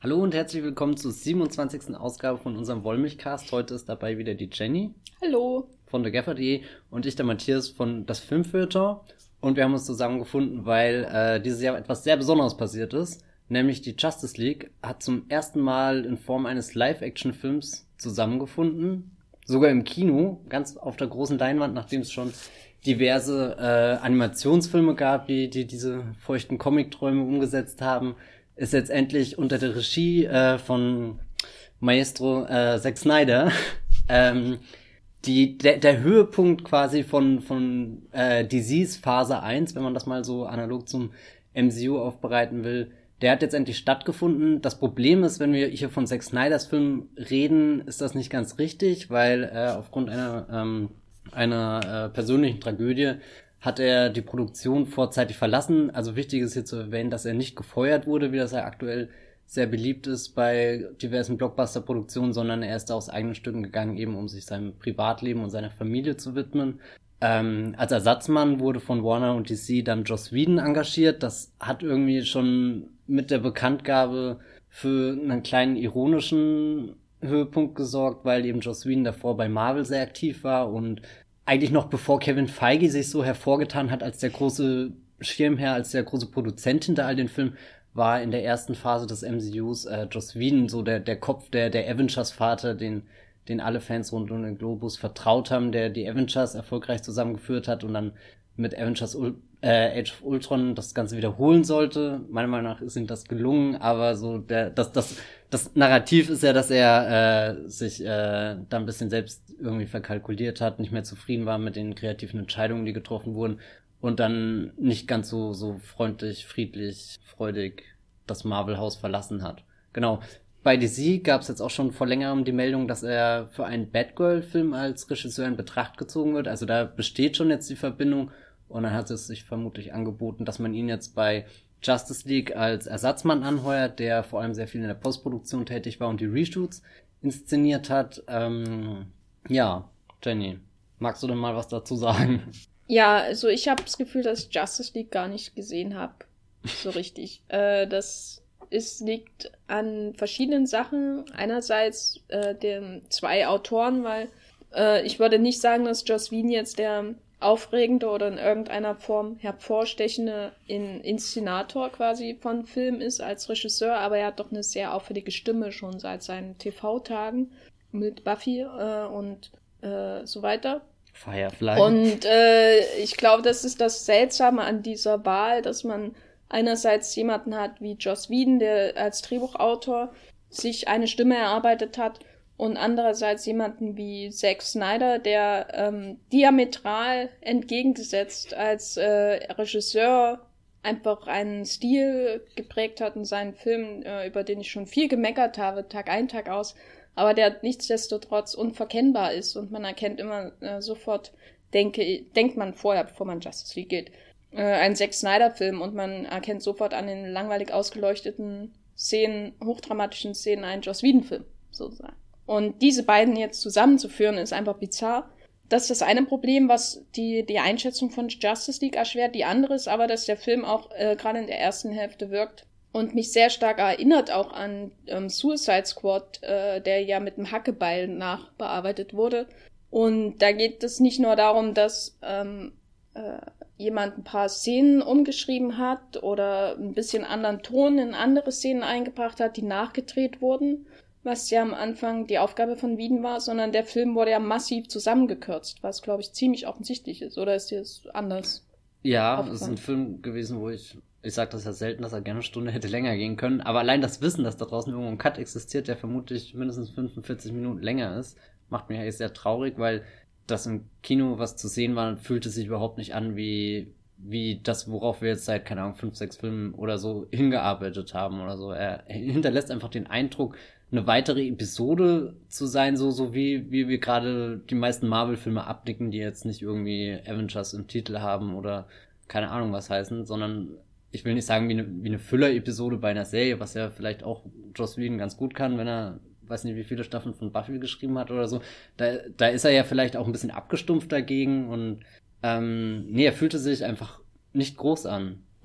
Hallo und herzlich willkommen zur 27. Ausgabe von unserem Wollmilchcast. Heute ist dabei wieder die Jenny Hallo. von TheGaffer.de und ich, der Matthias von Das Filmfeuilleton. Und wir haben uns zusammengefunden, weil dieses Jahr etwas sehr Besonderes passiert ist. Nämlich die Justice League hat zum ersten Mal in Form eines Live-Action-Films zusammengefunden. Sogar im Kino, ganz auf der großen Leinwand, nachdem es schon diverse Animationsfilme gab, die diese feuchten Comic-Träume umgesetzt haben, ist jetzt endlich unter der Regie von Maestro Zack Snyder der Höhepunkt quasi von DCs Phase 1, wenn man das mal so analog zum MCU aufbereiten will, der hat jetzt endlich stattgefunden. Das Problem ist, wenn wir hier von Zack Snyders Film reden, ist das nicht ganz richtig, weil aufgrund einer persönlichen Tragödie hat er die Produktion vorzeitig verlassen. Also wichtig ist hier zu erwähnen, dass er nicht gefeuert wurde, wie das ja aktuell sehr beliebt ist bei diversen Blockbuster-Produktionen, sondern er ist da aus eigenen Stücken gegangen, eben um sich seinem Privatleben und seiner Familie zu widmen. Als Ersatzmann wurde von Warner und DC dann Joss Whedon engagiert. Das hat irgendwie schon mit der Bekanntgabe für einen kleinen ironischen Höhepunkt gesorgt, weil eben Joss Whedon davor bei Marvel sehr aktiv war und eigentlich noch bevor Kevin Feige sich so hervorgetan hat als der große Schirmherr, als der große Produzent hinter all den Filmen, war in der ersten Phase des MCUs Joss Whedon so der Kopf, der Avengers-Vater, den alle Fans rund um den Globus vertraut haben, der die Avengers erfolgreich zusammengeführt hat und dann mit Avengers Age of Ultron das Ganze wiederholen sollte. Meiner Meinung nach ist ihm das gelungen, aber so das Narrativ ist ja, dass er sich da ein bisschen selbst irgendwie verkalkuliert hat, nicht mehr zufrieden war mit den kreativen Entscheidungen, die getroffen wurden und dann nicht ganz so freundlich, friedlich, freudig das Marvel-Haus verlassen hat. Genau. Bei DC gab es jetzt auch schon vor längerem die Meldung, dass er für einen Batgirl-Film als Regisseur in Betracht gezogen wird. Also da besteht schon jetzt die Verbindung und dann hat es sich vermutlich angeboten, dass man ihn jetzt bei Justice League als Ersatzmann anheuert, der vor allem sehr viel in der Postproduktion tätig war und die Reshoots inszeniert hat. Ja, Jenny, magst du denn mal was dazu sagen? Ja, also ich habe das Gefühl, dass ich Justice League gar nicht gesehen habe. So richtig. Liegt an verschiedenen Sachen. Einerseits den zwei Autoren, weil ich würde nicht sagen, dass Joss Whedon jetzt der aufregende oder in irgendeiner Form hervorstechende Inszenator quasi von Film ist als Regisseur, aber er hat doch eine sehr auffällige Stimme schon seit seinen TV-Tagen mit Buffy und so weiter. Firefly. Und ich glaube, das ist das Seltsame an dieser Wahl, dass man einerseits jemanden hat wie Joss Whedon, der als Drehbuchautor sich eine Stimme erarbeitet hat, und andererseits jemanden wie Zack Snyder, der diametral entgegengesetzt als Regisseur einfach einen Stil geprägt hat in seinen Filmen, über den ich schon viel gemeckert habe, Tag ein, Tag aus, aber der nichtsdestotrotz unverkennbar ist und man erkennt immer sofort, denkt man vorher, bevor man Justice League geht, einen Zack Snyder-Film und man erkennt sofort an den langweilig ausgeleuchteten Szenen, hochdramatischen Szenen einen Joss Whedon-Film, sozusagen. Und diese beiden jetzt zusammenzuführen, ist einfach bizarr. Das ist das eine Problem, was die Einschätzung von Justice League erschwert. Die andere ist aber, dass der Film auch gerade in der ersten Hälfte wirkt und mich sehr stark erinnert auch an Suicide Squad, der ja mit dem Hackebeil nachbearbeitet wurde. Und da geht es nicht nur darum, dass jemand ein paar Szenen umgeschrieben hat oder ein bisschen anderen Ton in andere Szenen eingebracht hat, die nachgedreht wurden, was ja am Anfang die Aufgabe von Whedon war, sondern der Film wurde ja massiv zusammengekürzt, was, glaube ich, ziemlich offensichtlich ist. Oder ist dir das anders? Ja, es ist ein Film gewesen, wo ich sag das ja selten, dass er gerne eine Stunde hätte länger gehen können, aber allein das Wissen, dass da draußen irgendwo ein Cut existiert, der vermutlich mindestens 45 Minuten länger ist, macht mich eigentlich sehr traurig, weil das im Kino, was zu sehen war, fühlte sich überhaupt nicht an wie das, worauf wir jetzt seit, keine Ahnung, 5, 6 Filmen oder so hingearbeitet haben oder so. Er hinterlässt einfach den Eindruck, eine weitere Episode zu sein, so wie wir gerade die meisten Marvel-Filme abnicken, die jetzt nicht irgendwie Avengers im Titel haben oder keine Ahnung was heißen, sondern ich will nicht sagen wie eine Füller-Episode bei einer Serie, was ja vielleicht auch Joss Whedon ganz gut kann, wenn er, weiß nicht, wie viele Staffeln von Buffy geschrieben hat oder so. Da ist er ja vielleicht auch ein bisschen abgestumpft dagegen und nee, er fühlte sich einfach nicht groß an. Und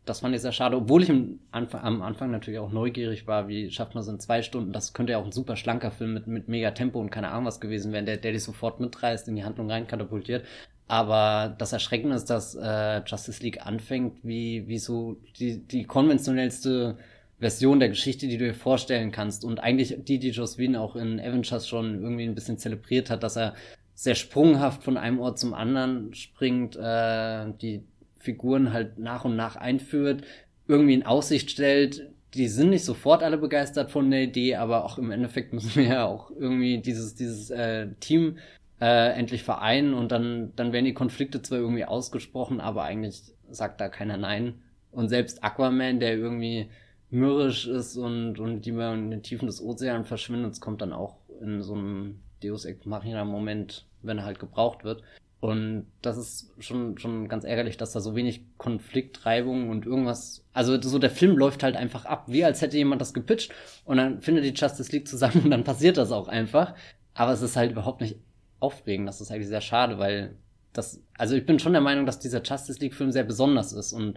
das fand ich sehr schade, obwohl ich am Anfang natürlich auch neugierig war, wie schafft man es in 2 Stunden. Das könnte ja auch ein super schlanker Film mit mega Tempo und keine Ahnung was gewesen werden, der dich sofort mitreißt, in die Handlung rein katapultiert. Aber das Erschreckende ist, dass Justice League anfängt, wie so die konventionellste Version der Geschichte, die du dir vorstellen kannst. Und eigentlich die Joss Whedon auch in Avengers schon irgendwie ein bisschen zelebriert hat, dass er sehr sprunghaft von einem Ort zum anderen springt, die Figuren halt nach und nach einführt, irgendwie in Aussicht stellt. Die sind nicht sofort alle begeistert von der Idee, aber auch im Endeffekt müssen wir ja auch irgendwie dieses Team endlich vereinen und dann werden die Konflikte zwar irgendwie ausgesprochen, aber eigentlich sagt da keiner Nein. Und selbst Aquaman, der irgendwie mürrisch ist und die man in den Tiefen des Ozeans verschwindet, kommt dann auch in so einem Deus Ex Machina Moment, wenn er halt gebraucht wird. Und das ist schon ganz ärgerlich, dass da so wenig Konfliktreibung und irgendwas, also so der Film läuft halt einfach ab, wie als hätte jemand das gepitcht und dann findet die Justice League zusammen und dann passiert das auch einfach. Aber es ist halt überhaupt nicht aufregend, das ist eigentlich sehr schade, weil also ich bin schon der Meinung, dass dieser Justice League Film sehr besonders ist und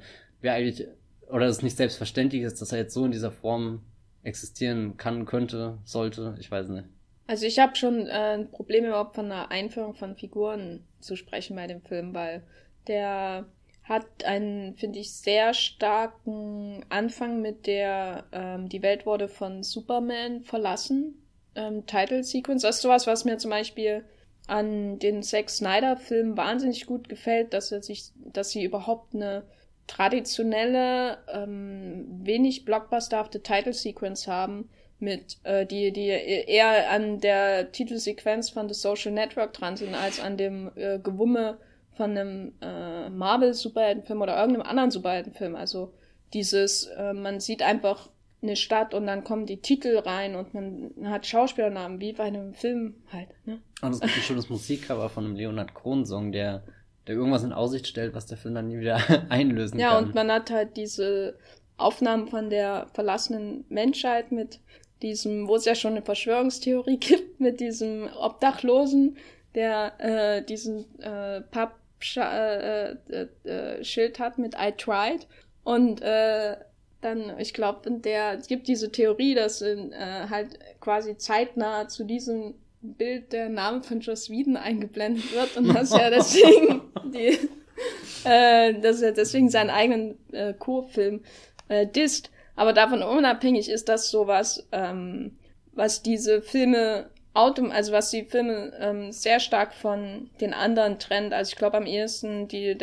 oder es nicht selbstverständlich ist, dass er jetzt so in dieser Form existieren kann, könnte, sollte, ich weiß nicht. Also ich habe schon ein Problem überhaupt von einer Einführung von Figuren zu sprechen bei dem Film, weil der hat einen, finde ich, sehr starken Anfang mit der die Welt wurde von Superman verlassen, Title Sequence. Das ist sowas, was mir zum Beispiel an den Zack Snyder Filmen wahnsinnig gut gefällt, dass sie überhaupt eine traditionelle, wenig blockbusterhafte Title Sequence haben, mit die eher an der Titelsequenz von The Social Network dran sind, als an dem Gewumme von einem Marvel-Superheldenfilm oder irgendeinem anderen Superheldenfilm. Also man sieht einfach eine Stadt und dann kommen die Titel rein und man hat Schauspielernamen, wie bei einem Film halt. Ne? Und es gibt ein schönes Musikcover von einem Leonard Cohen-Song, der irgendwas in Aussicht stellt, was der Film dann nie wieder einlösen kann. Ja, und man hat halt diese Aufnahmen von der verlassenen Menschheit mit diesem, wo es ja schon eine Verschwörungstheorie gibt, mit diesem Obdachlosen, der diesen Pappschild hat mit I tried. Und dann, ich glaube, es gibt diese Theorie, dass halt quasi zeitnah zu diesem Bild der Name von Joss Whedon eingeblendet wird und dass er deswegen seinen eigenen Co-Film disst. Aber davon unabhängig ist das sowas, was diese Filme was die Filme sehr stark von den anderen trennt. Also ich glaube am ehesten die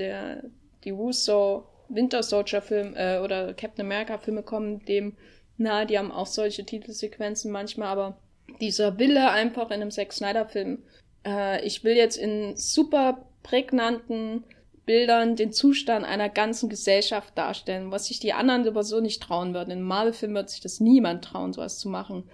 Russo Winter Soldier Film oder Captain America Filme kommen dem nahe, die haben auch solche Titelsequenzen manchmal, aber dieser Wille einfach in einem Zack Snyder Film, ich will jetzt in super prägnanten Bildern den Zustand einer ganzen Gesellschaft darstellen, was sich die anderen aber so nicht trauen würden. In einem Marvel-Film wird sich das niemand trauen, sowas zu machen.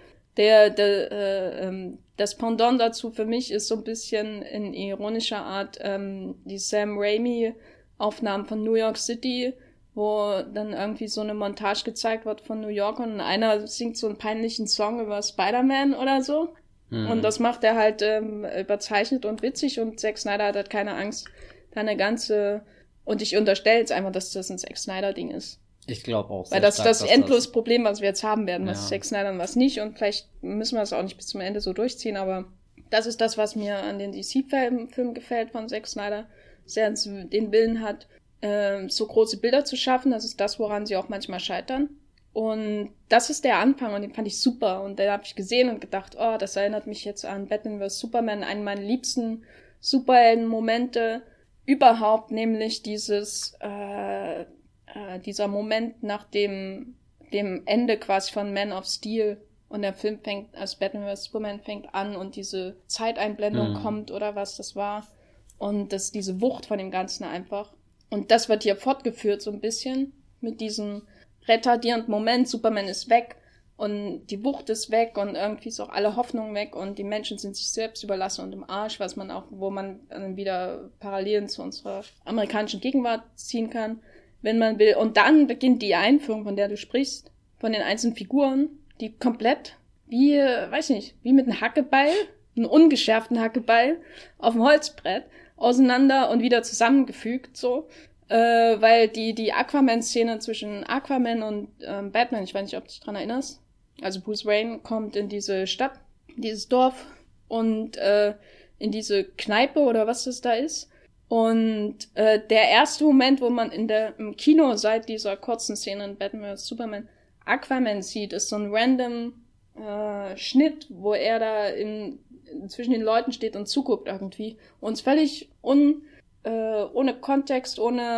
Das Pendant dazu für mich ist so ein bisschen in ironischer Art die Sam Raimi-Aufnahmen von New York City, wo dann irgendwie so eine Montage gezeigt wird von New York und einer singt so einen peinlichen Song über Spider-Man oder so. Mhm. Und das macht er halt überzeichnet und witzig und Zack Snyder hat halt keine Angst, da eine ganze, und ich unterstelle jetzt einfach, dass das ein Zack Snyder-Ding ist. Ich glaube auch. Weil das ist das endlose Problem, was wir jetzt haben werden, was Zack Snyder und was nicht, und vielleicht müssen wir es auch nicht bis zum Ende so durchziehen, aber das ist das, was mir an den DC-Filmen gefällt von Zack Snyder, dass er den Willen hat, so große Bilder zu schaffen. Das ist das, woran sie auch manchmal scheitern. Und das ist der Anfang und den fand ich super. Und den habe ich gesehen und gedacht, oh, das erinnert mich jetzt an Batman vs. Superman, einen meiner liebsten Superhelden-Momente überhaupt, nämlich dieser Moment nach dem Ende quasi von Man of Steel und der Film Batman vs. Superman fängt an und diese Zeiteinblendung kommt oder was das war. Und diese Wucht von dem Ganzen einfach. Und das wird hier fortgeführt so ein bisschen mit diesem retardierenden Moment. Superman ist weg und die Wucht ist weg und irgendwie ist auch alle Hoffnung weg und die Menschen sind sich selbst überlassen und im Arsch, wo man dann wieder Parallelen zu unserer amerikanischen Gegenwart ziehen kann, wenn man will. Und dann beginnt die Einführung, von der du sprichst, von den einzelnen Figuren, die komplett wie mit einem Hackebeil, einem ungeschärften Hackebeil auf dem Holzbrett auseinander und wieder zusammengefügt, so. weil die Aquaman-Szene zwischen Aquaman und Batman, ich weiß nicht, ob du dich dran erinnerst, also Bruce Wayne kommt in diese Stadt, dieses Dorf und in diese Kneipe oder was das da ist. Und der erste Moment, wo man im Kino seit dieser kurzen Szene in Batman vs. Superman Aquaman sieht, ist so ein random Schnitt, wo er da zwischen den Leuten steht und zuguckt irgendwie. Und völlig ohne Kontext,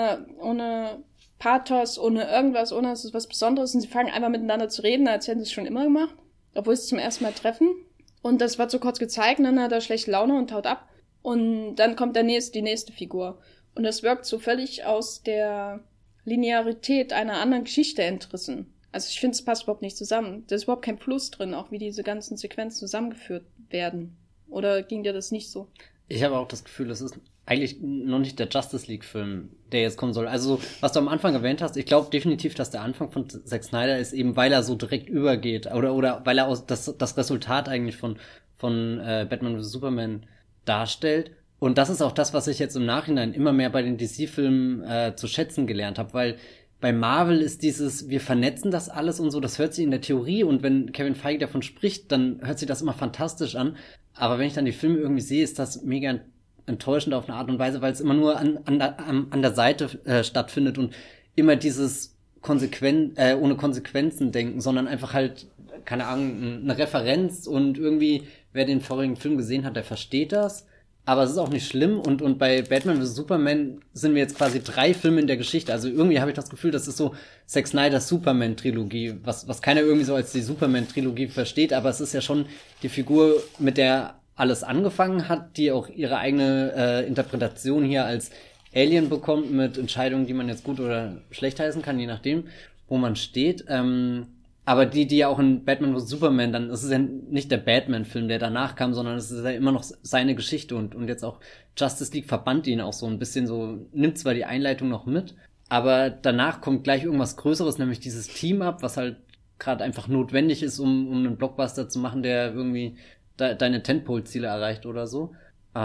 ohne Pathos, ohne irgendwas, ohne dass es was Besonderes. Und sie fangen einfach miteinander zu reden, als hätten sie es schon immer gemacht, obwohl sie es zum ersten Mal treffen. Und das wird so kurz gezeigt, und dann hat er schlechte Laune und haut ab. Und dann kommt die nächste Figur. Und das wirkt so völlig aus der Linearität einer anderen Geschichte entrissen. Also ich finde, es passt überhaupt nicht zusammen. Da ist überhaupt kein Plus drin, auch wie diese ganzen Sequenzen zusammengeführt werden. Oder ging dir das nicht so? Ich habe auch das Gefühl, das ist eigentlich noch nicht der Justice League-Film, der jetzt kommen soll. Also, was du am Anfang erwähnt hast, ich glaube definitiv, dass der Anfang von Zack Snyder ist, eben weil er so direkt übergeht. Oder weil er das Resultat eigentlich von Batman vs. Superman darstellt. Und das ist auch das, was ich jetzt im Nachhinein immer mehr bei den DC-Filmen zu schätzen gelernt habe, weil bei Marvel ist wir vernetzen das alles und so, das hört sich in der Theorie, und wenn Kevin Feige davon spricht, dann hört sich das immer fantastisch an. Aber wenn ich dann die Filme irgendwie sehe, ist das mega enttäuschend auf eine Art und Weise, weil es immer nur an der Seite stattfindet und immer dieses ohne Konsequenzen denken, sondern einfach halt, keine Ahnung, eine Referenz, und irgendwie, wer den vorigen Film gesehen hat, der versteht das. Aber es ist auch nicht schlimm, und bei Batman vs. Superman sind wir jetzt quasi 3 Filme in der Geschichte. Also irgendwie habe ich das Gefühl, das ist so Zack Snyders Superman-Trilogie, was keiner irgendwie so als die Superman-Trilogie versteht, aber es ist ja schon die Figur, mit der alles angefangen hat, die auch ihre eigene Interpretation hier als Alien bekommt, mit Entscheidungen, die man jetzt gut oder schlecht heißen kann, je nachdem, wo man steht. Aber die ja auch in Batman vs. Superman, dann ist es ja nicht der Batman-Film, der danach kam, sondern es ist ja immer noch seine Geschichte, und jetzt auch Justice League verbannt ihn auch so ein bisschen so, nimmt zwar die Einleitung noch mit, aber danach kommt gleich irgendwas Größeres, nämlich dieses Team-Up, was halt gerade einfach notwendig ist, um einen Blockbuster zu machen, der irgendwie deine Tentpole-Ziele erreicht oder so.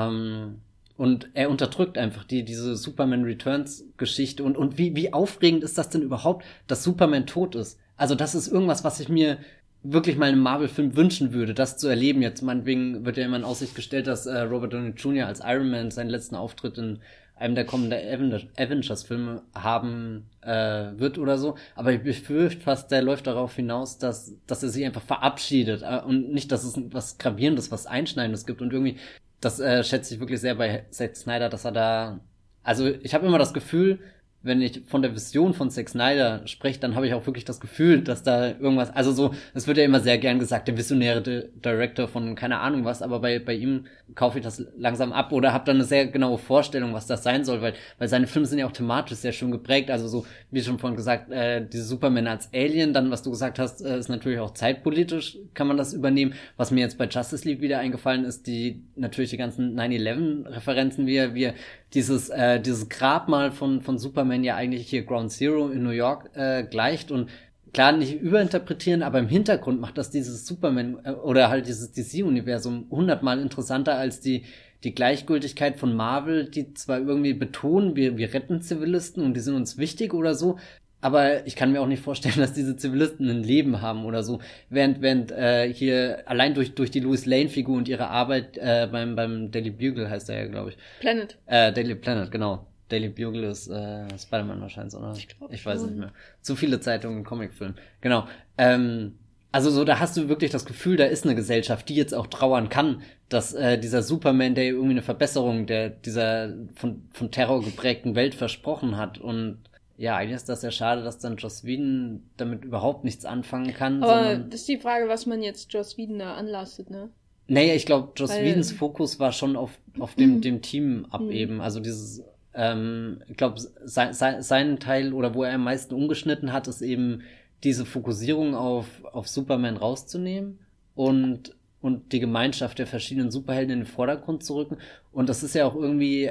Und er unterdrückt einfach diese Superman Returns-Geschichte, und wie aufregend ist das denn überhaupt, dass Superman tot ist? Also das ist irgendwas, was ich mir wirklich mal in einem Marvel-Film wünschen würde, das zu erleben. Jetzt meinetwegen wird ja immer in Aussicht gestellt, dass Robert Downey Jr. als Iron Man seinen letzten Auftritt in einem der kommenden Avengers-Filme haben wird oder so. Aber ich befürchte fast, der läuft darauf hinaus, dass er sich einfach verabschiedet und nicht, dass es was Gravierendes, was Einschneidendes gibt. Und irgendwie, das schätze ich wirklich sehr bei Zack Snyder, dass er da... Also ich habe immer das Gefühl, wenn ich von der Vision von Zack Snyder spreche, dann habe ich auch wirklich das Gefühl, dass da irgendwas, also so, es wird ja immer sehr gern gesagt, der visionäre Director von keine Ahnung was, aber bei ihm kaufe ich das langsam ab oder habe dann eine sehr genaue Vorstellung, was das sein soll, weil seine Filme sind ja auch thematisch sehr schön geprägt, also so, wie schon vorhin gesagt, diese Superman als Alien, dann, was du gesagt hast, ist natürlich auch zeitpolitisch, kann man das übernehmen. Was mir jetzt bei Justice League wieder eingefallen ist, natürlich die ganzen 9/11-Referenzen, wie dieses Grabmal von Superman ja eigentlich hier Ground Zero in New York gleicht, und klar, nicht überinterpretieren, aber im Hintergrund macht das dieses Superman oder halt dieses DC-Universum 100-mal interessanter als die Gleichgültigkeit von Marvel, die zwar irgendwie betonen, wir retten Zivilisten und die sind uns wichtig oder so, aber ich kann mir auch nicht vorstellen, dass diese Zivilisten ein Leben haben oder so, während hier allein durch die Lois Lane-Figur und ihre Arbeit beim Daily Bugle heißt er ja, glaube ich. Planet. Daily Planet, genau. Daily Bugle ist Spider-Man wahrscheinlich, oder? Ich weiß nicht mehr. Zu viele Zeitungen, Comicfilm. Genau. Also so, da hast du wirklich das Gefühl, da ist eine Gesellschaft, die jetzt auch trauern kann, dass dieser Superman, der irgendwie eine Verbesserung dieser von Terror geprägten Welt versprochen hat. Und ja, eigentlich ist das ja schade, dass dann Joss Whedon damit überhaupt nichts anfangen kann. Aber das ist die Frage, was man jetzt Joss Whedon da anlastet, ne? Naja, ich glaube, Joss Whedons Fokus war schon auf dem Team eben. Also dieses, ich glaube, sein Teil oder wo er am meisten umgeschnitten hat, ist eben diese Fokussierung auf Superman rauszunehmen und die Gemeinschaft der verschiedenen Superhelden in den Vordergrund zu rücken. Und das ist ja auch irgendwie,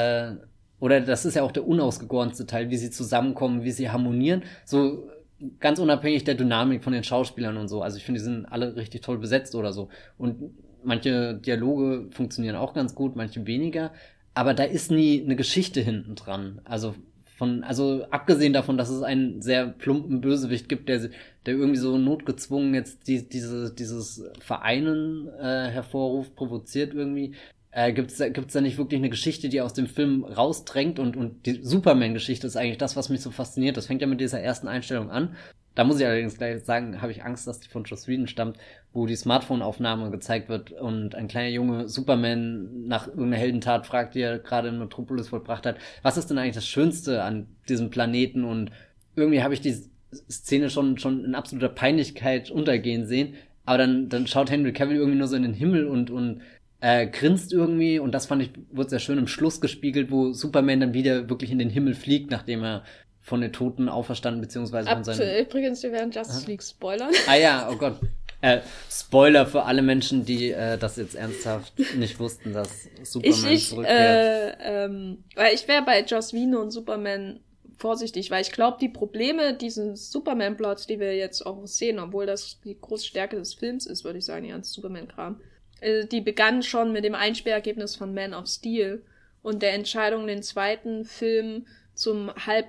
oder das ist ja auch der unausgegorenste Teil, wie sie zusammenkommen, wie sie harmonieren. So ganz unabhängig der Dynamik von den Schauspielern und so. Also ich finde, die sind alle richtig toll besetzt oder so. Und manche Dialoge funktionieren auch ganz gut, manche weniger. Aber da ist nie eine Geschichte hinten dran. Also also abgesehen davon, dass es einen sehr plumpen Bösewicht gibt, der irgendwie so notgezwungen jetzt dieses Vereinen hervorruft, provoziert irgendwie, gibt's da nicht wirklich eine Geschichte, die aus dem Film rausdrängt, und die Superman-Geschichte ist eigentlich das, was mich so fasziniert. Das fängt ja mit dieser ersten Einstellung an. Da muss ich allerdings gleich sagen, habe ich Angst, dass die von Joss Whedon stammt, wo die Smartphone-Aufnahme gezeigt wird und ein kleiner Junge Superman nach irgendeiner Heldentat fragt, die er gerade in Metropolis vollbracht hat. Was ist denn eigentlich das Schönste an diesem Planeten? Und irgendwie habe ich die Szene schon in absoluter Peinlichkeit untergehen sehen. Aber dann schaut Henry Cavill irgendwie nur so in den Himmel und grinst irgendwie. Und das fand ich, wurde sehr schön im Schluss gespiegelt, wo Superman dann wieder wirklich in den Himmel fliegt, nachdem er von den Toten auferstanden, beziehungsweise von seinen... Übrigens, wir werden Justice League spoilern. Ah ja, oh Gott. Spoiler für alle Menschen, die das jetzt ernsthaft nicht wussten, dass Superman zurückkehrt. Weil ich wäre bei Joss Whedon und Superman vorsichtig, weil ich glaube, die Probleme dieses Superman-Plots, die wir jetzt auch sehen, obwohl das die große Stärke des Films ist, würde ich sagen, die ganze Superman-Kram, die begannen schon mit dem Einspielergebnis von Man of Steel und der Entscheidung, den zweiten Film zum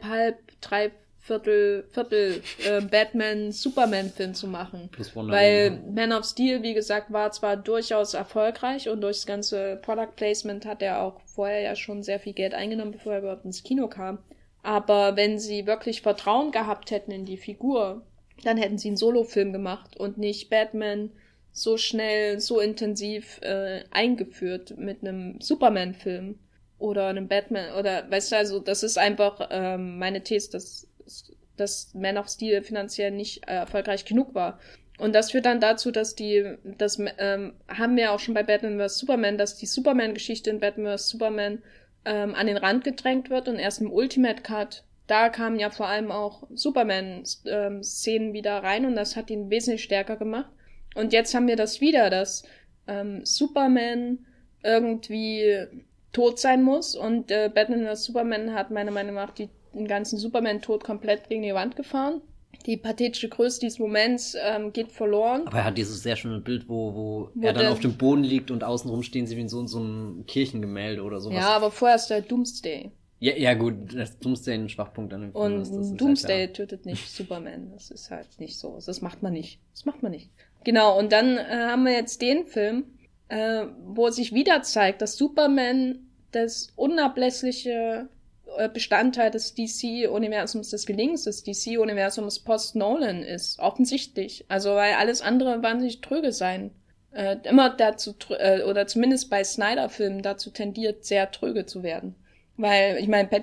Dreiviertel Batman-Superman-Film zu machen. Weil Man of Steel, wie gesagt, war zwar durchaus erfolgreich und durch das ganze Product Placement hat er auch vorher ja schon sehr viel Geld eingenommen, bevor er überhaupt ins Kino kam. Aber wenn sie wirklich Vertrauen gehabt hätten in die Figur, dann hätten sie einen Solo-Film gemacht und nicht Batman so schnell, so intensiv eingeführt mit einem Superman-Film oder einem Batman oder, weißt du, also das ist einfach meine These, dass Man of Steel finanziell nicht erfolgreich genug war. Und das führt dann dazu, dass haben wir auch schon bei Batman vs. Superman, dass die Superman-Geschichte in Batman vs. Superman an den Rand gedrängt wird und erst im Ultimate Cut, da kamen ja vor allem auch Superman-Szenen wieder rein und das hat ihn wesentlich stärker gemacht. Und jetzt haben wir das wieder, dass Superman irgendwie tot sein muss und Batman vs. Superman hat meiner Meinung nach den ganzen Superman-Tod komplett gegen die Wand gefahren. Die pathetische Größe dieses Moments geht verloren. Aber er hat dieses sehr schöne Bild, wo er dann auf dem Boden liegt und außenrum stehen sie wie in so ein Kirchengemälde oder sowas. Ja, aber vorher ist der Doomsday. Ja gut, das Doomsday ein Schwachpunkt an dem Film und ist. Und Doomsday halt tötet nicht Superman. Das ist halt nicht so. Das macht man nicht. Genau, und dann haben wir jetzt den Film, wo sich wieder zeigt, dass Superman das unablässliche Bestandteil des DC-Universums, des Gelingens des DC-Universums Post-Nolan ist. Offensichtlich. Also, weil alles andere wahnsinnig tröge sein. Immer dazu, oder zumindest bei Snyder-Filmen dazu tendiert, sehr tröge zu werden. Weil, ich meine,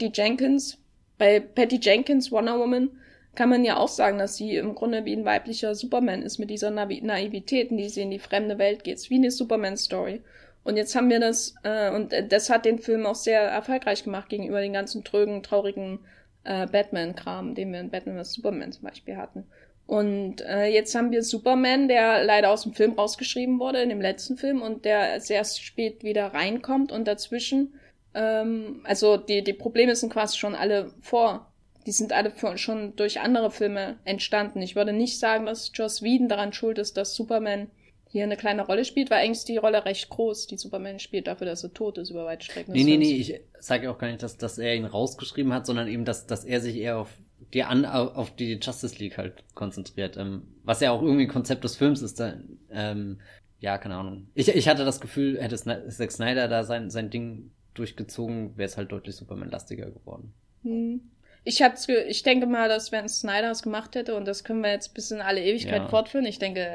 bei Patty Jenkins Wonder Woman kann man ja auch sagen, dass sie im Grunde wie ein weiblicher Superman ist mit dieser Naivität, in die sie in die fremde Welt geht. Wie eine Superman-Story. Und jetzt haben wir das, und das hat den Film auch sehr erfolgreich gemacht gegenüber den ganzen trögen, traurigen Batman-Kram, den wir in Batman vs. Superman zum Beispiel hatten. Und jetzt haben wir Superman, der leider aus dem Film rausgeschrieben wurde, in dem letzten Film, und der sehr spät wieder reinkommt und dazwischen, also die Probleme sind quasi schon alle die sind alle schon durch andere Filme entstanden. Ich würde nicht sagen, dass Joss Whedon daran schuld ist, dass Superman hier eine kleine Rolle spielt, weil eigentlich ist die Rolle recht groß, die Superman spielt, dafür, dass er tot ist über weite Strecken. Nee, ich sage ja auch gar nicht, dass er ihn rausgeschrieben hat, sondern eben, dass er sich eher auf die Justice League halt konzentriert. Was ja auch irgendwie ein Konzept des Films ist. Ja, keine Ahnung. Ich hatte das Gefühl, hätte Zack Snyder da sein Ding durchgezogen, wäre es halt deutlich Superman-lastiger geworden. Ich denke mal, dass wenn Snyder es gemacht hätte, und das können wir jetzt bis in alle Ewigkeit fortführen,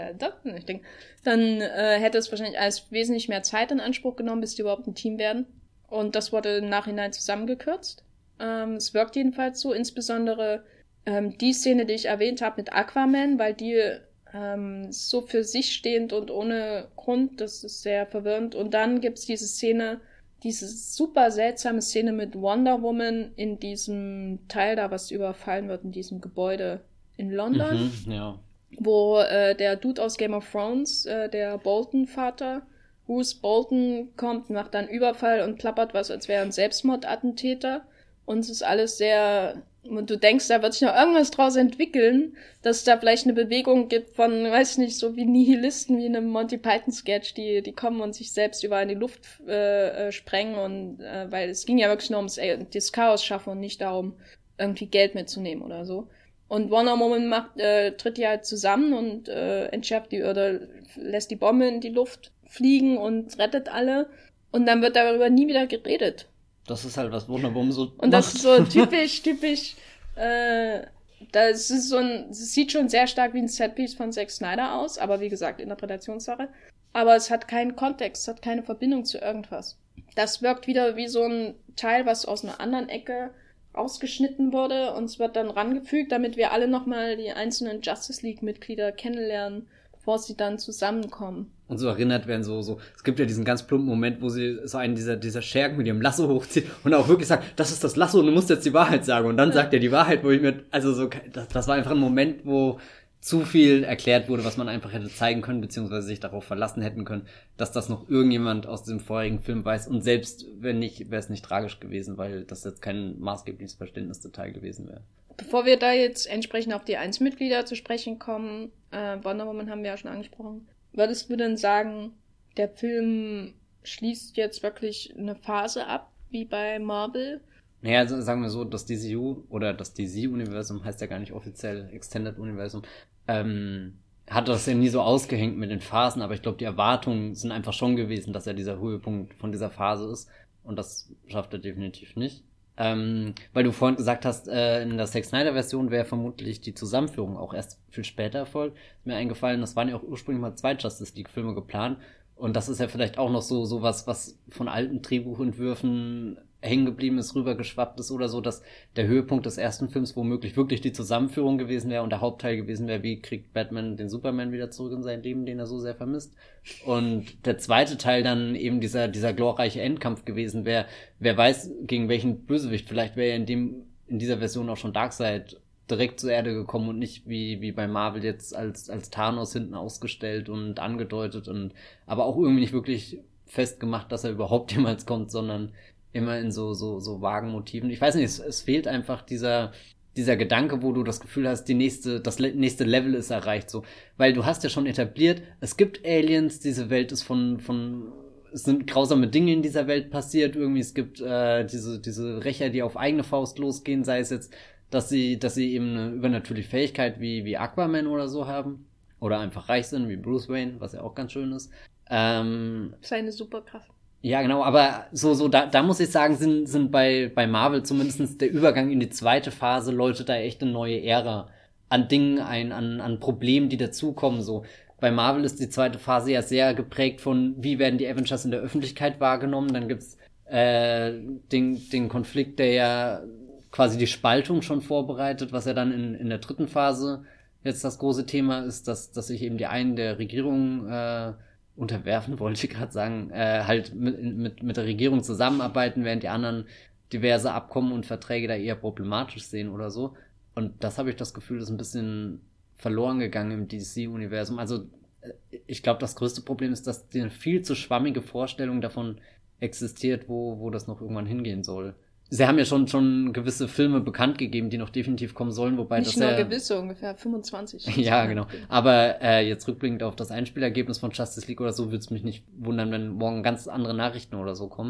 dann hätte es wahrscheinlich alles wesentlich mehr Zeit in Anspruch genommen, bis die überhaupt ein Team werden. Und das wurde im Nachhinein zusammengekürzt. Es wirkt jedenfalls so, insbesondere die Szene, die ich erwähnt habe mit Aquaman, weil die so für sich stehend und ohne Grund, das ist sehr verwirrend. Und dann gibt's diese super seltsame Szene mit Wonder Woman in diesem Teil da, was überfallen wird, in diesem Gebäude in London. Wo der Dude aus Game of Thrones, der Bolton-Vater, Bruce Bolton, kommt, macht dann Überfall und plappert was, als wäre ein Selbstmordattentäter. Und es ist alles sehr Und du denkst, da wird sich noch irgendwas draus entwickeln, dass es da vielleicht eine Bewegung gibt von, weiß nicht, so wie Nihilisten, wie in einem Monty Python-Sketch, die kommen und sich selbst überall in die Luft sprengen und weil es ging ja wirklich nur ums das Chaos schaffen und nicht darum, irgendwie Geld mitzunehmen oder so. Und Wonder Woman tritt die halt zusammen und entschärft oder lässt die Bombe in die Luft fliegen und rettet alle. Und dann wird darüber nie wieder geredet. Das ist halt, was Wonder Woman so und das macht. Ist so typisch, das sieht schon sehr stark wie ein Setpiece von Zack Snyder aus, aber wie gesagt, Interpretationssache. Aber es hat keinen Kontext, es hat keine Verbindung zu irgendwas. Das wirkt wieder wie so ein Teil, was aus einer anderen Ecke ausgeschnitten wurde und es wird dann rangefügt, damit wir alle nochmal die einzelnen Justice League-Mitglieder kennenlernen, bevor sie dann zusammenkommen. Und so erinnert werden, so, es gibt ja diesen ganz plumpen Moment, wo sie so einen dieser Schergen mit ihrem Lasso hochzieht und auch wirklich sagt, das ist das Lasso und du musst jetzt die Wahrheit sagen. Und dann sagt er die Wahrheit, wo ich mir, also so, das war einfach ein Moment, wo zu viel erklärt wurde, was man einfach hätte zeigen können, beziehungsweise sich darauf verlassen hätten können, dass das noch irgendjemand aus diesem vorherigen Film weiß. Und selbst wenn nicht, wäre es nicht tragisch gewesen, weil das jetzt kein maßgebliches Verständnisdetail gewesen wäre. Bevor wir da jetzt entsprechend auf die Einzelmitglieder zu sprechen kommen, Wonder Woman haben wir ja schon angesprochen, würdest du denn sagen, der Film schließt jetzt wirklich eine Phase ab, wie bei Marvel? Naja, also sagen wir so, das DCU oder das DC-Universum heißt ja gar nicht offiziell Extended-Universum, hat das ja nie so ausgehängt mit den Phasen, aber ich glaube, die Erwartungen sind einfach schon gewesen, dass er dieser Höhepunkt von dieser Phase ist und das schafft er definitiv nicht. Weil du vorhin gesagt hast, in der Zack Snyder-Version wäre vermutlich die Zusammenführung auch erst viel später erfolgt. Ist mir eingefallen, das waren ja auch ursprünglich mal 2 Justice League-Filme geplant. Und das ist ja vielleicht auch noch so was von alten Drehbuchentwürfen hängen geblieben ist, rübergeschwappt ist oder so, dass der Höhepunkt des ersten Films womöglich wirklich die Zusammenführung gewesen wäre und der Hauptteil gewesen wäre, wie kriegt Batman den Superman wieder zurück in sein Leben, den er so sehr vermisst. Und der zweite Teil dann eben dieser glorreiche Endkampf gewesen wäre. Wer weiß, gegen welchen Bösewicht. Vielleicht wäre ja in dieser Version auch schon Darkseid direkt zur Erde gekommen und nicht wie bei Marvel jetzt als Thanos hinten ausgestellt und angedeutet und aber auch irgendwie nicht wirklich festgemacht, dass er überhaupt jemals kommt, sondern immer in so vagen Motiven. Ich weiß nicht, es fehlt einfach dieser Gedanke, wo du das Gefühl hast, das nächste Level ist erreicht, so. Weil du hast ja schon etabliert, es gibt Aliens, diese Welt ist es sind grausame Dinge in dieser Welt passiert, irgendwie, es gibt diese Rächer, die auf eigene Faust losgehen, sei es jetzt, dass sie eben eine übernatürliche Fähigkeit wie Aquaman oder so haben. Oder einfach reich sind, wie Bruce Wayne, was ja auch ganz schön ist. Seine Superkraft. Ja, genau, aber da muss ich sagen, sind bei Marvel zumindest der Übergang in die zweite Phase läutet da echt eine neue Ära an Dingen an Problemen, die dazukommen, so. Bei Marvel ist die zweite Phase ja sehr geprägt von, wie werden die Avengers in der Öffentlichkeit wahrgenommen, dann gibt's den Konflikt, der ja quasi die Spaltung schon vorbereitet, was ja dann in der dritten Phase jetzt das große Thema ist, dass sich eben die einen der Regierung unterwerfen, wollte ich gerade sagen, halt mit der Regierung zusammenarbeiten, während die anderen diverse Abkommen und Verträge da eher problematisch sehen oder so. Und das habe ich das Gefühl, ist ein bisschen verloren gegangen im DC-Universum. Also ich glaube, das größte Problem ist, dass eine viel zu schwammige Vorstellung davon existiert, wo das noch irgendwann hingehen soll. Sie haben ja schon gewisse Filme bekannt gegeben, die noch definitiv kommen sollen, wobei nicht das nur gewisse, ungefähr 25. Ja, genau. Aber jetzt rückblickend auf das Einspielergebnis von Justice League oder so, würde es mich nicht wundern, wenn morgen ganz andere Nachrichten oder so kommen.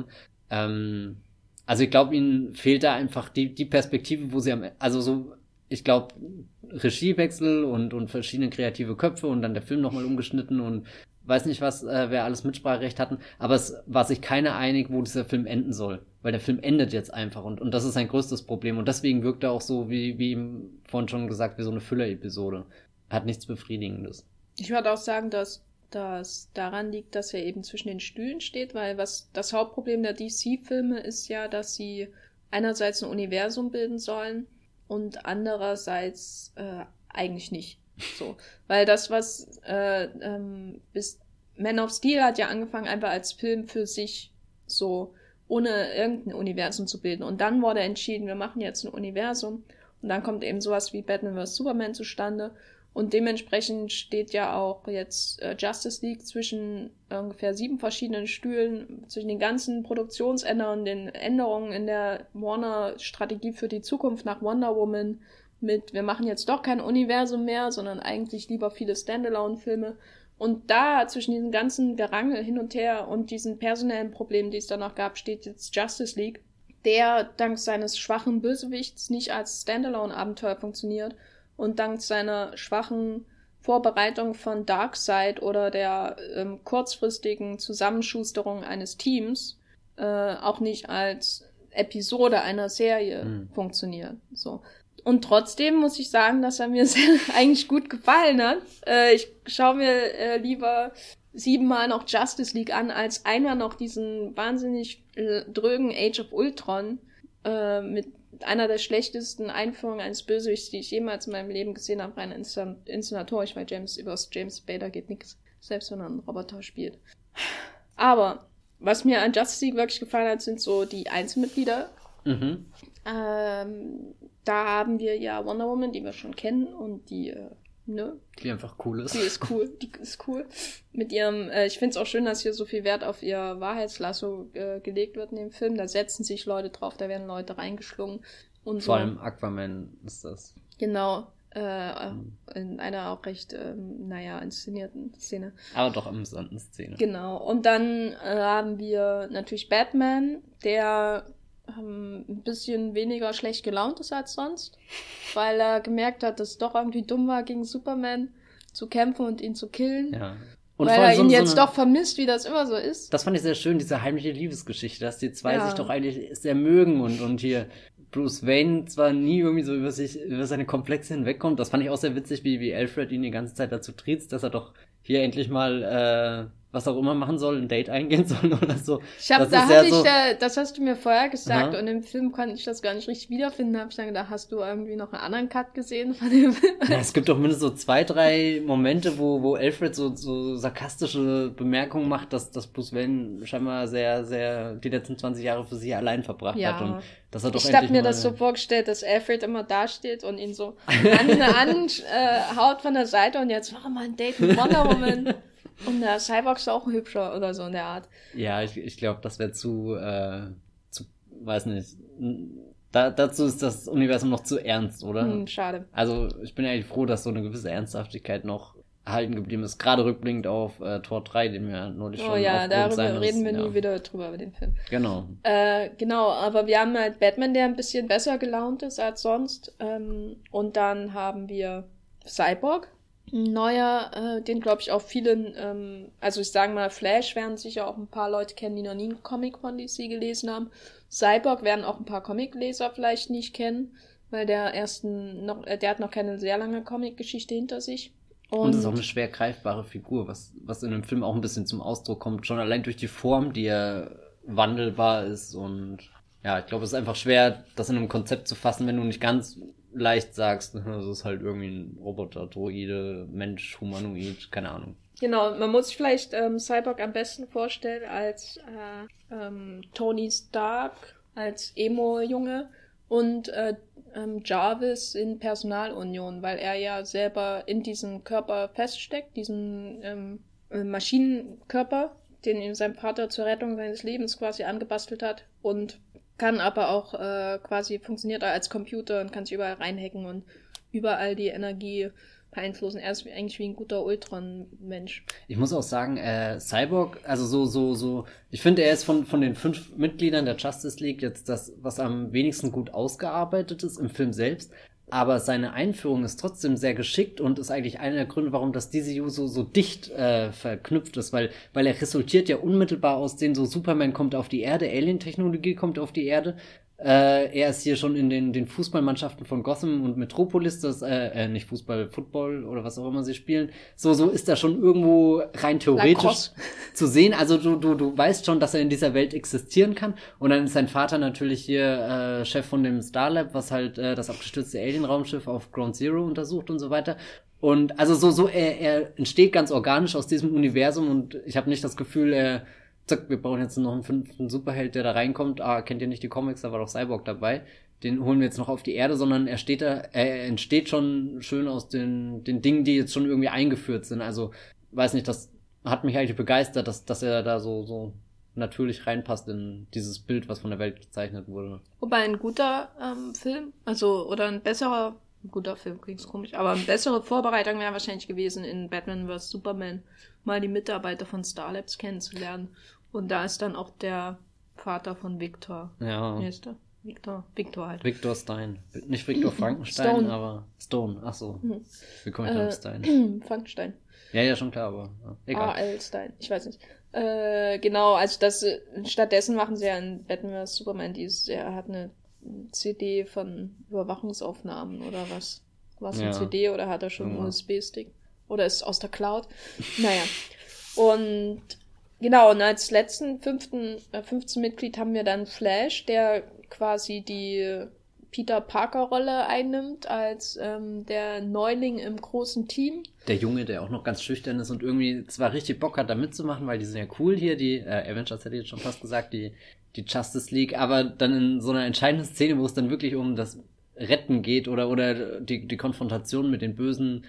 Also ich glaube, ihnen fehlt da einfach die Perspektive, wo sie ich glaube, Regiewechsel und verschiedene kreative Köpfe und dann der Film nochmal umgeschnitten und weiß nicht was, wer alles Mitspracherecht hatten, aber es war sich keiner einig, wo dieser Film enden soll. Weil der Film endet jetzt einfach und das ist sein größtes Problem und deswegen wirkt er auch so, wie ihm vorhin schon gesagt, wie so eine Füller-Episode. Hat nichts Befriedigendes. Ich würde auch sagen, dass das daran liegt, dass er eben zwischen den Stühlen steht, weil das Hauptproblem der DC-Filme ist ja, dass sie einerseits ein Universum bilden sollen und andererseits eigentlich nicht. So, weil das, was bis Man of Steel hat ja angefangen einfach als Film für sich so ohne irgendein Universum zu bilden. Und dann wurde entschieden, wir machen jetzt ein Universum. Und dann kommt eben sowas wie Batman vs. Superman zustande. Und dementsprechend steht ja auch jetzt Justice League zwischen ungefähr 7 verschiedenen Stühlen, zwischen den ganzen Produktionsänderungen, den Änderungen in der Warner-Strategie für die Zukunft nach Wonder Woman mit, wir machen jetzt doch kein Universum mehr, sondern eigentlich lieber viele Standalone-Filme. Und da, zwischen diesem ganzen Gerangel hin und her und diesen personellen Problemen, die es danach gab, steht jetzt Justice League, der dank seines schwachen Bösewichts nicht als Standalone-Abenteuer funktioniert und dank seiner schwachen Vorbereitung von Darkseid oder der kurzfristigen Zusammenschusterung eines Teams auch nicht als Episode einer Serie funktioniert. So. Und trotzdem muss ich sagen, dass er mir eigentlich gut gefallen hat. Ich schaue mir lieber 7-mal noch Justice League an, als einmal noch diesen wahnsinnig drögen Age of Ultron mit einer der schlechtesten Einführungen eines Bösewichts, die ich jemals in meinem Leben gesehen habe, rein inszenatorisch, weil über James Spader geht nichts, selbst wenn er einen Roboter spielt. Aber was mir an Justice League wirklich gefallen hat, sind so die Einzelmitglieder. Da haben wir ja Wonder Woman, die wir schon kennen und die, die einfach cool ist. Die ist cool. Mit ihrem, ich find's auch schön, dass hier so viel Wert auf ihr Wahrheitslasso gelegt wird in dem Film. Da setzen sich Leute drauf, da werden Leute reingeschlungen und Vor so. allem Aquaman ist das. Genau. In einer auch recht, inszenierten Szene. Aber doch amüsanten Szene. Genau. Und dann haben wir natürlich Batman, der ein bisschen weniger schlecht gelaunt ist als sonst, weil er gemerkt hat, dass es doch irgendwie dumm war, gegen Superman zu kämpfen und ihn zu killen. Ja. Und weil er ihn jetzt doch vermisst, wie das immer so ist. Das fand ich sehr schön, diese heimliche Liebesgeschichte, dass die zwei sich doch eigentlich sehr mögen und hier Bruce Wayne zwar nie irgendwie so über seine Komplexe hinwegkommt. Das fand ich auch sehr witzig, wie Alfred ihn die ganze Zeit dazu triezt, dass er doch hier endlich mal was auch immer machen soll, ein Date eingehen soll oder so. Das hast du mir vorher gesagt. Und im Film konnte ich das gar nicht richtig wiederfinden. Da habe ich dann gedacht, hast du irgendwie noch einen anderen Cut gesehen von dem Film? Ja, es gibt doch mindestens so 2, 3 Momente, wo Alfred so sarkastische Bemerkungen macht, dass Bruce Wayne scheinbar sehr, sehr die letzten 20 Jahre für sie allein verbracht hat. Und dass er doch ich habe mir das so vorgestellt, dass Alfred immer dasteht und ihn so haut von der Seite und jetzt machen wir mal ein Date mit Wonder Woman. Und der Cyborg ist auch hübscher oder so in der Art. Ja, ich glaube, das wäre zu, weiß nicht, dazu ist das Universum noch zu ernst, oder? Schade. Also ich bin eigentlich froh, dass so eine gewisse Ernsthaftigkeit noch erhalten geblieben ist, gerade rückblickend auf Tor 3, den wir neulich schon darüber reden wir nie wieder drüber über den Film. Genau. Genau, aber wir haben halt Batman, der ein bisschen besser gelaunt ist als sonst. Und dann haben wir Cyborg. Neuer, den glaube ich auch vielen, also ich sage mal, Flash werden sicher auch ein paar Leute kennen, die noch nie einen Comic von DC gelesen haben. Cyborg werden auch ein paar Comicleser vielleicht nicht kennen, weil der hat noch keine sehr lange Comic-Geschichte hinter sich. Und ist auch eine schwer greifbare Figur, was in dem Film auch ein bisschen zum Ausdruck kommt, schon allein durch die Form, die ja wandelbar ist. Und ja, ich glaube, es ist einfach schwer, das in einem Konzept zu fassen, wenn du nicht ganz leicht sagst, das ist halt irgendwie ein Roboter, Droide, Mensch, Humanoid, keine Ahnung. Genau, man muss sich vielleicht Cyborg am besten vorstellen als Tony Stark, als Emo-Junge und Jarvis in Personalunion, weil er ja selber in diesem Körper feststeckt, diesen Maschinenkörper, den ihm sein Vater zur Rettung seines Lebens quasi angebastelt hat und kann aber auch quasi funktioniert als Computer und kann sich überall reinhacken und überall die Energie beeinflussen. Er ist eigentlich wie ein guter Ultron-Mensch. Ich muss auch sagen, Cyborg, also so, ich finde, er ist von den 5 Mitgliedern der Justice League jetzt das, was am wenigsten gut ausgearbeitet ist im Film selbst. Aber seine Einführung ist trotzdem sehr geschickt und ist eigentlich einer der Gründe, warum das DCU so dicht verknüpft ist, weil er resultiert ja unmittelbar aus denen, so Superman kommt auf die Erde, Alien-Technologie kommt auf die Erde. Er ist hier schon in den Fußballmannschaften von Gotham und Metropolis, das nicht Fußball, Football oder was auch immer sie spielen. So ist er schon irgendwo rein theoretisch zu sehen. Also du weißt schon, dass er in dieser Welt existieren kann. Und dann ist sein Vater natürlich hier Chef von dem Starlab, was halt das abgestürzte Alien-Raumschiff auf Ground Zero untersucht und so weiter. Und also er entsteht ganz organisch aus diesem Universum und ich habe nicht das Gefühl, zack, wir brauchen jetzt noch einen 5. Superheld, der da reinkommt. Kennt ihr nicht die Comics, da war doch Cyborg dabei. den holen wir jetzt noch auf die Erde, sondern er entsteht schon schön aus den Dingen, die jetzt schon irgendwie eingeführt sind. Also, weiß nicht, das hat mich eigentlich begeistert, dass er da so natürlich reinpasst in dieses Bild, was von der Welt gezeichnet wurde. Wobei ein guter Film, also, oder ein guter Film klingt komisch, aber eine bessere Vorbereitung wäre wahrscheinlich gewesen, in Batman vs. Superman mal die Mitarbeiter von Star Labs kennenzulernen. Und da ist dann auch der Vater von Victor. Ja. Wie heißt der? Victor halt. Victor Stein. Nicht Victor Frankenstein, Stone. Aber Stone. Ach so. Wie komme ich da auf Stein? Frankenstein. Ja, schon klar, aber egal. A.L. Stein. Ich weiß nicht. Genau, also stattdessen machen sie ja in Batman vs. Superman er hat eine CD von Überwachungsaufnahmen oder was? War es eine CD oder hat er schon einen USB-Stick? Oder ist es aus der Cloud? Naja. Und genau, und als letzten 15. Mitglied haben wir dann Flash, der quasi die Peter Parker-Rolle einnimmt als der Neuling im großen Team. Der Junge, der auch noch ganz schüchtern ist und irgendwie zwar richtig Bock hat, da mitzumachen, weil die sind ja cool hier, die Avengers hätte ich jetzt schon fast gesagt, die Justice League, aber dann in so einer entscheidenden Szene, wo es dann wirklich um das Retten geht oder die Konfrontation mit den bösen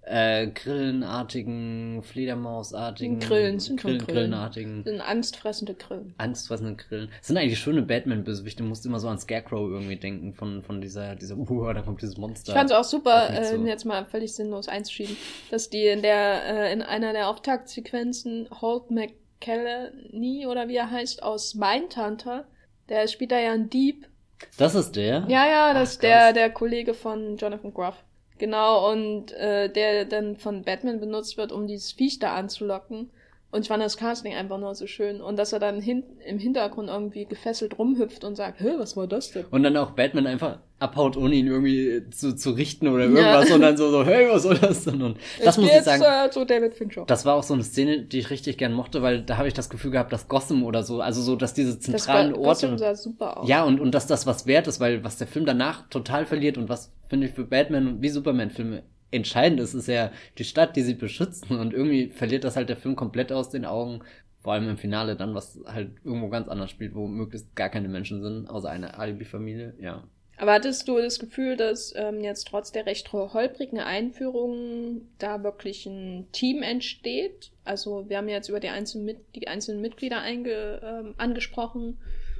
Grillenartigen, Fledermausartigen... Grillenartigen... Sind angstfressende Grillen. Angstfressende Grillen. Das sind eigentlich schöne Batman-Bösewichte. Du musst immer so an Scarecrow irgendwie denken, von dieser da kommt dieses Monster. Ich fand's auch super, jetzt mal völlig sinnlos einzuschieben, dass die in einer der Auftaktsequenzen Holt McCallany, oder wie er heißt, aus Mindhunter, der spielt da ja einen Dieb. Das ist der? Ja, das ist der Kollege von Jonathan Groff. Genau, und der dann von Batman benutzt wird, um dieses Viech da anzulocken. Und ich fand das Casting einfach nur so schön. Und dass er dann im Hintergrund irgendwie gefesselt rumhüpft und sagt, hä, was war das denn? Und dann auch Batman einfach abhaut, ohne ihn irgendwie zu richten oder irgendwas. Und dann so, hey, was soll das denn? Und das muss ich sagen, zu David Fincher. Das war auch so eine Szene, die ich richtig gern mochte, weil da habe ich das Gefühl gehabt, dass Gotham oder so, also so, dass diese zentralen Orte... Gotham sah super aus. Ja, und dass das was wert ist, weil was der Film danach total verliert und was, finde ich, für Batman und wie Superman-Filme entscheidend ist ja die Stadt, die sie beschützen, und irgendwie verliert das halt der Film komplett aus den Augen, vor allem im Finale dann, was halt irgendwo ganz anders spielt, wo möglichst gar keine Menschen sind, außer eine Alibi-Familie, ja. Aber hattest du das Gefühl, dass jetzt trotz der recht holprigen Einführung da wirklich ein Team entsteht? Also wir haben jetzt über die einzelnen Mitglieder angesprochen,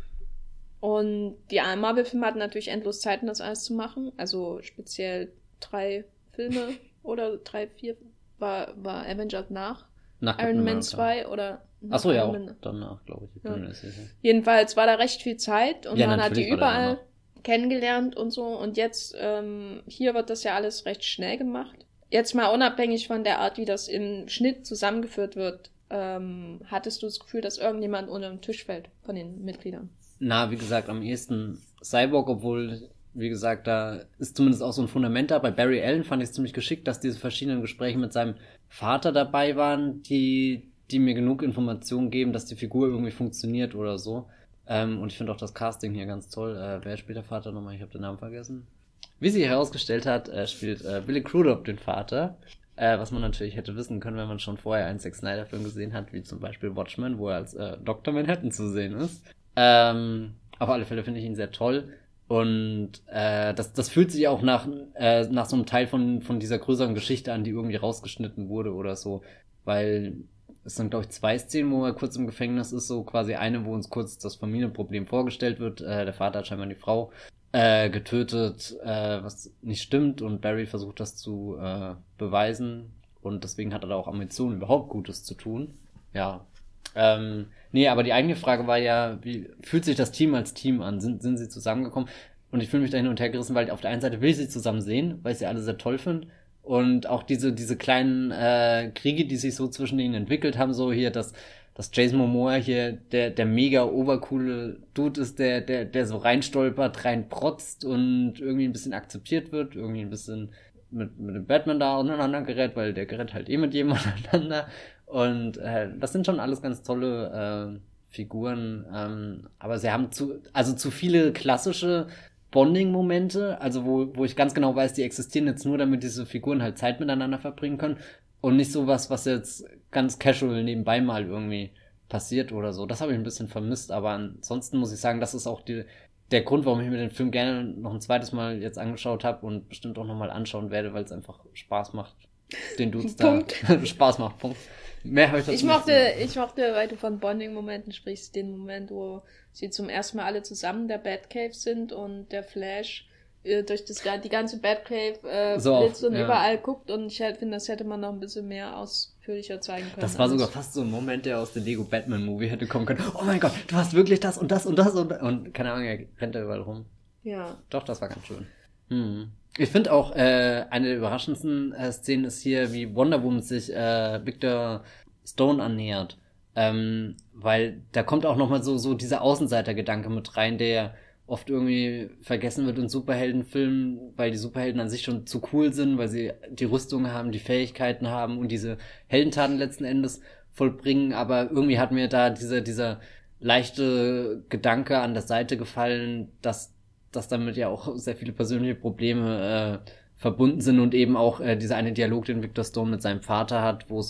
und die Marvel-Filme hatten natürlich endlos Zeiten, das alles zu machen, also speziell 3 Filme oder 3, 4 war Avengers nach Iron Man 2 oder... Achso, ja, auch danach, glaube ich. Ja. Jedenfalls war da recht viel Zeit und man hat die überall kennengelernt und so. Und jetzt, hier wird das ja alles recht schnell gemacht. Jetzt mal unabhängig von der Art, wie das im Schnitt zusammengeführt wird, hattest du das Gefühl, dass irgendjemand unter den Tisch fällt von den Mitgliedern? Na, wie gesagt, am ehesten Cyborg, obwohl... Wie gesagt, da ist zumindest auch so ein Fundament da. Bei Barry Allen fand ich es ziemlich geschickt, dass diese verschiedenen Gespräche mit seinem Vater dabei waren, die mir genug Informationen geben, dass die Figur irgendwie funktioniert oder so. Und ich finde auch das Casting hier ganz toll. Wer spielt der Vater nochmal? Ich habe den Namen vergessen. Wie sich herausgestellt hat, spielt Billy Crudup den Vater. Was man natürlich hätte wissen können, wenn man schon vorher einen Zack Snyder-Film gesehen hat, wie zum Beispiel Watchmen, wo er als Dr. Manhattan zu sehen ist. Auf alle Fälle finde ich ihn sehr toll. Und das fühlt sich auch nach so einem Teil von dieser größeren Geschichte an, die irgendwie rausgeschnitten wurde oder so. Weil es sind, glaube ich, 2 Szenen, wo er kurz im Gefängnis ist, so quasi eine, wo uns kurz das Familienproblem vorgestellt wird. Der Vater hat scheinbar die Frau getötet, was nicht stimmt, und Barry versucht das zu beweisen. Und deswegen hat er da auch Ambitionen, überhaupt Gutes zu tun. Ja. Nee, aber die eigentliche Frage war ja, wie fühlt sich das Team als Team an? Sind sie zusammengekommen? Und ich fühle mich da hin und her gerissen, weil auf der einen Seite will ich sie zusammen sehen, weil ich sie alle sehr toll finde. Und auch diese kleinen Kriege, die sich so zwischen ihnen entwickelt haben, so hier, dass Jason Momoa hier der mega obercoole Dude ist, der so reinstolpert, reinprotzt und irgendwie ein bisschen akzeptiert wird, irgendwie ein bisschen mit dem Batman da aneinander gerät, weil der gerät halt mit jemandem aneinander. Und das sind schon alles ganz tolle Figuren, aber sie haben zu viele klassische Bonding-Momente, also wo ich ganz genau weiß, die existieren jetzt nur, damit diese Figuren halt Zeit miteinander verbringen können, und nicht sowas, was jetzt ganz casual nebenbei mal irgendwie passiert oder so. Das habe ich ein bisschen vermisst, aber ansonsten muss ich sagen, das ist auch der Grund, warum ich mir den Film gerne noch ein zweites Mal jetzt angeschaut habe und bestimmt auch nochmal anschauen werde, weil es einfach Spaß macht, den Dudes da Spaß macht, Punkt. Mehr habe ich dazu ich mochte, weil du von Bonding-Momenten sprichst, den Moment, wo sie zum ersten Mal alle zusammen der Batcave sind und der Flash durch die ganze Batcave blitzt und überall guckt, und ich finde, das hätte man noch ein bisschen mehr ausführlicher zeigen können. Das war sogar fast so ein Moment, der aus der Lego Batman Movie hätte kommen können. Oh mein Gott, du hast wirklich das und das und das und keine Ahnung, er rennt da überall rum. Ja. Doch, das war ganz schön. Ich finde auch, eine der überraschendsten Szenen ist hier, wie Wonder Woman sich Victor Stone annähert. Weil da kommt auch nochmal so dieser Außenseiter-Gedanke mit rein, der oft irgendwie vergessen wird in Superheldenfilmen, weil die Superhelden an sich schon zu cool sind, weil sie die Rüstung haben, die Fähigkeiten haben und diese Heldentaten letzten Endes vollbringen. Aber irgendwie hat mir da dieser leichte Gedanke an der Seite gefallen, dass damit ja auch sehr viele persönliche Probleme verbunden sind und eben auch dieser eine Dialog, den Victor Stone mit seinem Vater hat, wo es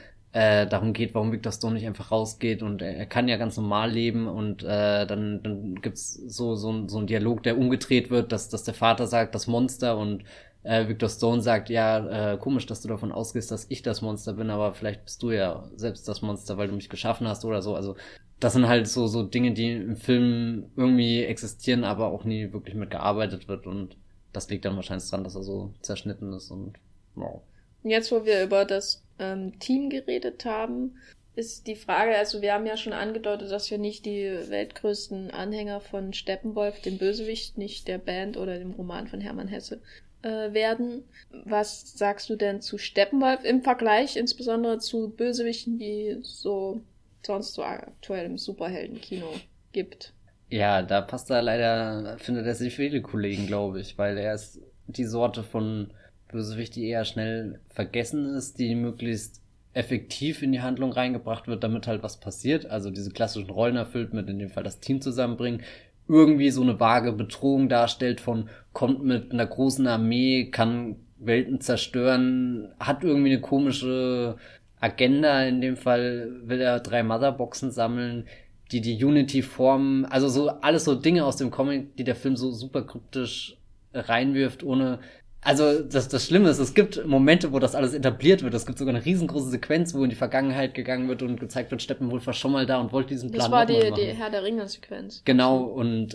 darum geht, warum Victor Stone nicht einfach rausgeht, und er kann ja ganz normal leben, und dann gibt's so einen Dialog, der umgedreht wird, dass der Vater sagt, das Monster, und Victor Stone sagt, ja, komisch, dass du davon ausgehst, dass ich das Monster bin, aber vielleicht bist du ja selbst das Monster, weil du mich geschaffen hast oder so. Also das sind halt so Dinge, die im Film irgendwie existieren, aber auch nie wirklich mitgearbeitet wird, und das liegt dann wahrscheinlich daran, dass er so zerschnitten ist, und wow. Jetzt, wo wir über das Team geredet haben, ist die Frage, also wir haben ja schon angedeutet, dass wir nicht die weltgrößten Anhänger von Steppenwolf, dem Bösewicht, nicht der Band oder dem Roman von Hermann Hesse, werden. Was sagst du denn zu Steppenwolf im Vergleich, insbesondere zu Bösewichten, die so sonst so aktuell im Superheldenkino gibt? Ja, da passt er leider, findet er sich viele Kollegen, glaube ich, weil er ist die Sorte von Bösewicht, die eher schnell vergessen ist, die möglichst effektiv in die Handlung reingebracht wird, damit halt was passiert, also diese klassischen Rollen erfüllt, mit in dem Fall das Team zusammenbringen, irgendwie so eine vage Bedrohung darstellt von, kommt mit einer großen Armee, kann Welten zerstören, hat irgendwie eine komische Agenda, in dem Fall will er 3 Motherboxen sammeln, die Unity formen, also so alles so Dinge aus dem Comic, die der Film so super kryptisch reinwirft, ohne. Also das Schlimme ist, es gibt Momente, wo das alles etabliert wird. Es gibt sogar eine riesengroße Sequenz, wo in die Vergangenheit gegangen wird und gezeigt wird, Steppenwolf war schon mal da und wollte diesen Plan machen. Das war die Herr der Ringe-Sequenz. Genau, und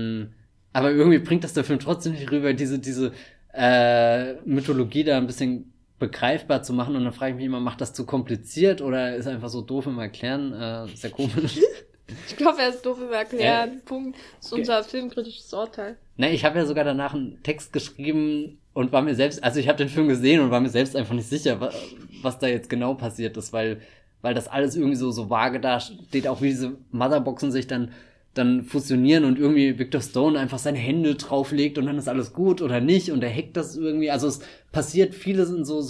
aber irgendwie bringt das der Film trotzdem nicht rüber, diese Mythologie da ein bisschen begreifbar zu machen. Und dann frage ich mich immer, macht das zu kompliziert oder ist er einfach so doof im Erklären? Sehr komisch. Ich glaube, er ist doof im Erklären. Punkt. Das ist unser filmkritisches Urteil. Ne, ich habe ja sogar danach einen Text geschrieben und war mir selbst, also ich habe den Film gesehen und war mir selbst einfach nicht sicher, was da jetzt genau passiert ist, weil das alles irgendwie so vage da steht, auch wie diese Motherboxen sich dann fusionieren und irgendwie Victor Stone einfach seine Hände drauflegt und dann ist alles gut oder nicht und er hackt das irgendwie, also es passiert vieles in so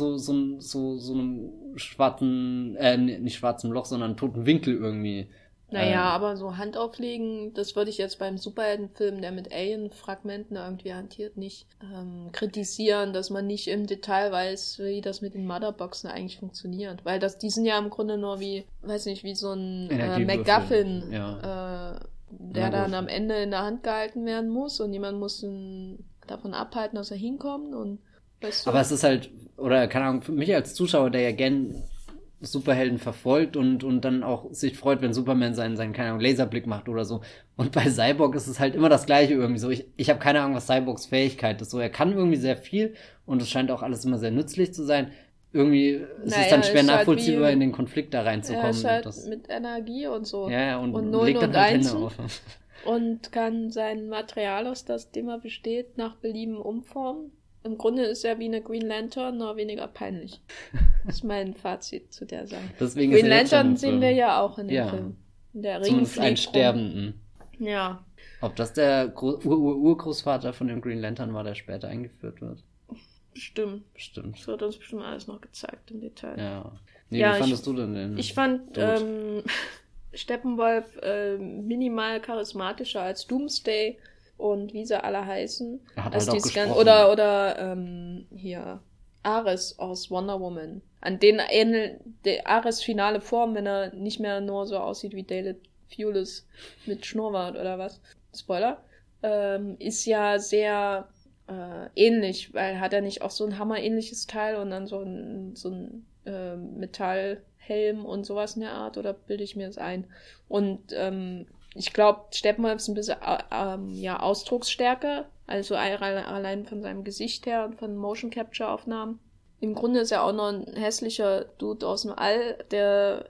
einem schwarzen, nicht schwarzen Loch, sondern toten Winkel irgendwie. Naja, aber so Hand auflegen, das würde ich jetzt beim Superheldenfilm, der mit Alien-Fragmenten irgendwie hantiert, nicht kritisieren, dass man nicht im Detail weiß, wie das mit den Motherboxen eigentlich funktioniert. Weil die sind ja im Grunde nur wie, weiß nicht, wie so ein MacGuffin, der dann am Ende in der Hand gehalten werden muss und jemand muss ihn davon abhalten, dass er hinkommt und weißt du. Aber es ist halt, oder keine Ahnung, für mich als Zuschauer, der ja gern Superhelden verfolgt und dann auch sich freut, wenn Superman seinen keine Ahnung, Laserblick macht oder so. Und bei Cyborg ist es halt immer das Gleiche irgendwie so. Ich habe keine Ahnung, was Cyborgs Fähigkeit ist. So, er kann irgendwie sehr viel und es scheint auch alles immer sehr nützlich zu sein. Irgendwie ist es dann schwer nachvollziehbar, halt in den Konflikt da reinzukommen. Ja, ist halt mit Energie und so. Ja, und Nullen legt dann und halt Hände Einsen auf. und kann sein Material, aus dem er besteht, nach Belieben umformen. Im Grunde ist er wie eine Green Lantern, nur weniger peinlich. Das ist mein Fazit zu der Sache. Deswegen Green Lantern sehen wir ja auch in dem ja. Film. Der Ring zumindest einen fliegt Sterbenden. Ja. Ob das der Urgroßvater von dem Green Lantern war, der später eingeführt wird? Bestimmt. Bestimmt. Das wird uns bestimmt alles noch gezeigt im Detail. Ja. Nee, Ja, wie fandest du denn den? Ich fand Steppenwolf minimal charismatischer als Doomsday und wie sie alle heißen. Er hat als halt auch dieses gesprochen. Oder hier Ares aus Wonder Woman. An denen ähnelt der Ares finale Form, wenn er nicht mehr nur so aussieht wie David Thewlis mit Schnurrbart oder was. Spoiler. ist ja sehr ähnlich, weil hat er nicht auch so ein hammerähnliches Teil und dann so ein Metallhelm und sowas in der Art, oder bilde ich mir das ein? Und ich glaube, Steppenwolf ist ein bisschen Ausdrucksstärke, also allein von seinem Gesicht her und von Motion Capture Aufnahmen. Im Grunde ist er auch noch ein hässlicher Dude aus dem All, der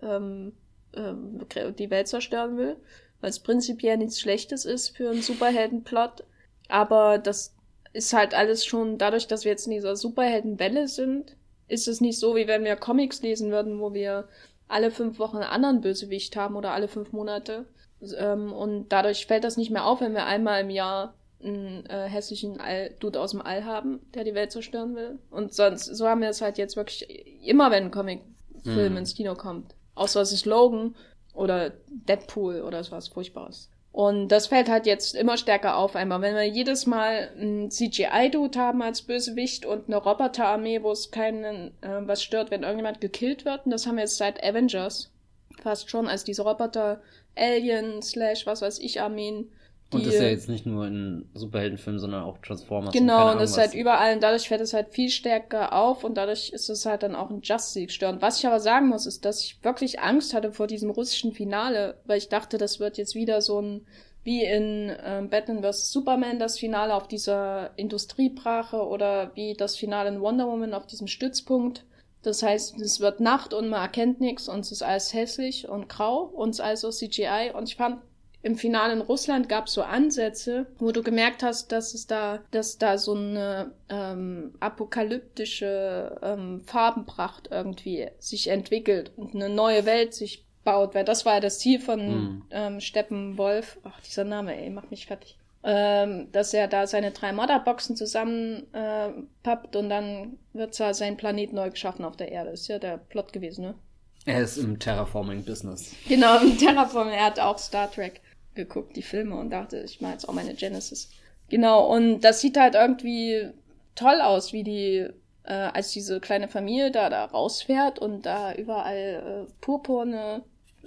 die Welt zerstören will, weil es prinzipiell nichts Schlechtes ist für einen Superheldenplot. Aber das ist halt alles schon, dadurch, dass wir jetzt in dieser Superheldenwelle sind, ist es nicht so, wie wenn wir Comics lesen würden, wo wir alle 5 Wochen einen anderen Bösewicht haben oder alle 5 Monate. Und dadurch fällt das nicht mehr auf, wenn wir einmal im Jahr einen hässlichen Dude aus dem All haben, der die Welt zerstören will. Und so haben wir es halt jetzt wirklich immer, wenn ein Comicfilm ins Kino kommt. Außer es ist Logan oder Deadpool oder sowas Furchtbares. Und das fällt halt jetzt immer stärker auf einmal. Wenn wir jedes Mal einen CGI-Dude haben als Bösewicht und eine Roboterarmee, wo es keinen was stört, wenn irgendjemand gekillt wird. Und das haben wir jetzt seit Avengers fast schon, als diese Roboter-Alien / was weiß ich Armeen. Und das ist ja jetzt nicht nur in Superheldenfilmen, sondern auch Transformers. Genau, und das ist halt überall und dadurch fällt es halt viel stärker auf und dadurch ist es halt dann auch ein Justice League störend. Was ich aber sagen muss, ist, dass ich wirklich Angst hatte vor diesem russischen Finale, weil ich dachte, das wird jetzt wieder so ein, wie in Batman vs. Superman, das Finale auf dieser Industriebrache oder wie das Finale in Wonder Woman auf diesem Stützpunkt. Das heißt, es wird Nacht und man erkennt nichts und es ist alles hässlich und grau und es ist alles so CGI und ich fand, im Finale in Russland gab es so Ansätze, wo du gemerkt hast, dass da so eine apokalyptische Farbenpracht irgendwie sich entwickelt und eine neue Welt sich baut, weil das war ja das Ziel von Steppenwolf. Ach, dieser Name, macht mich fertig. Dass er da seine 3 Motherboxen zusammenpappt und dann wird sein Planet neu geschaffen auf der Erde. Ist ja der Plot gewesen, ne? Er ist im Terraforming-Business. Genau, im Terraforming. Er hat auch Star Trek geguckt, die Filme, und dachte, ich mache jetzt auch meine Genesis. Genau, und das sieht halt irgendwie toll aus, wie die, als diese kleine Familie da rausfährt und da überall purpurne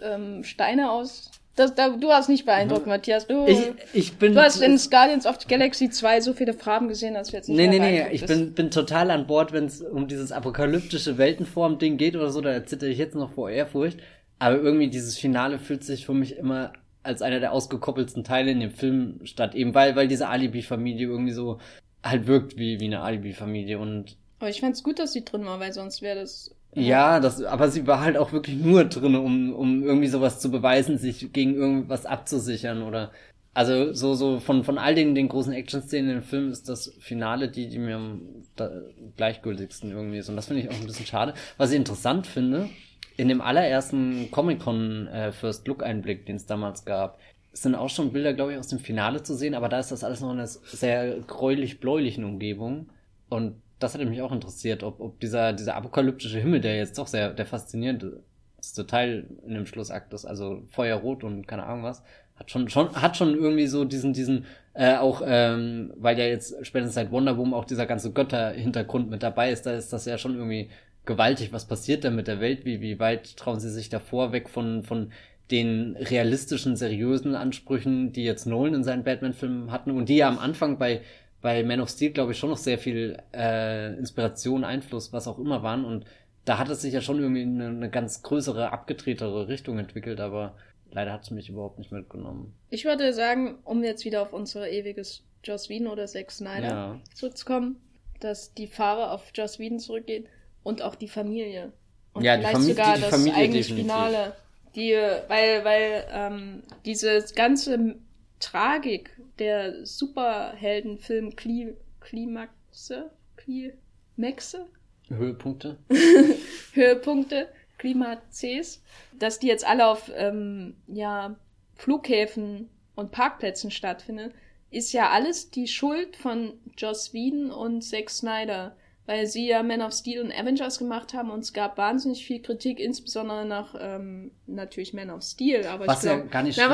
Steine aus. Du hast nicht beeindruckt, Matthias. Du hast in Guardians of the Galaxy 2 so viele Farben gesehen, dass wir jetzt nicht Nee, ich bin total an Bord, wenn es um dieses apokalyptische Weltenform-Ding geht oder so, da zittere ich jetzt noch vor Ehrfurcht. Aber irgendwie dieses Finale fühlt sich für mich immer als einer der ausgekoppelsten Teile in dem Film statt, eben weil diese Alibi-Familie irgendwie so halt wirkt wie eine Alibi-Familie und... Aber ich fand's gut, dass sie drin war, weil sonst wäre das... Ja, aber sie war halt auch wirklich nur drin, um irgendwie sowas zu beweisen, sich gegen irgendwas abzusichern oder... Also so von all den großen Action-Szenen im Film ist das Finale die mir am gleichgültigsten irgendwie ist. Und das finde ich auch ein bisschen schade. Was ich interessant finde... In dem allerersten Comic-Con First Look-Einblick, den es damals gab, sind auch schon Bilder, glaube ich, aus dem Finale zu sehen, aber da ist das alles noch in einer sehr gräulich-bläulichen Umgebung. Und das hätte mich auch interessiert, ob dieser apokalyptische Himmel, der jetzt doch der faszinierendste Teil in dem Schlussakt ist, also Feuerrot und keine Ahnung was, hat schon irgendwie so diesen auch, weil ja jetzt spätestens seit Wonder Woman auch dieser ganze Götter-Hintergrund mit dabei ist, da ist das ja schon irgendwie gewaltig, was passiert da mit der Welt, wie weit trauen sie sich davor, weg von den realistischen, seriösen Ansprüchen, die jetzt Nolan in seinen Batman-Filmen hatten und die ja am Anfang bei Man of Steel, glaube ich, schon noch sehr viel Inspiration, Einfluss, was auch immer waren und da hat es sich ja schon irgendwie in eine ganz größere, abgedrehtere Richtung entwickelt, aber leider hat es mich überhaupt nicht mitgenommen. Ich würde sagen, um jetzt wieder auf unser ewiges Joss Whedon oder Zack Snyder zurückzukommen, dass die Farbe auf Joss Whedon zurückgeht, und auch die Familie. Und ja, vielleicht sogar das Familie eigentliche Finale. Weil diese ganze Tragik der Superheldenfilm Klimaxe? Höhepunkte, Klimaxes, dass die jetzt alle auf Flughäfen und Parkplätzen stattfinden, ist ja alles die Schuld von Joss Whedon und Zack Snyder. Weil sie ja Man of Steel und Avengers gemacht haben und es gab wahnsinnig viel Kritik, insbesondere nach natürlich Man of Steel, aber was ich glaube, ja gar nicht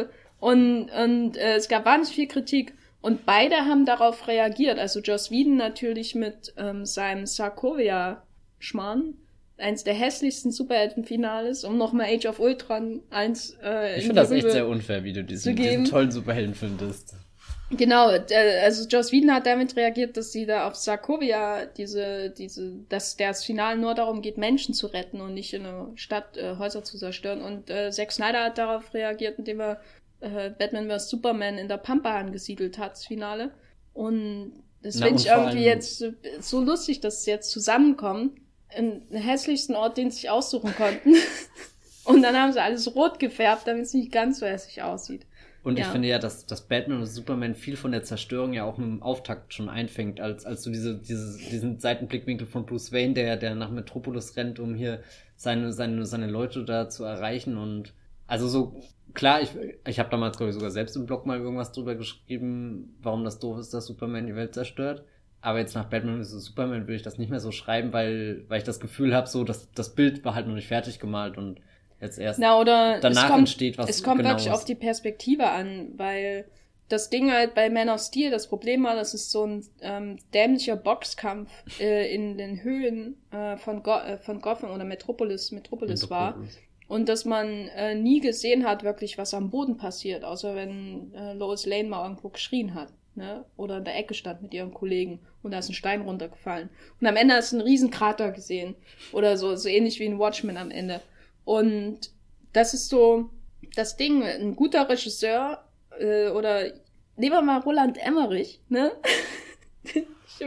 es gab wahnsinnig viel Kritik und beide haben darauf reagiert. Also Joss Whedon natürlich mit seinem Sokovia-Schmarrn, eins der hässlichsten Superheldenfinales, um nochmal Age of Ultron ich finde das echt sehr unfair, wie du diesen tollen Superheldenfilm bist. Genau, also Joss Whedon hat damit reagiert, dass sie da auf Sokovia dass das Finale nur darum geht, Menschen zu retten und nicht in einer Stadt Häuser zu zerstören. Und Zack Snyder hat darauf reagiert, indem er Batman vs. Superman in der Pampa angesiedelt hat, das Finale. Und das finde ich irgendwie jetzt so lustig, dass sie jetzt zusammenkommen, im hässlichsten Ort, den sie sich aussuchen konnten. Und dann haben sie alles rot gefärbt, damit es nicht ganz so hässlich aussieht. Und ich finde ja, dass Batman und Superman viel von der Zerstörung ja auch mit dem Auftakt schon einfängt, als du diesen Seitenblickwinkel von Bruce Wayne, der nach Metropolis rennt, um hier seine Leute da zu erreichen. Und also so, klar, ich habe damals, glaube ich, sogar selbst im Blog mal irgendwas drüber geschrieben, warum das doof ist, dass Superman die Welt zerstört. Aber jetzt nach Batman vs. Superman würde ich das nicht mehr so schreiben, weil ich das Gefühl habe, so, dass das Bild war halt noch nicht fertig gemalt und jetzt erst danach entsteht was. Es kommt wirklich auf die Perspektive an, weil das Ding halt bei Man of Steel, das Problem war, dass es so ein dämlicher Boxkampf in den Höhen von Gotham oder Metropolis war. Und dass man nie gesehen hat, wirklich, was am Boden passiert, außer wenn Lois Lane mal irgendwo geschrien hat, ne? Oder in der Ecke stand mit ihren Kollegen und da ist ein Stein runtergefallen. Und am Ende hast du einen riesen Krater gesehen. Oder so ähnlich wie in Watchmen am Ende. Und das ist so das Ding, ein guter Regisseur, oder nehmen wir mal Roland Emmerich, ne? Ich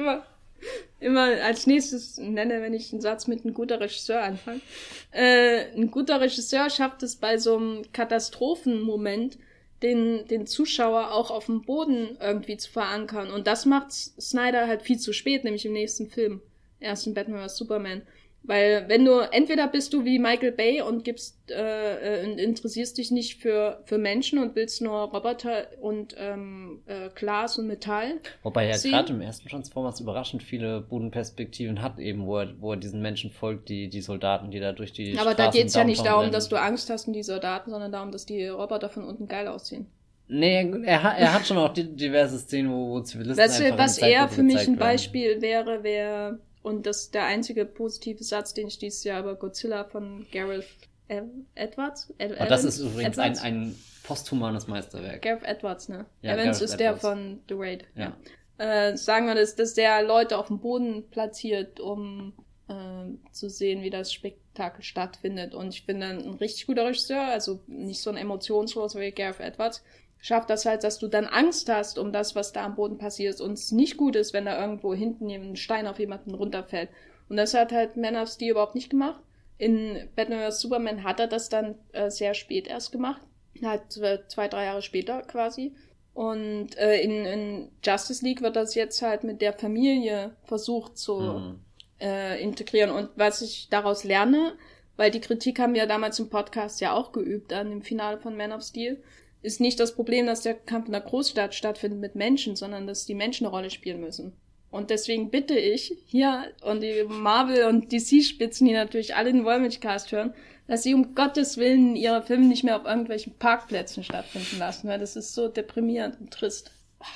immer als nächstes nenne, wenn ich einen Satz mit ein guter Regisseur anfange. Ein guter Regisseur schafft es bei so einem Katastrophenmoment, den Zuschauer auch auf dem Boden irgendwie zu verankern. Und das macht Snyder halt viel zu spät, nämlich im nächsten Film. Erst in Batman vs. Superman. Weil wenn du, entweder bist du wie Michael Bay und interessierst dich nicht für Menschen und willst nur Roboter und Glas und Metall. Wobei er gerade im ersten Transformers überraschend viele Bodenperspektiven hat, eben, wo er diesen Menschen folgt, die Soldaten, die da durch die Aber da geht's ja nicht darum, dass du Angst hast um die Soldaten, sondern darum, dass die Roboter von unten geil aussehen. Nee, er hat schon auch diverse Szenen, wo Zivilisten was eher für mich ein Beispiel wäre, und das ist der einzige positive Satz, den ich dieses Jahr über Godzilla von Gareth Edwards. Das ist übrigens ein posthumanes Meisterwerk. Gareth Edwards, ne? Ja, Evans ist der von The Raid. Ja. Sagen wir, dass der Leute auf dem Boden platziert, um zu sehen, wie das Spektakel stattfindet. Und ich bin dann ein richtig guter Regisseur, also nicht so ein emotionsloser wie Gareth Edwards, schafft das halt, dass du dann Angst hast um das, was da am Boden passiert und es nicht gut ist, wenn da irgendwo hinten ein Stein auf jemanden runterfällt. Und das hat halt Man of Steel überhaupt nicht gemacht. In Batman vs. Superman hat er das dann sehr spät erst gemacht. Halt 2-3 Jahre später quasi. Und in Justice League wird das jetzt halt mit der Familie versucht zu integrieren. Und was ich daraus lerne, weil die Kritik haben wir damals im Podcast ja auch geübt an dem Finale von Man of Steel, ist nicht das Problem, dass der Kampf in der Großstadt stattfindet mit Menschen, sondern dass die Menschen eine Rolle spielen müssen. Und deswegen bitte ich hier und die Marvel- und DC-Spitzen, die natürlich alle den Wollmilchcast hören, dass sie um Gottes Willen ihre Filme nicht mehr auf irgendwelchen Parkplätzen stattfinden lassen, weil das ist so deprimierend und trist.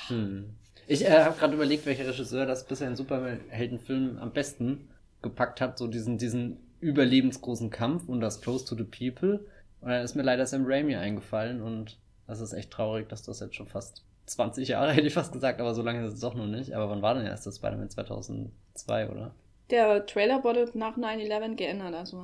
Ich habe gerade überlegt, welcher Regisseur das bisher in Superheldenfilmen am besten gepackt hat, so diesen überlebensgroßen Kampf und das Close to the People. Und dann ist mir leider Sam Raimi eingefallen und das ist echt traurig, dass das jetzt schon fast 20 Jahre, hätte ich fast gesagt, aber so lange ist es doch noch nicht. Aber wann war denn erst das Spider-Man? 2002, oder? Der Trailer wurde nach 9/11 geändert, also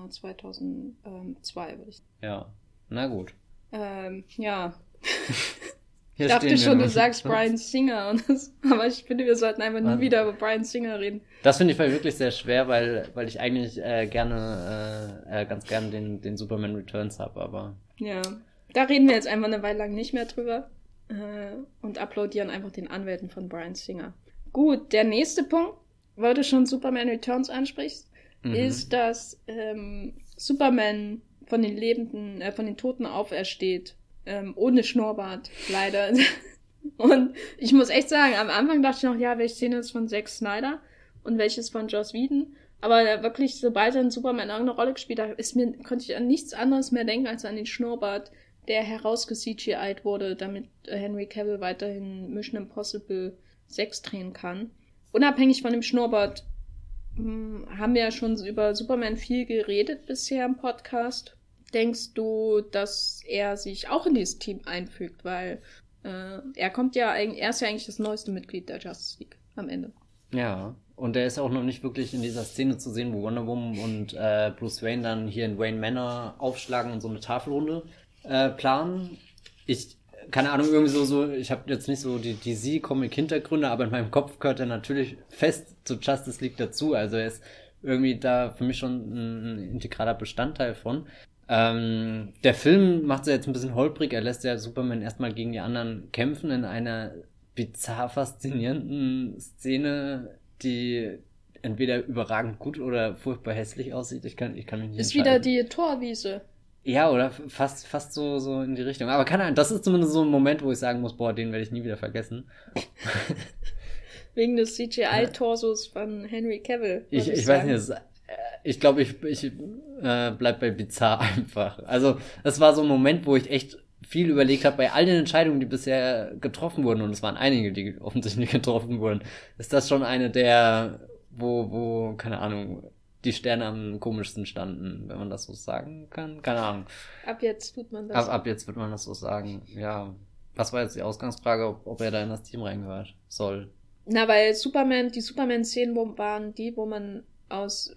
2002, würde ich sagen. Ja, na gut. Ja. Ich dachte schon, du sagst Bryan Singer, aber ich finde, wir sollten einfach nie wieder über Bryan Singer reden. Das finde ich wirklich sehr schwer, weil ich eigentlich ganz gerne den Superman Returns habe, aber... Ja, da reden wir jetzt einfach eine Weile lang nicht mehr drüber und applaudieren einfach den Anwälten von Bryan Singer. Gut, der nächste Punkt, weil du schon Superman Returns ansprichst, ist, dass Superman von den Toten aufersteht. Ohne Schnurrbart, leider. Und ich muss echt sagen, am Anfang dachte ich noch, ja, welche Szene ist von Zack Snyder und welches von Joss Whedon. Aber wirklich, sobald er in Superman irgendeine Rolle gespielt hat, konnte ich an nichts anderes mehr denken, als an den Schnurrbart, der herausge-CGI'd wurde, damit Henry Cavill weiterhin Mission Impossible 6 drehen kann. Unabhängig von dem Schnurrbart haben wir ja schon über Superman viel geredet bisher im Podcast. Denkst du, dass er sich auch in dieses Team einfügt? Weil er kommt ja eigentlich, er ist ja eigentlich das neueste Mitglied der Justice League am Ende. Ja, und der ist auch noch nicht wirklich in dieser Szene zu sehen, wo Wonder Woman und Bruce Wayne dann hier in Wayne Manor aufschlagen und so eine Tafelrunde planen. Keine Ahnung, irgendwie so, ich habe jetzt nicht so die DC-Comic-Hintergründe, aber in meinem Kopf gehört er natürlich fest zur Justice League dazu. Also er ist irgendwie da für mich schon ein integraler Bestandteil von. Der Film macht es jetzt ein bisschen holprig. Er lässt ja Superman erstmal gegen die anderen kämpfen in einer bizarr faszinierenden Szene, die entweder überragend gut oder furchtbar hässlich aussieht. Ich kann mich nicht Ist wieder die Torwiese. Ja, oder fast so in die Richtung. Aber keine Ahnung, das ist zumindest so ein Moment, wo ich sagen muss, boah, den werde ich nie wieder vergessen. Wegen des CGI-Torsos von Henry Cavill. Ich weiß nicht, ich glaube, ich bleib bei bizarr einfach. Also, das war so ein Moment, wo ich echt viel überlegt habe, bei all den Entscheidungen, die bisher getroffen wurden, und es waren einige, die offensichtlich getroffen wurden, ist das schon eine der, wo, keine Ahnung, die Sterne am komischsten standen, wenn man das so sagen kann. Keine Ahnung. Ab jetzt tut man das. Ab jetzt wird man das so sagen, ja. Was war jetzt die Ausgangsfrage, ob er da in das Team reingehört soll? Na, weil die Superman-Szenen waren die, wo man aus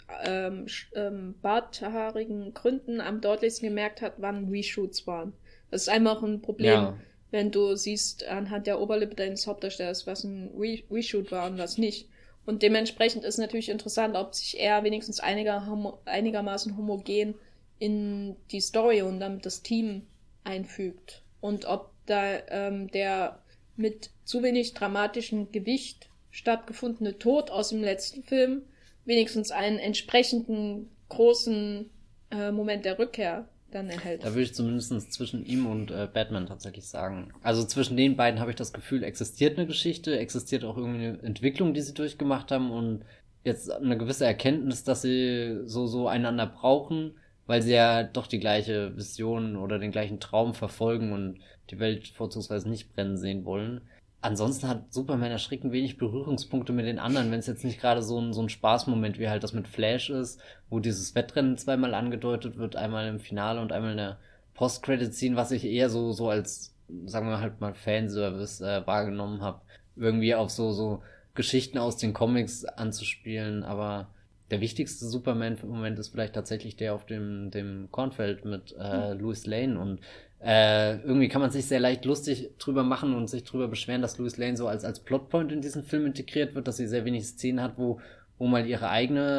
barthaarigen Gründen am deutlichsten gemerkt hat, wann Reshoots waren. Das ist einfach ein Problem, wenn du siehst anhand der Oberlippe deines Hauptdarstellers, was ein Reshoot war und was nicht. Und dementsprechend ist natürlich interessant, ob sich er wenigstens einigermaßen homogen in die Story und damit das Team einfügt. Und ob da der mit zu wenig dramatischem Gewicht stattgefundene Tod aus dem letzten Film wenigstens einen entsprechenden großen Moment der Rückkehr dann erhält. Da würde ich zumindest zwischen ihm und Batman tatsächlich sagen. Also zwischen den beiden habe ich das Gefühl, existiert eine Geschichte, existiert auch irgendwie eine Entwicklung, die sie durchgemacht haben und jetzt eine gewisse Erkenntnis, dass sie so einander brauchen, weil sie ja doch die gleiche Vision oder den gleichen Traum verfolgen und die Welt vorzugsweise nicht brennen sehen wollen. Ansonsten hat Superman erschreckend wenig Berührungspunkte mit den anderen, wenn es jetzt nicht gerade so ein Spaßmoment wie halt das mit Flash ist, wo dieses Wettrennen zweimal angedeutet wird, einmal im Finale und einmal in der Post-Credit-Scene, was ich eher so als, sagen wir halt mal, Fanservice wahrgenommen habe, irgendwie auf so Geschichten aus den Comics anzuspielen, aber der wichtigste Superman im Moment ist vielleicht tatsächlich der auf dem Kornfeld mit Lois Lane und irgendwie kann man sich sehr leicht lustig drüber machen und sich drüber beschweren, dass Lois Lane so als Plotpoint in diesen Film integriert wird, dass sie sehr wenig Szenen hat, wo mal ihre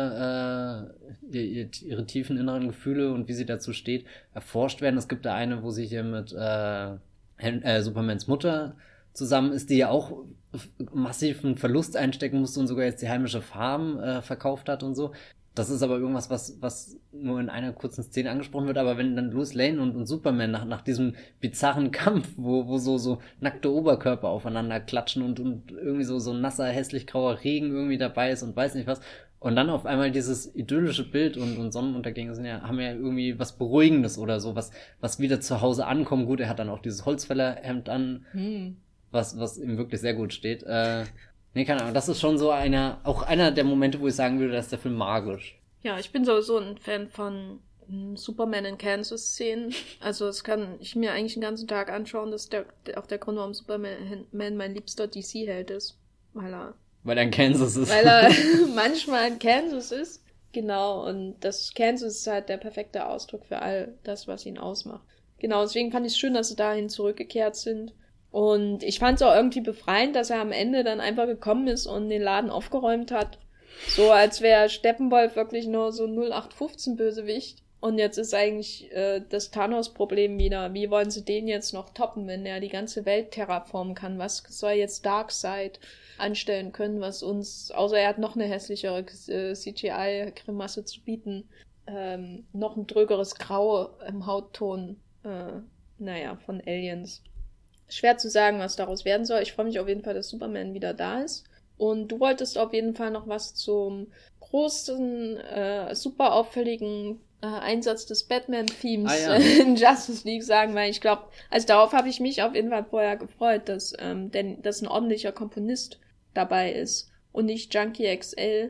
ihre tiefen inneren Gefühle und wie sie dazu steht, erforscht werden. Es gibt da eine, wo sie hier mit Supermans Mutter zusammen ist, die ja auch massiven Verlust einstecken musste und sogar jetzt die heimische Farm verkauft hat und so. Das ist aber irgendwas, was nur in einer kurzen Szene angesprochen wird, aber wenn dann Lois Lane und Superman nach diesem bizarren Kampf, wo so nackte Oberkörper aufeinander klatschen und irgendwie so nasser, hässlich grauer Regen irgendwie dabei ist und weiß nicht was, und dann auf einmal dieses idyllische Bild und Sonnenuntergänge haben ja irgendwie was Beruhigendes oder so, was wieder zu Hause ankommt. Gut, er hat dann auch dieses Holzfällerhemd an, was ihm wirklich sehr gut steht. Nee, keine Ahnung, das ist schon so einer der Momente, wo ich sagen würde, dass der Film magisch. Ja, ich bin sowieso ein Fan von Superman in Kansas-Szenen. Also das kann ich mir eigentlich den ganzen Tag anschauen. Das ist auch der Grund, warum Superman mein liebster DC-Held ist. Weil er in Kansas ist. Weil er manchmal in Kansas ist. Genau, und das Kansas ist halt der perfekte Ausdruck für all das, was ihn ausmacht. Genau, deswegen fand ich es schön, dass sie dahin zurückgekehrt sind. Und ich fand es auch irgendwie befreiend, dass er am Ende dann einfach gekommen ist und den Laden aufgeräumt hat. So als wäre Steppenwolf wirklich nur so 0815-Bösewicht. Und jetzt ist eigentlich das Thanos-Problem wieder. Wie wollen sie den jetzt noch toppen, wenn er die ganze Welt terraformen kann? Was soll jetzt Darkseid anstellen können, was uns, außer er hat noch eine hässlichere CGI-Grimasse zu bieten, noch ein drögeres Grau im Hautton, von Aliens. Schwer zu sagen, was daraus werden soll. Ich freue mich auf jeden Fall, dass Superman wieder da ist. Und du wolltest auf jeden Fall noch was zum großen, super auffälligen Einsatz des Batman-Themes in Justice League sagen, weil ich glaube, also darauf habe ich mich auf jeden Fall vorher gefreut, dass ein ordentlicher Komponist dabei ist und nicht Junkie XL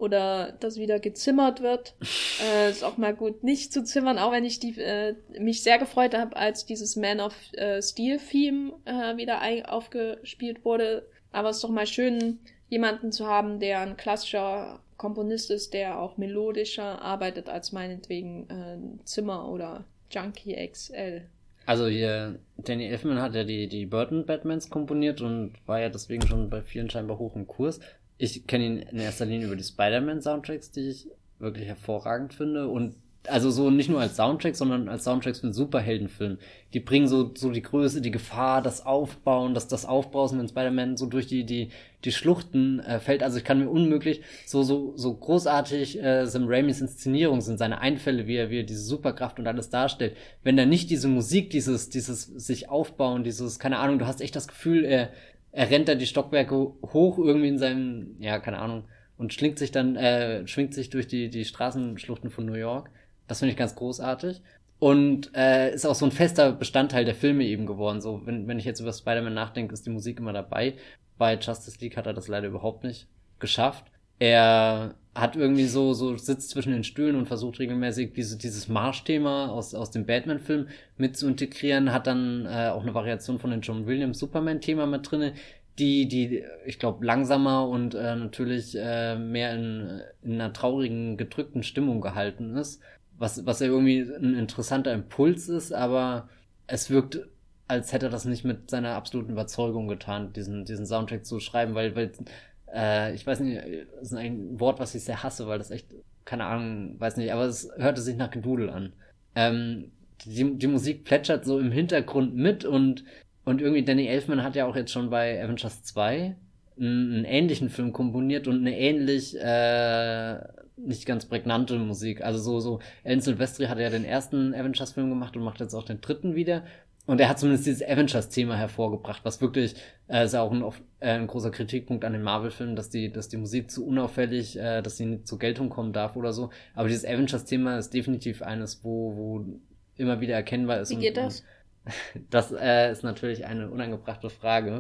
oder dass wieder gezimmert wird. Ist auch mal gut, nicht zu zimmern, auch wenn ich mich sehr gefreut habe, als dieses Man of Steel-Theme wieder aufgespielt wurde. Aber es ist doch mal schön, jemanden zu haben, der ein klassischer Komponist ist, der auch melodischer arbeitet als meinetwegen Zimmer oder Junkie XL. Also hier, Danny Elfman hat ja die Burton-Batmans komponiert und war ja deswegen schon bei vielen scheinbar hoch im Kurs. Ich kenne ihn in erster Linie über die Spider-Man-Soundtracks, die ich wirklich hervorragend finde. Und also so nicht nur als Soundtrack, sondern als Soundtracks für einen Superheldenfilm. Die bringen so die Größe, die Gefahr, das Aufbauen, das Aufbrausen, wenn Spider-Man so durch die Schluchten fällt. Also ich kann mir unmöglich so großartig Sam Raimis Inszenierung sind, seine Einfälle, wie er diese Superkraft und alles darstellt. Wenn da nicht diese Musik, dieses sich aufbauen, keine Ahnung, du hast echt das Gefühl, er rennt da die Stockwerke hoch irgendwie in seinem, ja, keine Ahnung, und schwingt sich durch die Straßenschluchten von New York. Das finde ich ganz großartig. Und ist auch so ein fester Bestandteil der Filme eben geworden. So, wenn ich jetzt über Spider-Man nachdenke, ist die Musik immer dabei. Bei Justice League hat er das leider überhaupt nicht geschafft. Er hat irgendwie so sitzt zwischen den Stühlen und versucht regelmäßig dieses Marschthema aus dem Batman-Film mit zu integrieren, hat dann auch eine Variation von dem John Williams Superman-Thema mit drinne, die ich glaube, langsamer und natürlich mehr in einer traurigen, gedrückten Stimmung gehalten ist. Was ja irgendwie ein interessanter Impuls ist, aber es wirkt, als hätte er das nicht mit seiner absoluten Überzeugung getan, diesen Soundtrack zu schreiben, weil ich weiß nicht, das ist ein Wort, was ich sehr hasse, weil das echt, keine Ahnung, weiß nicht, aber es hörte sich nach Gedudel an. Die Musik plätschert so im Hintergrund mit und irgendwie Danny Elfman hat ja auch jetzt schon bei Avengers 2 einen ähnlichen Film komponiert und eine ähnlich nicht ganz prägnante Musik. Also so Alan Silvestri hat ja den ersten Avengers-Film gemacht und macht jetzt auch den dritten wieder. Und er hat zumindest dieses Avengers-Thema hervorgebracht, was wirklich ist ja auch ein großer Kritikpunkt an den Marvel-Filmen, dass die Musik zu unauffällig, dass sie nicht zur Geltung kommen darf oder so. Aber dieses Avengers-Thema ist definitiv eines, wo immer wieder erkennbar ist. Wie geht das? Das ist natürlich eine unangebrachte Frage.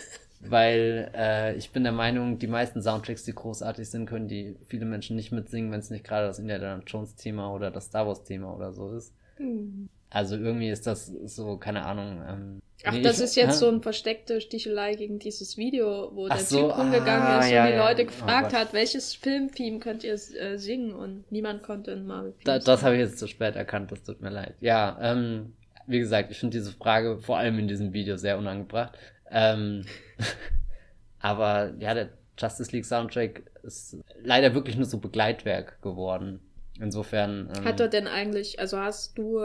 Weil ich bin der Meinung, die meisten Soundtracks, die großartig sind, können die viele Menschen nicht mitsingen, wenn es nicht gerade das Indiana Jones Thema oder das Star Wars Thema oder so ist. Also irgendwie ist das so, keine Ahnung. Das ist jetzt so eine versteckte Stichelei gegen dieses Video, wo der Typ rumgegangen ist und die Leute gefragt hat, welches Filmtheme könnt ihr singen, und niemand konnte ein Marvel-Theme Das habe ich jetzt zu spät erkannt, das tut mir leid. Ja, wie gesagt, ich finde diese Frage vor allem in diesem Video sehr unangebracht. Aber ja, der Justice League Soundtrack ist leider wirklich nur so Begleitwerk geworden. Insofern. Hat er denn eigentlich, also hast du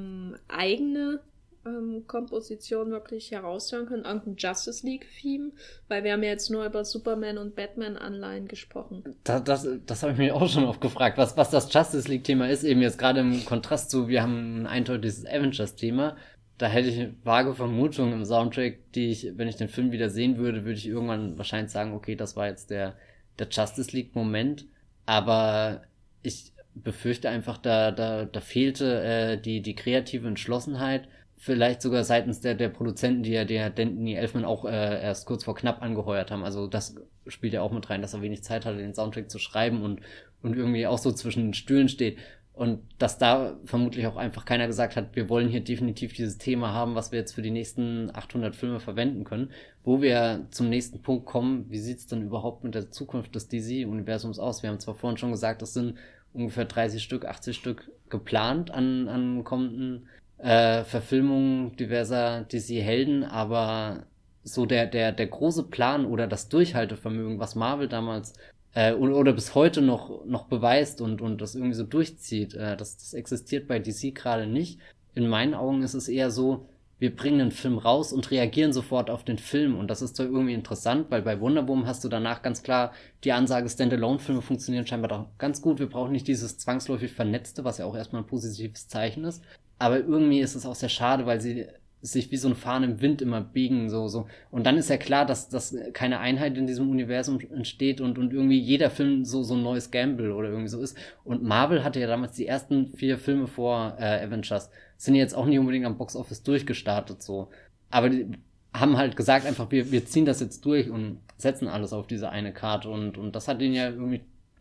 eigene Komposition wirklich heraushören können, irgendein Justice League-Theme? Weil wir haben ja jetzt nur über Superman und Batman-Anleihen gesprochen. Das habe ich mir auch schon oft gefragt, was das Justice League-Thema ist, eben jetzt gerade im Kontrast zu, wir haben ein eindeutiges Avengers-Thema. Da hätte ich vage Vermutungen im Soundtrack, die ich, wenn ich den Film wieder sehen würde, würde ich irgendwann wahrscheinlich sagen, okay, das war jetzt der Justice League-Moment. Aber ich befürchte einfach, da fehlte die kreative Entschlossenheit, vielleicht sogar seitens der Produzenten, die ja Danny Elfman auch erst kurz vor knapp angeheuert haben. Also das spielt ja auch mit rein, dass er wenig Zeit hatte, den Soundtrack zu schreiben und irgendwie auch so zwischen den Stühlen steht. Und dass da vermutlich auch einfach keiner gesagt hat, wir wollen hier definitiv dieses Thema haben, was wir jetzt für die nächsten 800 Filme verwenden können. Wo wir zum nächsten Punkt kommen, wie sieht's denn überhaupt mit der Zukunft des DC-Universums aus? Wir haben zwar vorhin schon gesagt, es sind ungefähr 30 Stück, 80 Stück geplant an kommenden Verfilmungen diverser DC-Helden, aber so der große Plan oder das Durchhaltevermögen, was Marvel damals oder bis heute noch beweist und das irgendwie so durchzieht, das existiert bei DC gerade nicht. In meinen Augen ist es eher so, wir bringen einen Film raus und reagieren sofort auf den Film, und das ist doch irgendwie interessant, weil bei Wonder Woman hast du danach ganz klar die Ansage, Standalone-Filme funktionieren scheinbar doch ganz gut, wir brauchen nicht dieses zwangsläufig Vernetzte, was ja auch erstmal ein positives Zeichen ist, aber irgendwie ist es auch sehr schade, weil sie sich wie so ein Fahnen im Wind immer biegen, so. Und dann ist ja klar, dass keine Einheit in diesem Universum entsteht und irgendwie jeder Film so ein neues Gamble oder irgendwie so ist. Und Marvel hatte ja damals die ersten 4 Filme vor Avengers, sind jetzt auch nicht unbedingt am Boxoffice durchgestartet, so. Aber die haben halt gesagt einfach, wir ziehen das jetzt durch und setzen alles auf diese eine Karte, und das hat ihnen ja irgendwie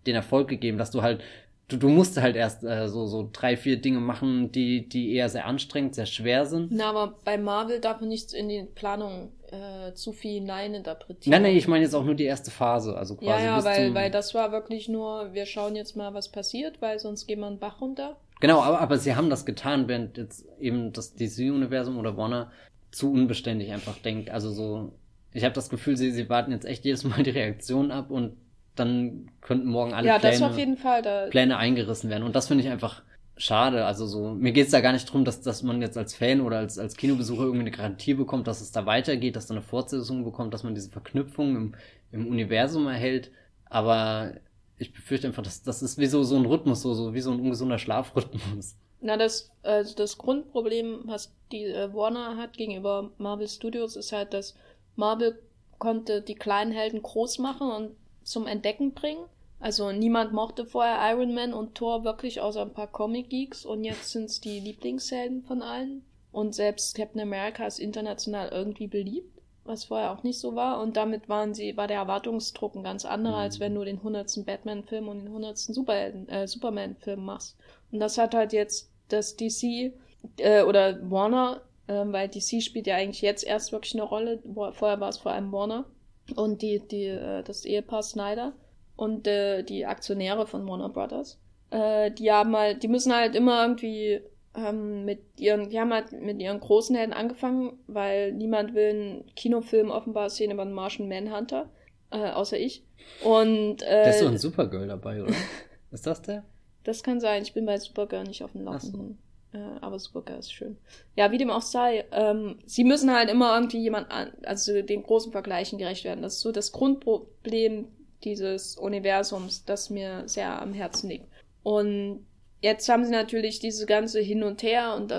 den Erfolg gegeben, dass du halt, du musst halt erst so 3, 4 Dinge machen, die eher sehr anstrengend, sehr schwer sind. Na, aber bei Marvel darf man nichts in die Planung zu viel hineininterpretieren. Nein, ich meine jetzt auch nur die erste Phase, also quasi Ja, weil das war wirklich nur, wir schauen jetzt mal, was passiert, weil sonst gehen wir einen Bach runter. Genau, aber sie haben das getan, während jetzt eben das DC-Universum oder Warner zu unbeständig einfach denkt. Also so, ich habe das Gefühl, sie warten jetzt echt jedes Mal die Reaktion ab und dann könnten morgen alle das auf jeden Fall, Pläne eingerissen werden. Und das finde ich einfach schade. Also so, mir geht's da gar nicht drum, dass man jetzt als Fan oder als Kinobesucher irgendwie eine Garantie bekommt, dass es da weitergeht, dass da eine Fortsetzung bekommt, dass man diese Verknüpfung im Universum erhält. Aber ich befürchte einfach, das ist wie so ein Rhythmus, so wie so ein ungesunder Schlafrhythmus. Na, das Grundproblem, was die Warner hat gegenüber Marvel Studios, ist halt, dass Marvel konnte die kleinen Helden groß machen und zum Entdecken bringen. Also niemand mochte vorher Iron Man und Thor wirklich außer ein paar Comic-Geeks und jetzt sind es die Lieblingshelden von allen. Und selbst Captain America ist international irgendwie beliebt, was vorher auch nicht so war. Und damit war der Erwartungsdruck ein ganz anderer, als wenn du den 100. Batman-Film und den 100. Superman-Film machst. Und das hat halt jetzt das DC oder Warner, weil DC spielt ja eigentlich jetzt erst wirklich eine Rolle. Vorher war es vor allem Warner und das Ehepaar Snyder und die Aktionäre von Warner Brothers. Die müssen halt immer irgendwie die haben halt mit ihren großen Helden angefangen, weil niemand will einen Kinofilm offenbar sehen über einen Martian Manhunter, außer ich. Und der ist so ein Supergirl dabei, oder? Ist das der? Das kann sein, ich bin bei Supergirl nicht auf dem Laufenden. Aber Supergirl ist schön. Ja, wie dem auch sei, sie müssen halt immer irgendwie also den großen Vergleichen gerecht werden. Das ist so das Grundproblem dieses Universums, das mir sehr am Herzen liegt. Und jetzt haben sie natürlich diese ganze Hin und Her und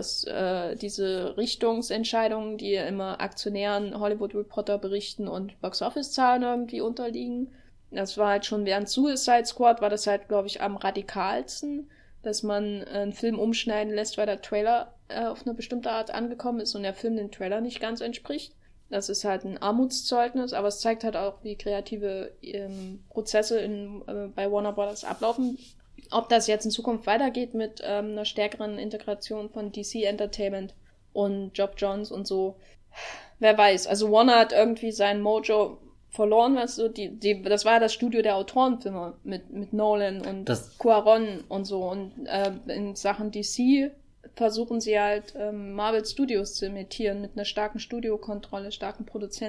diese Richtungsentscheidungen, die immer Aktionären, Hollywood Reporter berichten und Box-Office-Zahlen irgendwie unterliegen. Das war halt schon während Suicide Squad, war das halt, glaube ich, am radikalsten, dass man einen Film umschneiden lässt, weil der Trailer auf eine bestimmte Art angekommen ist und der Film dem Trailer nicht ganz entspricht. Das ist halt ein Armutszeugnis, aber es zeigt halt auch, wie kreative Prozesse bei Warner Brothers ablaufen. Ob das jetzt in Zukunft weitergeht mit einer stärkeren Integration von DC Entertainment und Geoff Johns und so, wer weiß. Also Warner hat irgendwie sein Mojo verloren, was so das war ja das Studio der Autorenfilme mit Nolan und Cuarón und so. Und in Sachen DC versuchen sie halt Marvel Studios zu imitieren mit einer starken Studiokontrolle, starken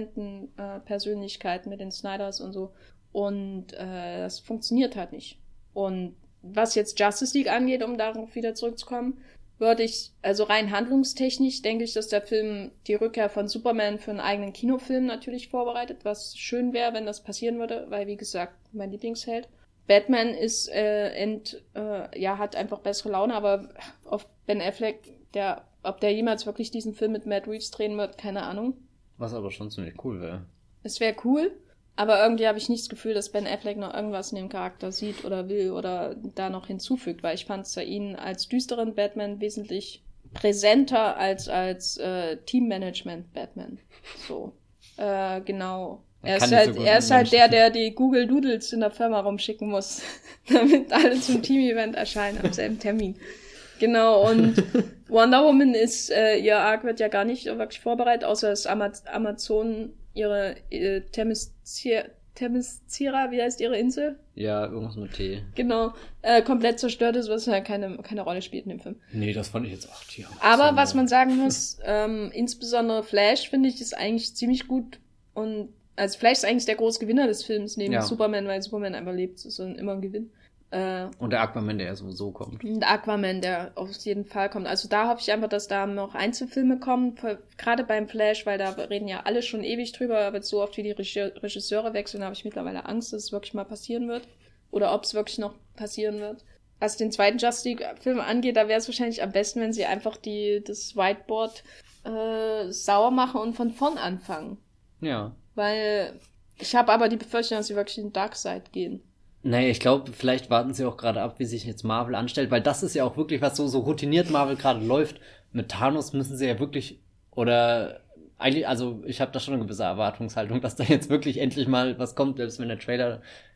Produzentenpersönlichkeiten mit den Snyders und so. Und das funktioniert halt nicht. Und was jetzt Justice League angeht, um darauf wieder zurückzukommen, also rein handlungstechnisch denke ich, dass der Film die Rückkehr von Superman für einen eigenen Kinofilm natürlich vorbereitet, was schön wäre, wenn das passieren würde, weil, wie gesagt, mein Lieblingsheld. Batman ist, hat einfach bessere Laune, aber auf Ben Affleck, ob der jemals wirklich diesen Film mit Matt Reeves drehen wird, keine Ahnung. Was aber schon ziemlich cool wäre. Es wäre cool, aber irgendwie habe ich nicht das Gefühl, dass Ben Affleck noch irgendwas in dem Charakter sieht oder will oder da noch hinzufügt, weil ich fand ihn als düsteren Batman wesentlich präsenter als Teammanagement-Batman. So, genau. Er ist halt der die Google Doodles in der Firma rumschicken muss, damit alle zum Team-Event erscheinen am selben Termin. Genau, und Wonder Woman ihr Arc wird ja gar nicht wirklich vorbereitet, außer dass Amazon ihre Themyscira, wie heißt ihre Insel? Ja, irgendwas mit T. Genau, komplett zerstört ist, was ja keine Rolle spielt in dem Film. Nee, das fand ich jetzt auch hier. Aber was man sagen muss, insbesondere Flash, finde ich, ist eigentlich ziemlich gut und also Flash ist eigentlich der große Gewinner des Films neben Superman, weil Superman einfach lebt, ist immer ein Gewinn. Und der Aquaman, der ja sowieso kommt. Der Aquaman, der auf jeden Fall kommt. Also da hoffe ich einfach, dass da noch Einzelfilme kommen, gerade beim Flash, weil da reden ja alle schon ewig drüber, aber so oft wie die Regisseure wechseln, habe ich mittlerweile Angst, dass es wirklich mal passieren wird. Oder ob es wirklich noch passieren wird. Was den zweiten Justice League-Film angeht, da wäre es wahrscheinlich am besten, wenn sie einfach das Whiteboard sauer machen und von vorn anfangen. Ja. Weil ich habe aber die Befürchtung, dass sie wirklich in den Darkseid gehen. Naja, ich glaube, vielleicht warten sie auch gerade ab, wie sich jetzt Marvel anstellt, weil das ist ja auch wirklich, was so routiniert Marvel gerade läuft. Mit Thanos müssen sie ja wirklich, oder eigentlich, also ich habe da schon eine gewisse Erwartungshaltung, dass da jetzt wirklich endlich mal was kommt, selbst wenn der Trailer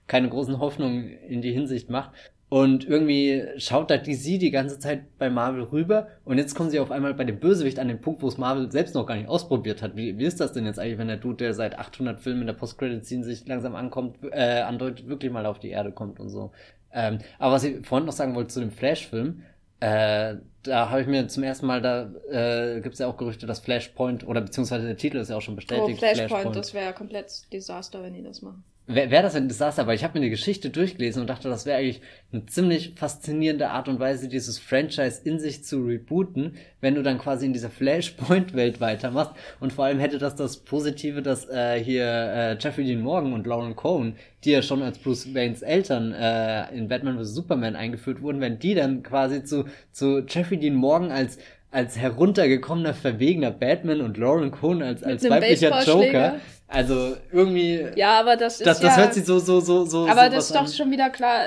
keine großen Hoffnungen in die Hinsicht macht. Und irgendwie schaut da DC die ganze Zeit bei Marvel rüber und jetzt kommen sie auf einmal bei dem Bösewicht an den Punkt, wo es Marvel selbst noch gar nicht ausprobiert hat. Wie ist das denn jetzt eigentlich, wenn der Dude, der seit 800 Filmen in der Post-Credit-Scene sich langsam andeutet, wirklich mal auf die Erde kommt und so. Aber was ich vorhin noch sagen wollte zu dem Flash-Film, da habe ich mir zum ersten Mal, gibt's ja auch Gerüchte, dass Flashpoint, oder beziehungsweise der Titel ist ja auch schon bestätigt. Flashpoint, das wäre ja komplett Desaster, wenn die das machen. Wäre das ein Desaster, aber ich habe mir die Geschichte durchgelesen und dachte, das wäre eigentlich eine ziemlich faszinierende Art und Weise, dieses Franchise in sich zu rebooten, wenn du dann quasi in dieser Flashpoint-Welt weitermachst. Und vor allem hätte das Positive, dass Jeffrey Dean Morgan und Lauren Cohen, die ja schon als Bruce Waynes Eltern in Batman vs. Superman eingeführt wurden, wenn die dann quasi zu Jeffrey Dean Morgan als heruntergekommener, verwegener Batman und Lauren Cohen als weiblicher Joker. Also irgendwie. Ja, aber das hört sich so. Aber das ist doch schon wieder klar.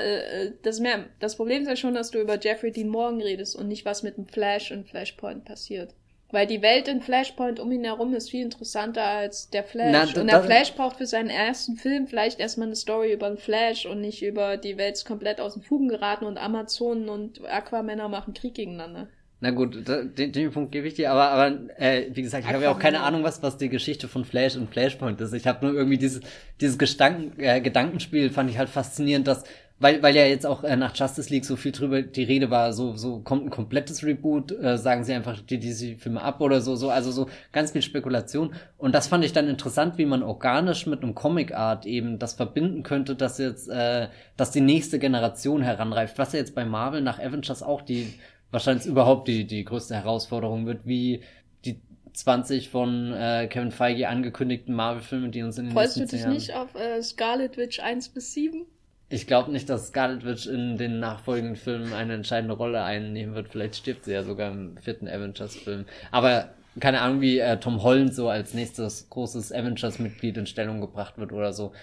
Das Problem ist ja schon, dass du über Jeffrey Dean Morgan redest und nicht was mit dem Flash und Flashpoint passiert. Weil die Welt in Flashpoint um ihn herum ist viel interessanter als der Flash. Und der Flash braucht für seinen ersten Film vielleicht erstmal eine Story über den Flash und nicht über die Welt ist komplett aus den Fugen geraten und Amazonen und Aquamänner machen Krieg gegeneinander. Na gut, den Punkt gebe ich dir, aber wie gesagt, ich habe ja auch keine Ahnung, was die Geschichte von Flash und Flashpoint ist. Ich habe nur irgendwie dieses Gedankenspiel fand ich halt faszinierend, dass weil ja jetzt auch nach Justice League so viel drüber die Rede war, so kommt ein komplettes Reboot, sagen sie einfach die DC-Filme ab oder so, also so ganz viel Spekulation. Und das fand ich dann interessant, wie man organisch mit einem Comic-Art eben das verbinden könnte, dass jetzt, dass die nächste Generation heranreift, was ja jetzt bei Marvel nach Avengers auch wahrscheinlich überhaupt die größte Herausforderung wird, wie die 20 von Kevin Feige angekündigten Marvel-Filme, die uns in den nächsten 10 Jahren... Freust du dich nicht auf Scarlet Witch 1-7? Ich glaube nicht, dass Scarlet Witch in den nachfolgenden Filmen eine entscheidende Rolle einnehmen wird. Vielleicht stirbt sie ja sogar im 4. Avengers-Film. Aber keine Ahnung, wie Tom Holland so als nächstes großes Avengers-Mitglied in Stellung gebracht wird oder so.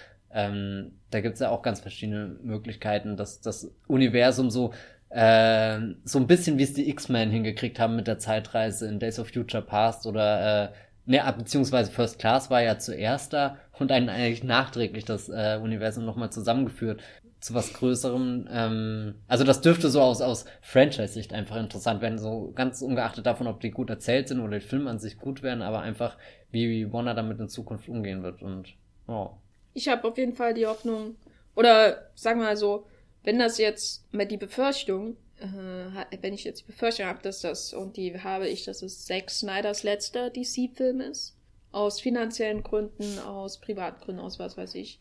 Da gibt's ja auch ganz verschiedene Möglichkeiten, dass das Universum so ein bisschen wie es die X-Men hingekriegt haben mit der Zeitreise in Days of Future Past oder beziehungsweise First Class war ja zuerst da und einen eigentlich nachträglich das Universum nochmal zusammengeführt zu was Größerem. Also das dürfte so aus Franchise-Sicht einfach interessant werden, so ganz ungeachtet davon, ob die gut erzählt sind oder die Filme an sich gut werden, aber einfach wie Warner damit in Zukunft umgehen wird und Ich habe auf jeden Fall die Hoffnung, oder sagen wir mal so, wenn das jetzt mit die Befürchtung, wenn ich jetzt die Befürchtung habe, dass es Zack Snyders letzter DC-Film ist, aus finanziellen Gründen, aus Privatgründen, aus was weiß ich,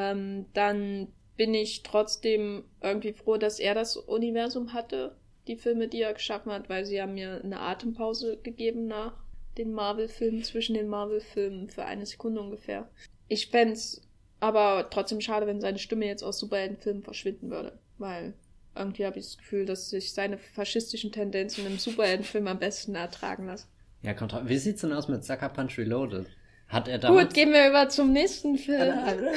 dann bin ich trotzdem irgendwie froh, dass er das Universum hatte, die Filme, die er geschaffen hat, weil sie haben mir eine Atempause gegeben nach den Marvel-Filmen, zwischen den Marvel-Filmen für 1 Sekunde ungefähr. Ich fänd's aber trotzdem schade, wenn seine Stimme jetzt aus Superheldenfilmen verschwinden würde. Weil irgendwie habe ich das Gefühl, dass sich seine faschistischen Tendenzen im Superheldenfilm am besten ertragen lassen. Ja, kommt drauf. Wie sieht's denn aus mit Sucker Punch Reloaded? Hat er damals... Gut, gehen wir über zum nächsten Film.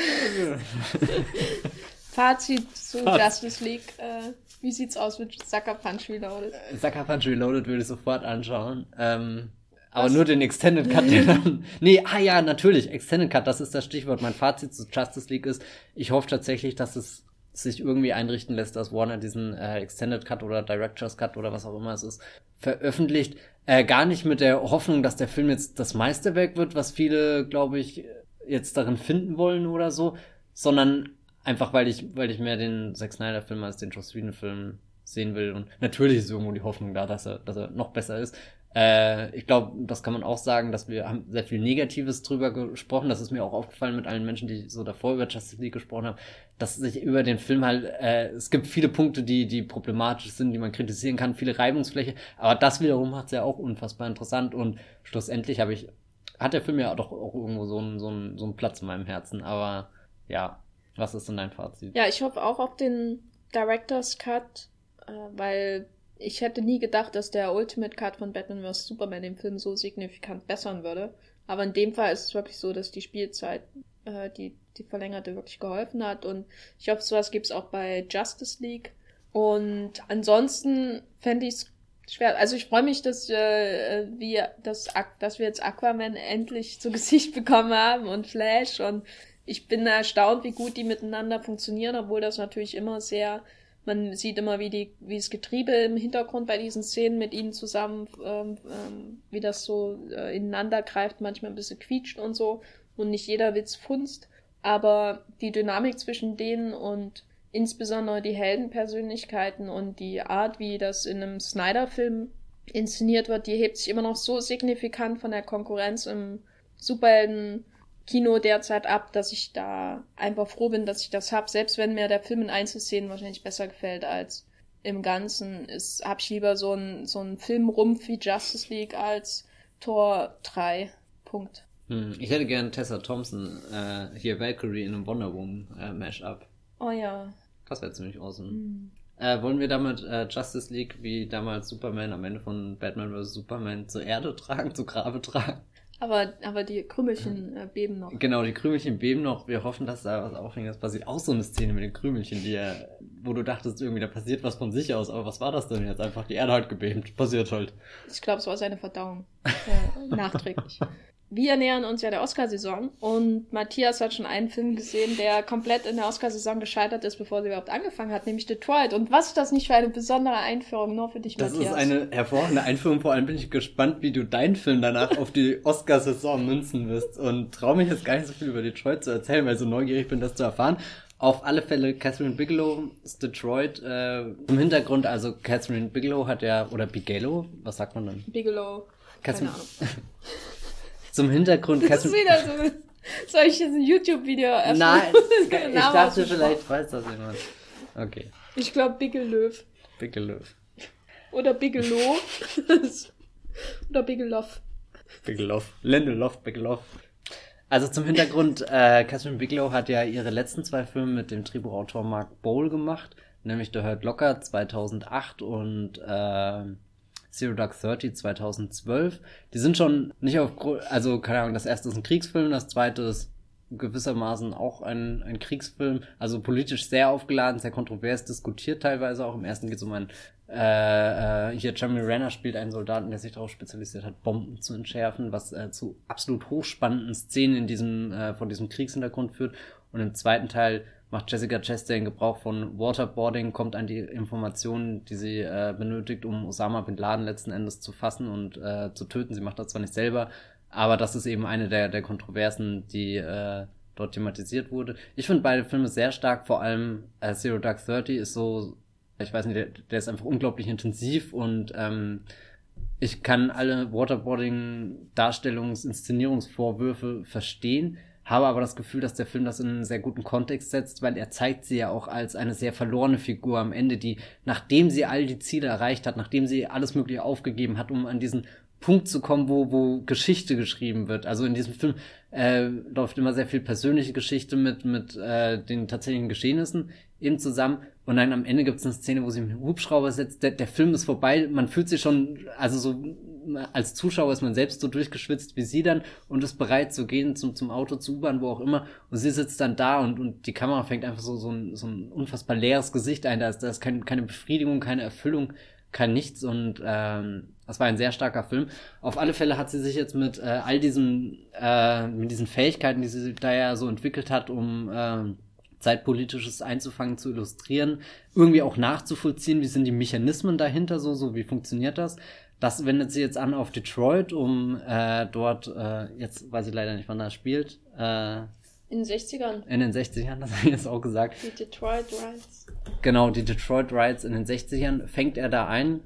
Fazit zu Justice League. Wie sieht's aus mit Sucker Punch Reloaded? Sucker Punch Reloaded würde ich sofort anschauen. Aber nur den Extended Cut, der dann... ja, natürlich, Extended Cut, das ist das Stichwort. Mein Fazit zu Justice League ist, ich hoffe tatsächlich, dass es sich irgendwie einrichten lässt, dass Warner diesen Extended Cut oder Director's Cut oder was auch immer es ist, veröffentlicht. Gar nicht mit der Hoffnung, dass der Film jetzt das Meisterwerk wird, was viele, glaube ich, jetzt darin finden wollen oder so, sondern einfach, weil ich mehr den Zack Snyder-Film als den Joss Whedon-Film sehen will. Und natürlich ist irgendwo die Hoffnung da, dass er noch besser ist. Ich glaube, das kann man auch sagen, dass wir haben sehr viel Negatives drüber gesprochen. Das ist mir auch aufgefallen mit allen Menschen, die so davor über Justice League gesprochen haben, dass sich über den Film halt, es gibt viele Punkte, die problematisch sind, die man kritisieren kann, viele Reibungsfläche. Aber das wiederum macht es ja auch unfassbar interessant. Und schlussendlich hat der Film ja doch auch irgendwo so einen Platz in meinem Herzen. Aber ja, was ist denn dein Fazit? Ja, ich hoffe auch auf den Director's Cut, weil ich hätte nie gedacht, dass der Ultimate Cut von Batman vs. Superman den Film so signifikant bessern würde. Aber in dem Fall ist es wirklich so, dass die Spielzeit, die verlängerte, wirklich geholfen hat. Und ich hoffe, sowas gibt's auch bei Justice League. Und ansonsten fände ich es schwer. Also ich freue mich, dass wir jetzt Aquaman endlich zu Gesicht bekommen haben und Flash. Und Ich bin erstaunt, wie gut die miteinander funktionieren, obwohl das natürlich immer sehr, man sieht immer, wie das Getriebe im Hintergrund bei diesen Szenen mit ihnen zusammen, wie das so ineinander greift, manchmal ein bisschen quietscht und so und nicht jeder Witz funzt, aber die Dynamik zwischen denen und insbesondere die Heldenpersönlichkeiten und die Art, wie das in einem Snyder-Film inszeniert wird, die hebt sich immer noch so signifikant von der Konkurrenz im Superhelden-Kino derzeit ab, dass ich da einfach froh bin, dass ich das hab. Selbst wenn mir der Film in Einzelszenen wahrscheinlich besser gefällt als im Ganzen, hab ich lieber so einen Filmrumpf wie Justice League als Tor 3. Punkt. Ich hätte gern Tessa Thompson, hier Valkyrie in einem Wonder Woman Mashup. Oh ja. Das wäre ziemlich awesome. Wollen wir damit Justice League wie damals Superman am Ende von Batman vs. Superman zur Erde tragen, zu Grabe tragen? Aber die Krümelchen beben noch. Genau, die Krümelchen beben noch. Wir hoffen, dass da was Aufhängendes passiert. Auch so eine Szene mit den Krümelchen, wo du dachtest, irgendwie da passiert was von sich aus. Aber was war das denn jetzt? Einfach die Erde hat gebebt. Passiert halt. Ich glaube, es war seine Verdauung. Nachträglich. Wir nähern uns ja der Oscarsaison und Matthias hat schon einen Film gesehen, der komplett in der Oscarsaison gescheitert ist, bevor sie überhaupt angefangen hat, nämlich Detroit. Und was ist das nicht für eine besondere Einführung, nur für dich, das Matthias? Das ist eine hervorragende Einführung, vor allem bin ich gespannt, wie du deinen Film danach auf die Oscarsaison münzen wirst und traue mich jetzt gar nicht so viel über Detroit zu erzählen, weil ich so neugierig bin, das zu erfahren. Auf alle Fälle Catherine Bigelow's Detroit, im Hintergrund, also Catherine Bigelow hat ja, oder Bigelow, was sagt man dann? Bigelow, Catherine, keine Ahnung. Zum Hintergrund... Das ist wieder so... Soll ich jetzt ein YouTube-Video öffnen? Nein, ich dachte, vielleicht weiß das jemand. Okay. Ich glaube Bigelow. Bigelow. Oder Bigelow. Oder Bigelow. Bigelow. Lindelof, Bigelow. Also zum Hintergrund, Catherine Bigelow hat ja ihre letzten 2 Filme mit dem Drehbuchautor Mark Bowl gemacht, nämlich The Hurt Locker 2008 und Zero Dark 30 2012. Die sind schon nicht also keine Ahnung, das erste ist ein Kriegsfilm, das zweite ist gewissermaßen auch ein Kriegsfilm, also politisch sehr aufgeladen, sehr kontrovers diskutiert teilweise auch. Im ersten geht es um hier Jeremy Renner spielt einen Soldaten, der sich darauf spezialisiert hat, Bomben zu entschärfen, was zu absolut hochspannenden Szenen von diesem Kriegshintergrund führt. Und im zweiten Teil macht Jessica Chastain Gebrauch von Waterboarding, kommt an die Informationen, die sie benötigt, um Osama Bin Laden letzten Endes zu fassen und zu töten. Sie macht das zwar nicht selber, aber das ist eben eine der Kontroversen, die dort thematisiert wurde. Ich finde beide Filme sehr stark, vor allem Zero Dark 30 ist so, ich weiß nicht, der ist einfach unglaublich intensiv und ich kann alle Waterboarding-Darstellungs-Inszenierungsvorwürfe verstehen, habe aber das Gefühl, dass der Film das in einen sehr guten Kontext setzt, weil er zeigt sie ja auch als eine sehr verlorene Figur am Ende, die, nachdem sie all die Ziele erreicht hat, nachdem sie alles Mögliche aufgegeben hat, um an diesen Punkt zu kommen, wo Geschichte geschrieben wird. Also in diesem Film läuft immer sehr viel persönliche Geschichte mit den tatsächlichen Geschehnissen eben zusammen. Und dann am Ende gibt es eine Szene, wo sie mit dem Hubschrauber sitzt. Der Film ist vorbei. Man fühlt sich schon, also so als Zuschauer ist man selbst so durchgeschwitzt wie sie dann und ist bereit zu gehen zum Auto, zu U-Bahn, wo auch immer. Und sie sitzt dann da und die Kamera fängt einfach so ein unfassbar leeres Gesicht ein. Da ist keine Befriedigung, keine Erfüllung, kein Nichts. Und das war ein sehr starker Film. Auf alle Fälle hat sie sich jetzt mit all diesen Fähigkeiten, die sie da ja so entwickelt hat, um Zeitpolitisches einzufangen, zu illustrieren, irgendwie auch nachzuvollziehen, wie sind die Mechanismen dahinter, so wie funktioniert das. Das wendet sie jetzt an auf Detroit, um dort, jetzt weiß ich leider nicht, wann das spielt. In den 60ern. In den 60ern, das habe ich jetzt auch gesagt. Die Detroit Riots. Genau, die Detroit Riots in den 60ern fängt er da ein.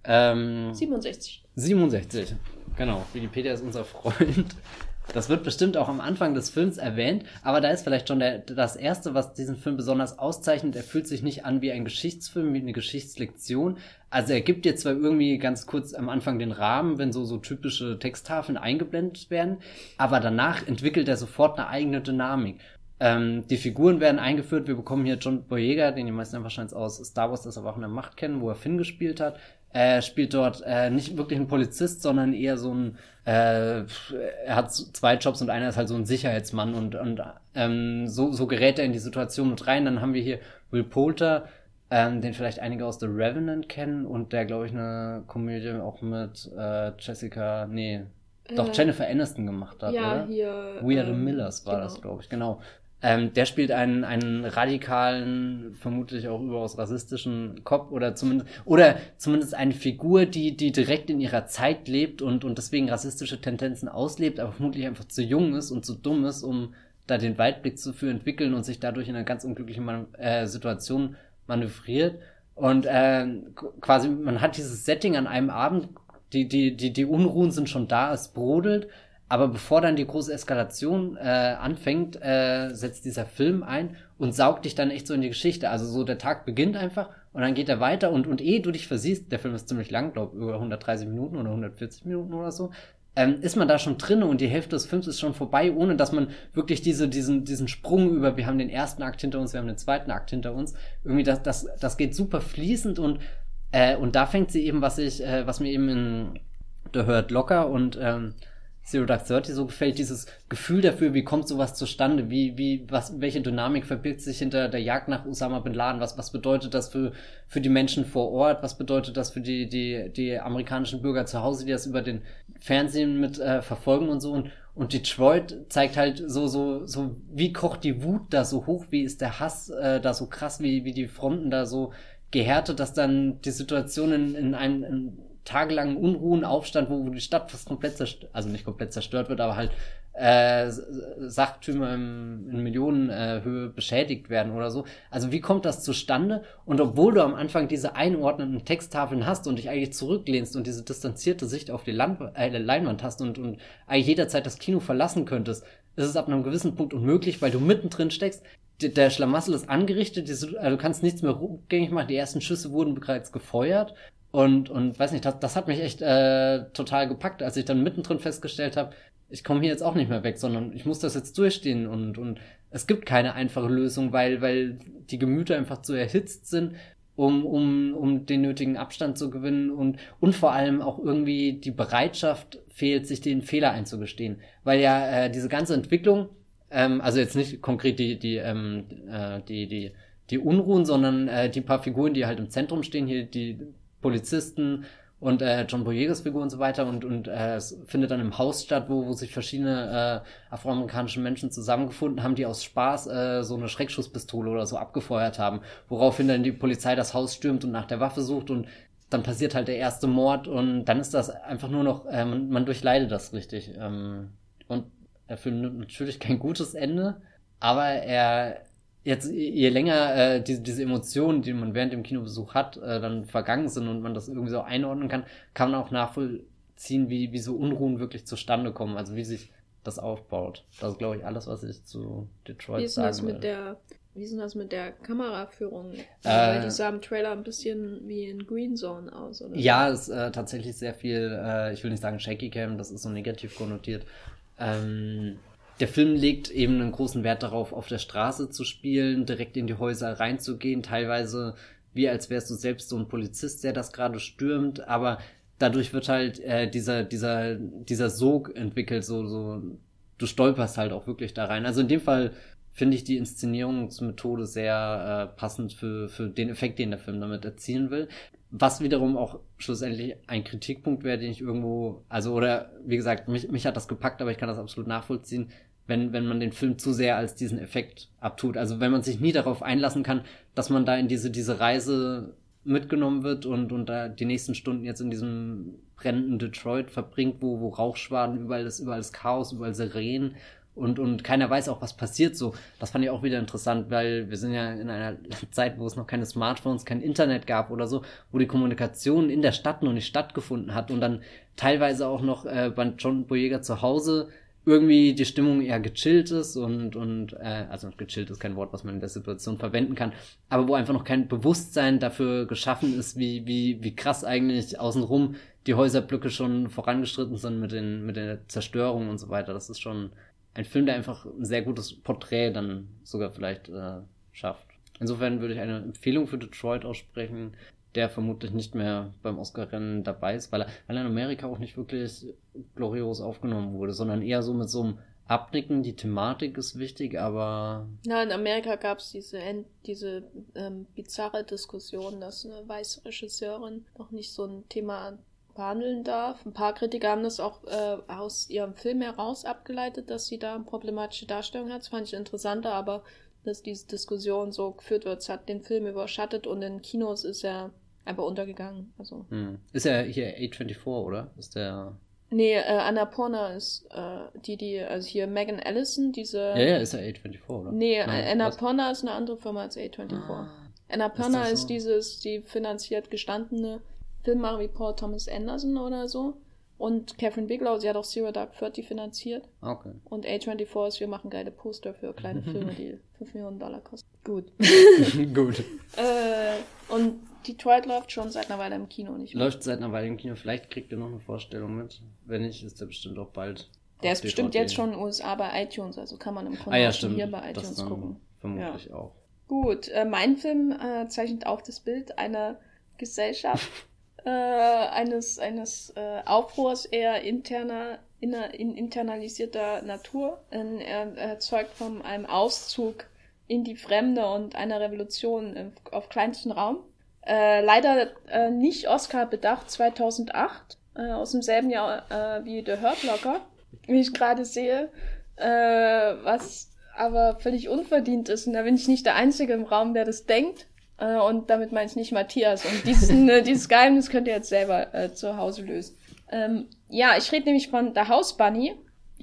67. 67, genau. Wikipedia ist unser Freund. Das wird bestimmt auch am Anfang des Films erwähnt, aber da ist vielleicht schon das Erste, was diesen Film besonders auszeichnet. Er fühlt sich nicht an wie ein Geschichtsfilm, wie eine Geschichtslektion. Also er gibt dir zwar irgendwie ganz kurz am Anfang den Rahmen, wenn so typische Texttafeln eingeblendet werden, aber danach entwickelt er sofort eine eigene Dynamik. Die Figuren werden eingeführt. Wir bekommen hier John Boyega, den die meisten wahrscheinlich aus Star Wars, das aber auch in der Macht kennen, wo er Finn gespielt hat. Er spielt dort nicht wirklich einen Polizist, sondern eher so ein er hat 2 Jobs und einer ist halt so ein Sicherheitsmann und so gerät er in die Situation mit rein. Dann haben wir hier Will Poulter, den vielleicht einige aus The Revenant kennen und der, glaube ich, eine Komödie auch mit Jennifer Aniston gemacht hat, ja, oder? Hier, We Are the Millers war genau. das, glaube ich, genau. Der spielt einen radikalen, vermutlich auch überaus rassistischen Cop oder zumindest eine Figur, die direkt in ihrer Zeit lebt und deswegen rassistische Tendenzen auslebt, aber vermutlich einfach zu jung ist und zu dumm ist, um da den Weitblick zu für entwickeln und sich dadurch in einer ganz unglücklichen Situation manövriert. Und quasi, man hat dieses Setting an einem Abend, die Unruhen sind schon da, es brodelt, aber bevor dann die große Eskalation anfängt, setzt dieser Film ein und saugt dich dann echt so in die Geschichte. Also so der Tag beginnt einfach und dann geht er weiter und ehe du dich versiehst, der Film ist ziemlich lang, glaube über 130 Minuten oder 140 Minuten oder so, ist man da schon drin und die Hälfte des Films ist schon vorbei, ohne dass man wirklich diesen Sprung über, wir haben den ersten Akt hinter uns, wir haben den zweiten Akt hinter uns, irgendwie das geht super fließend und da fängt sie eben, was mir eben in The Hurt Locker und Zero Dark Thirty so gefällt, dieses Gefühl dafür, wie kommt sowas zustande, welche Dynamik verbirgt sich hinter der Jagd nach Osama Bin Laden, was bedeutet das für die Menschen vor Ort, was bedeutet das für die amerikanischen Bürger zu Hause, die das über den Fernsehen mit verfolgen und so und Detroit zeigt halt so wie kocht die Wut da so hoch, wie ist der Hass da so krass, wie die Fronten da so gehärtet, dass dann die Situation in einem tagelangen Unruhen, Aufstand, wo die Stadt fast komplett nicht komplett zerstört wird, aber halt Sachttümer in Millionenhöhe beschädigt werden oder so. Also wie kommt das zustande? Und obwohl du am Anfang diese einordnenden Texttafeln hast und dich eigentlich zurücklehnst und diese distanzierte Sicht auf die Leinwand hast und eigentlich jederzeit das Kino verlassen könntest, ist es ab einem gewissen Punkt unmöglich, weil du mittendrin steckst. Der Schlamassel ist angerichtet, du kannst nichts mehr rückgängig machen, die ersten Schüsse wurden bereits gefeuert. Und weiß nicht, das hat mich echt total gepackt, als ich dann mittendrin festgestellt habe, ich komme hier jetzt auch nicht mehr weg, sondern ich muss das jetzt durchstehen und es gibt keine einfache Lösung, weil die Gemüter einfach zu erhitzt sind, um den nötigen Abstand zu gewinnen und vor allem auch irgendwie die Bereitschaft fehlt, sich den Fehler einzugestehen. Weil ja diese ganze Entwicklung, also jetzt nicht konkret die Unruhen, sondern die paar Figuren, die halt im Zentrum stehen, hier die Polizisten und John Boyegas Figur und so weiter und es findet dann im Haus statt, wo sich verschiedene afroamerikanische Menschen zusammengefunden haben, die aus Spaß so eine Schreckschusspistole oder so abgefeuert haben, woraufhin dann die Polizei das Haus stürmt und nach der Waffe sucht und dann passiert halt der erste Mord und dann ist das einfach nur noch, man durchleidet das richtig. Und der Film nimmt natürlich kein gutes Ende, aber jetzt, je länger diese Emotionen, die man während dem Kinobesuch hat, dann vergangen sind und man das irgendwie so einordnen kann man auch nachvollziehen, wie so Unruhen wirklich zustande kommen, also wie sich das aufbaut. Das ist, glaube ich, alles, was ich zu Detroit sagen will. Wie ist denn das mit der Kameraführung? Weil die sah im Trailer ein bisschen wie in Green Zone aus, oder? Ja, es ist tatsächlich sehr viel, ich will nicht sagen Shaky Cam, das ist so negativ konnotiert. Der Film legt eben einen großen Wert darauf, auf der Straße zu spielen, direkt in die Häuser reinzugehen, teilweise wie als wärst du selbst so ein Polizist, der das gerade stürmt, aber dadurch wird halt dieser Sog entwickelt, so du stolperst halt auch wirklich da rein. Also in dem Fall finde ich die Inszenierungsmethode sehr passend für den Effekt, den der Film damit erzielen will. Was wiederum auch schlussendlich ein Kritikpunkt wäre, den ich irgendwo, oder wie gesagt, mich hat das gepackt, aber ich kann das absolut nachvollziehen, wenn man den Film zu sehr als diesen Effekt abtut. Also wenn man sich nie darauf einlassen kann, dass man da in diese Reise mitgenommen wird und da die nächsten Stunden jetzt in diesem brennenden Detroit verbringt, wo Rauchschwaden, überall ist Chaos, überall Sirenen und keiner weiß auch, was passiert so. Das fand ich auch wieder interessant, weil wir sind ja in einer Zeit, wo es noch keine Smartphones, kein Internet gab oder so, wo die Kommunikation in der Stadt noch nicht stattgefunden hat und dann teilweise auch noch bei John Boyega zu Hause irgendwie die Stimmung eher gechillt ist also gechillt ist kein Wort, was man in der Situation verwenden kann, aber wo einfach noch kein Bewusstsein dafür geschaffen ist, wie krass eigentlich außenrum die Häuserblöcke schon vorangeschritten sind mit der Zerstörung und so weiter. Das ist schon ein Film, der einfach ein sehr gutes Porträt dann sogar vielleicht schafft. Insofern würde ich eine Empfehlung für Detroit aussprechen, der vermutlich nicht mehr beim Oscar-Rennen dabei ist, weil er in Amerika auch nicht wirklich glorios aufgenommen wurde, sondern eher so mit so einem Abnicken. Die Thematik ist wichtig, aber... Ja, in Amerika gab es diese bizarre Diskussion, dass eine weiße Regisseurin noch nicht so ein Thema behandeln darf. Ein paar Kritiker haben das auch aus ihrem Film heraus abgeleitet, dass sie da eine problematische Darstellung hat. Das fand ich interessanter, aber dass diese Diskussion so geführt wird, es hat den Film überschattet und in Kinos ist er einfach untergegangen. Also. Ist er hier A24, oder? Ist der... Nee, Annapurna ist also hier Megan Allison, diese... Ja, ist er A24, oder? Nee, Annapurna ist eine andere Firma als A24. Annapurna ist die finanziert gestandene Filmemacher wie Paul Thomas Anderson oder so. Und Catherine Bigelow, sie hat auch Zero Dark Thirty finanziert. Okay. Und A24 ist, wir machen geile Poster für kleine Filme, die $5 Millionen kosten. Gut. Gut. Und Detroit läuft schon seit einer Weile im Kino, nicht mehr? Läuft seit einer Weile im Kino. Vielleicht kriegt ihr noch eine Vorstellung mit. Wenn nicht, ist der bestimmt auch bald. Der ist bestimmt jetzt schon in den USA bei iTunes, also kann man im Grunde hier bei iTunes gucken. Vermutlich auch. Gut, mein Film zeichnet auch das Bild einer Gesellschaft, eines Aufruhrs eher internalisierter Natur. Er erzeugt von einem Auszug in die Fremde und einer Revolution auf kleinstem Raum. Leider nicht Oscar bedacht, 2008, aus demselben Jahr wie The Hurt Locker, wie ich gerade sehe, was aber völlig unverdient ist. Und da bin ich nicht der Einzige im Raum, der das denkt. Und damit meine ich nicht Matthias. Und dieses Geheimnis könnt ihr jetzt selber zu Hause lösen. Ich rede nämlich von The House Bunny.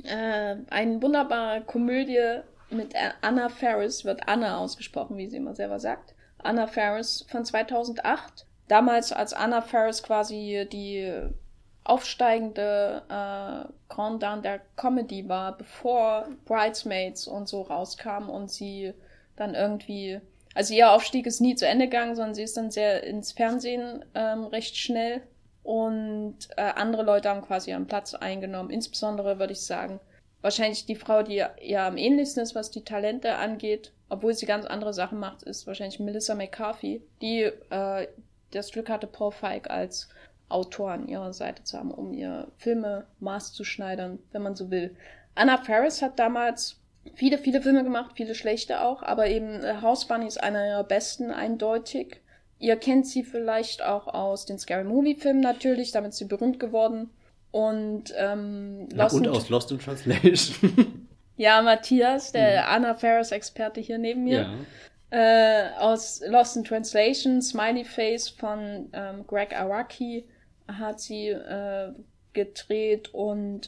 Eine wunderbare Komödie mit Anna Faris, wird Anna ausgesprochen, wie sie immer selber sagt. Anna Faris von 2008. Damals, als Anna Faris quasi die aufsteigende Grand Dame der Comedy war, bevor Bridesmaids und so rauskam und sie dann irgendwie, also ihr Aufstieg ist nie zu Ende gegangen, sondern sie ist dann sehr ins Fernsehen recht schnell und andere Leute haben quasi ihren Platz eingenommen. Insbesondere würde ich sagen, wahrscheinlich die Frau, die ihr am ähnlichsten ist, was die Talente angeht, obwohl sie ganz andere Sachen macht, ist wahrscheinlich Melissa McCarthy, die das Glück hatte, Paul Feig als Autor an ihrer Seite zu haben, um ihr Filme maßzuschneidern, wenn man so will. Anna Faris hat damals viele Filme gemacht, viele schlechte auch, aber eben House Bunny ist einer ihrer besten, eindeutig. Ihr kennt sie vielleicht auch aus den Scary Movie Filmen natürlich, damit ist sie berühmt geworden. Und aus Lost in Translation. Ja, Matthias, der Anna Faris-Experte hier neben mir. Ja. Aus Lost in Translation, Smiley Face von Greg Araki hat sie gedreht und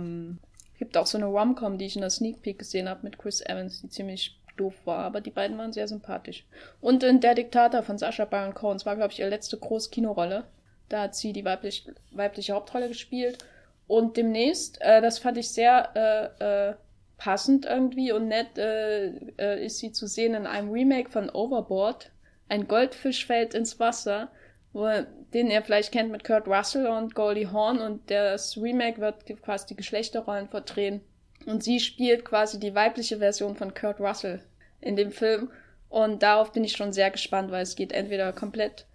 gibt auch so eine Rom-Com, die ich in der Sneak Peek gesehen habe mit Chris Evans, die ziemlich doof war, aber die beiden waren sehr sympathisch. Und in Der Diktator von Sacha Baron Cohen, das war, glaube ich, ihre letzte große Kinorolle. Da hat sie die weibliche Hauptrolle gespielt. Und demnächst, das fand ich sehr passend irgendwie und nett, ist sie zu sehen in einem Remake von Overboard. Ein Goldfisch fällt ins Wasser, den ihr vielleicht kennt mit Kurt Russell und Goldie Hawn. Und das Remake wird quasi die Geschlechterrollen verdrehen. Und sie spielt quasi die weibliche Version von Kurt Russell in dem Film. Und darauf bin ich schon sehr gespannt, weil es geht entweder komplett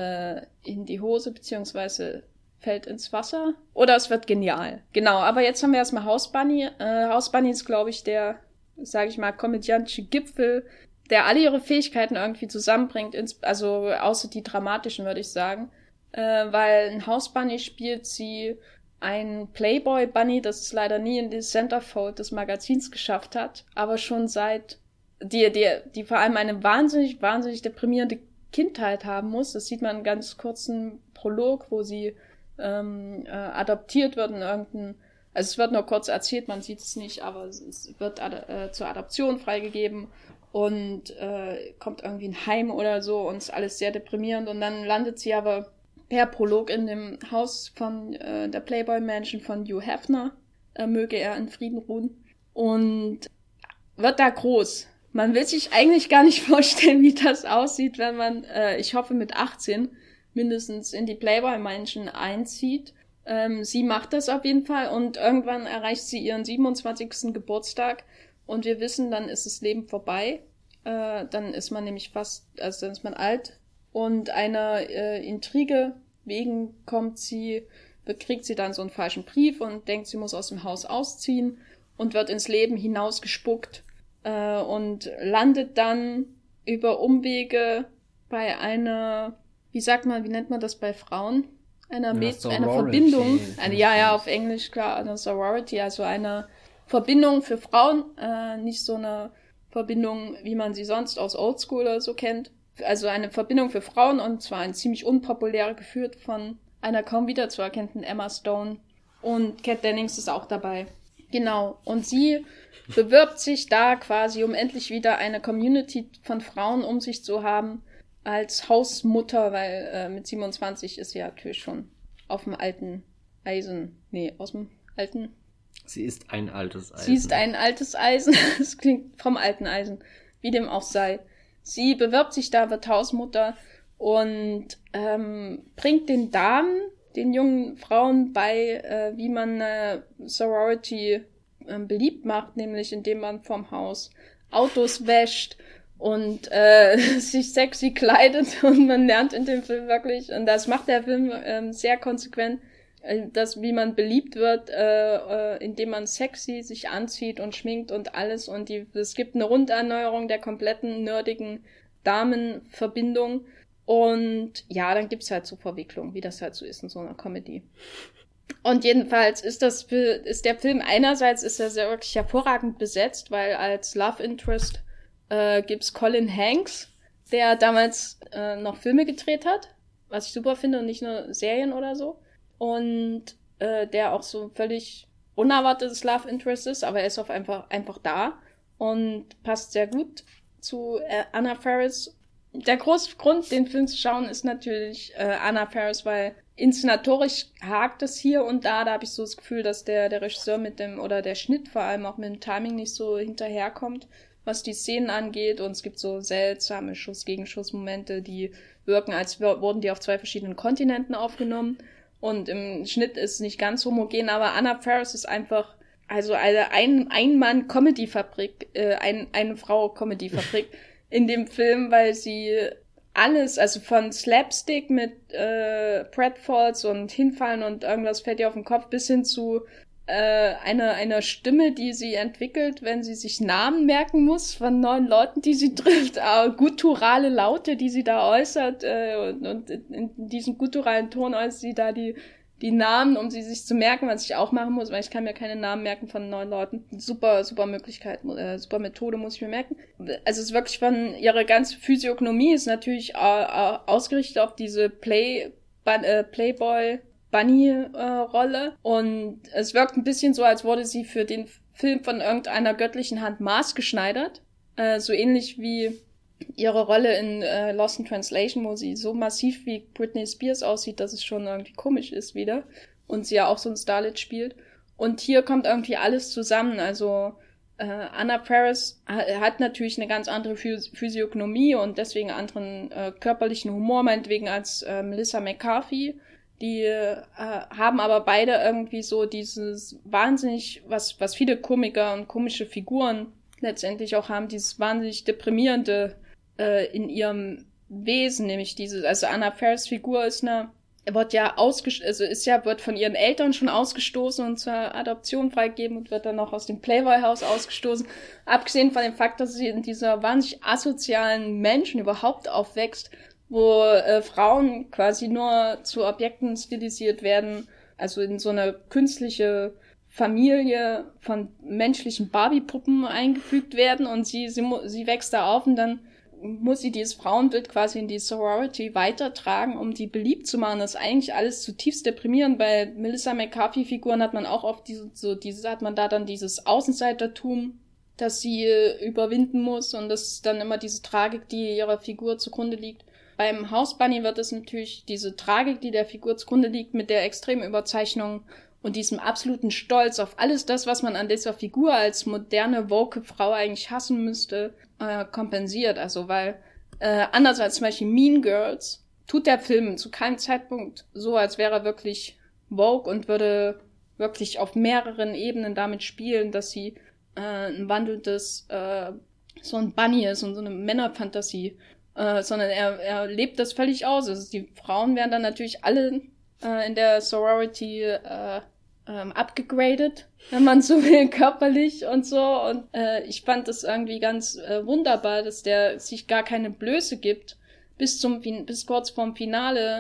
in die Hose, beziehungsweise fällt ins Wasser, oder es wird genial. Genau, aber jetzt haben wir erstmal House Bunny. House Bunny ist, glaube ich, der, sage ich mal, komödiantische Gipfel, der alle ihre Fähigkeiten irgendwie zusammenbringt, also außer die dramatischen, würde ich sagen. Weil in House Bunny spielt sie ein Playboy Bunny, das es leider nie in die Centerfold des Magazins geschafft hat, aber schon seit die vor allem eine wahnsinnig deprimierende Kindheit haben muss. Das sieht man in ganz kurzen Prolog, wo sie adoptiert wird in also es wird nur kurz erzählt, man sieht es nicht, aber es wird zur Adoption freigegeben und kommt irgendwie in ein Heim oder so und ist alles sehr deprimierend und dann landet sie aber per Prolog in dem Haus von der Playboy Mansion von Hugh Hefner, möge er in Frieden ruhen, und wird da groß. Man will sich eigentlich gar nicht vorstellen, wie das aussieht, wenn man, ich hoffe mit 18, mindestens in die Playboy-Mansion einzieht. Sie macht das auf jeden Fall und irgendwann erreicht sie ihren 27. Geburtstag und wir wissen, dann ist das Leben vorbei. Dann ist man nämlich dann ist man alt und einer Intrige wegen kriegt sie dann so einen falschen Brief und denkt, sie muss aus dem Haus ausziehen und wird ins Leben hinausgespuckt. Und landet dann über Umwege bei einer, wie nennt man das bei Frauen? einer Verbindung, auf Englisch klar, eine Sorority, also eine Verbindung für Frauen, nicht so eine Verbindung, wie man sie sonst aus Oldschool oder so kennt. Also eine Verbindung für Frauen, und zwar eine ziemlich unpopuläre, geführt von einer kaum wiederzuerkennenden Emma Stone. Und Kat Dennings ist auch dabei. Genau. Und sie bewirbt sich da quasi, um endlich wieder eine Community von Frauen um sich zu haben, als Hausmutter, weil mit 27 ist sie natürlich schon auf dem alten Eisen. Nee, aus dem alten... Sie ist ein altes Eisen. Sie ist ein altes Eisen. Das klingt vom alten Eisen, wie dem auch sei. Sie bewirbt sich da, wird Hausmutter und bringt den Damen, den jungen Frauen bei, wie man eine Sorority beliebt macht, nämlich indem man vorm Haus Autos wäscht und sich sexy kleidet, und man lernt in dem Film wirklich, und das macht der Film sehr konsequent, dass wie man beliebt wird, indem man sexy sich anzieht und schminkt und alles, und es gibt eine Runderneuerung der kompletten nerdigen Damenverbindung, und ja, dann gibt's halt so Verwicklungen, wie das halt so ist in so einer Comedy. Und jedenfalls ist der Film einerseits ist er sehr wirklich hervorragend besetzt, weil als Love Interest gibt's Colin Hanks, der damals noch Filme gedreht hat, was ich super finde, und nicht nur Serien oder so. Und der auch so völlig unerwartetes Love Interest ist, aber er ist einfach da und passt sehr gut zu Anna Faris. Der große Grund, den Film zu schauen, ist natürlich Anna Faris, weil inszenatorisch hakt es hier und da habe ich so das Gefühl, dass der Regisseur oder der Schnitt vor allem auch mit dem Timing nicht so hinterherkommt, was die Szenen angeht, und es gibt so seltsame Schuss-Gegen-Schuss-Momente, die wirken, als wurden die auf 2 verschiedenen Kontinenten aufgenommen. Und im Schnitt ist nicht ganz homogen, aber Anna Faris ist einfach, also eine Ein-Mann-Comedy-Fabrik, eine Frau-Comedy-Fabrik in dem Film, weil sie alles, also von Slapstick mit Pratfalls und Hinfallen und irgendwas fällt ihr auf den Kopf, bis hin zu einer Stimme, die sie entwickelt, wenn sie sich Namen merken muss von neuen Leuten, die sie trifft, gutturale Laute, die sie da äußert, und in diesem gutturalen Ton äußert sie da die Namen, um sie sich zu merken, was ich auch machen muss, weil ich kann mir keine Namen merken von neuen Leuten. Super Möglichkeit, super Methode muss ich mir merken. Also es ist wirklich ihre ganze Physiognomie ist natürlich ausgerichtet auf diese Playboy Bunny-Rolle, und es wirkt ein bisschen so, als wurde sie für den Film von irgendeiner göttlichen Hand maßgeschneidert, so ähnlich wie ihre Rolle in Lost in Translation, wo sie so massiv wie Britney Spears aussieht, dass es schon irgendwie komisch ist wieder, und sie ja auch so ein Starlet spielt, und hier kommt irgendwie alles zusammen, also Anna Faris hat natürlich eine ganz andere Physiognomie und deswegen anderen körperlichen Humor, meinetwegen, als Melissa McCarthy. Die haben aber beide irgendwie so dieses wahnsinnig, was viele Komiker und komische Figuren letztendlich auch haben, dieses wahnsinnig deprimierende in ihrem Wesen, nämlich also Anna Faris Figur wird von ihren Eltern schon ausgestoßen und zur Adoption freigegeben und wird dann noch aus dem Playboy-Haus ausgestoßen. Abgesehen von dem Fakt, dass sie in dieser wahnsinnig asozialen Menschen überhaupt aufwächst, wo Frauen quasi nur zu Objekten stilisiert werden, also in so eine künstliche Familie von menschlichen Barbie-Puppen eingefügt werden, und sie wächst da auf, und dann muss sie dieses Frauenbild quasi in die Sorority weitertragen, um die beliebt zu machen. Das ist eigentlich alles zutiefst deprimierend. Bei Melissa McCarthy-Figuren hat man auch oft hat man da dann dieses Außenseitertum, das sie überwinden muss, und das ist dann immer diese Tragik, die ihrer Figur zugrunde liegt. Beim House Bunny wird es natürlich diese Tragik, die der Figur zugrunde liegt, mit der extremen Überzeichnung und diesem absoluten Stolz auf alles das, was man an dieser Figur als moderne, woke Frau eigentlich hassen müsste, kompensiert. Also weil anders als zum Beispiel Mean Girls tut der Film zu keinem Zeitpunkt so, als wäre er wirklich woke und würde wirklich auf mehreren Ebenen damit spielen, dass sie ein wandelndes so ein Bunny ist und so eine Männerfantasie, sondern er lebt das völlig aus. Also die Frauen werden dann natürlich alle in der Sorority abgegradet, wenn man so will, körperlich und so. Und ich fand das irgendwie ganz wunderbar, dass der sich gar keine Blöße gibt, bis kurz vorm Finale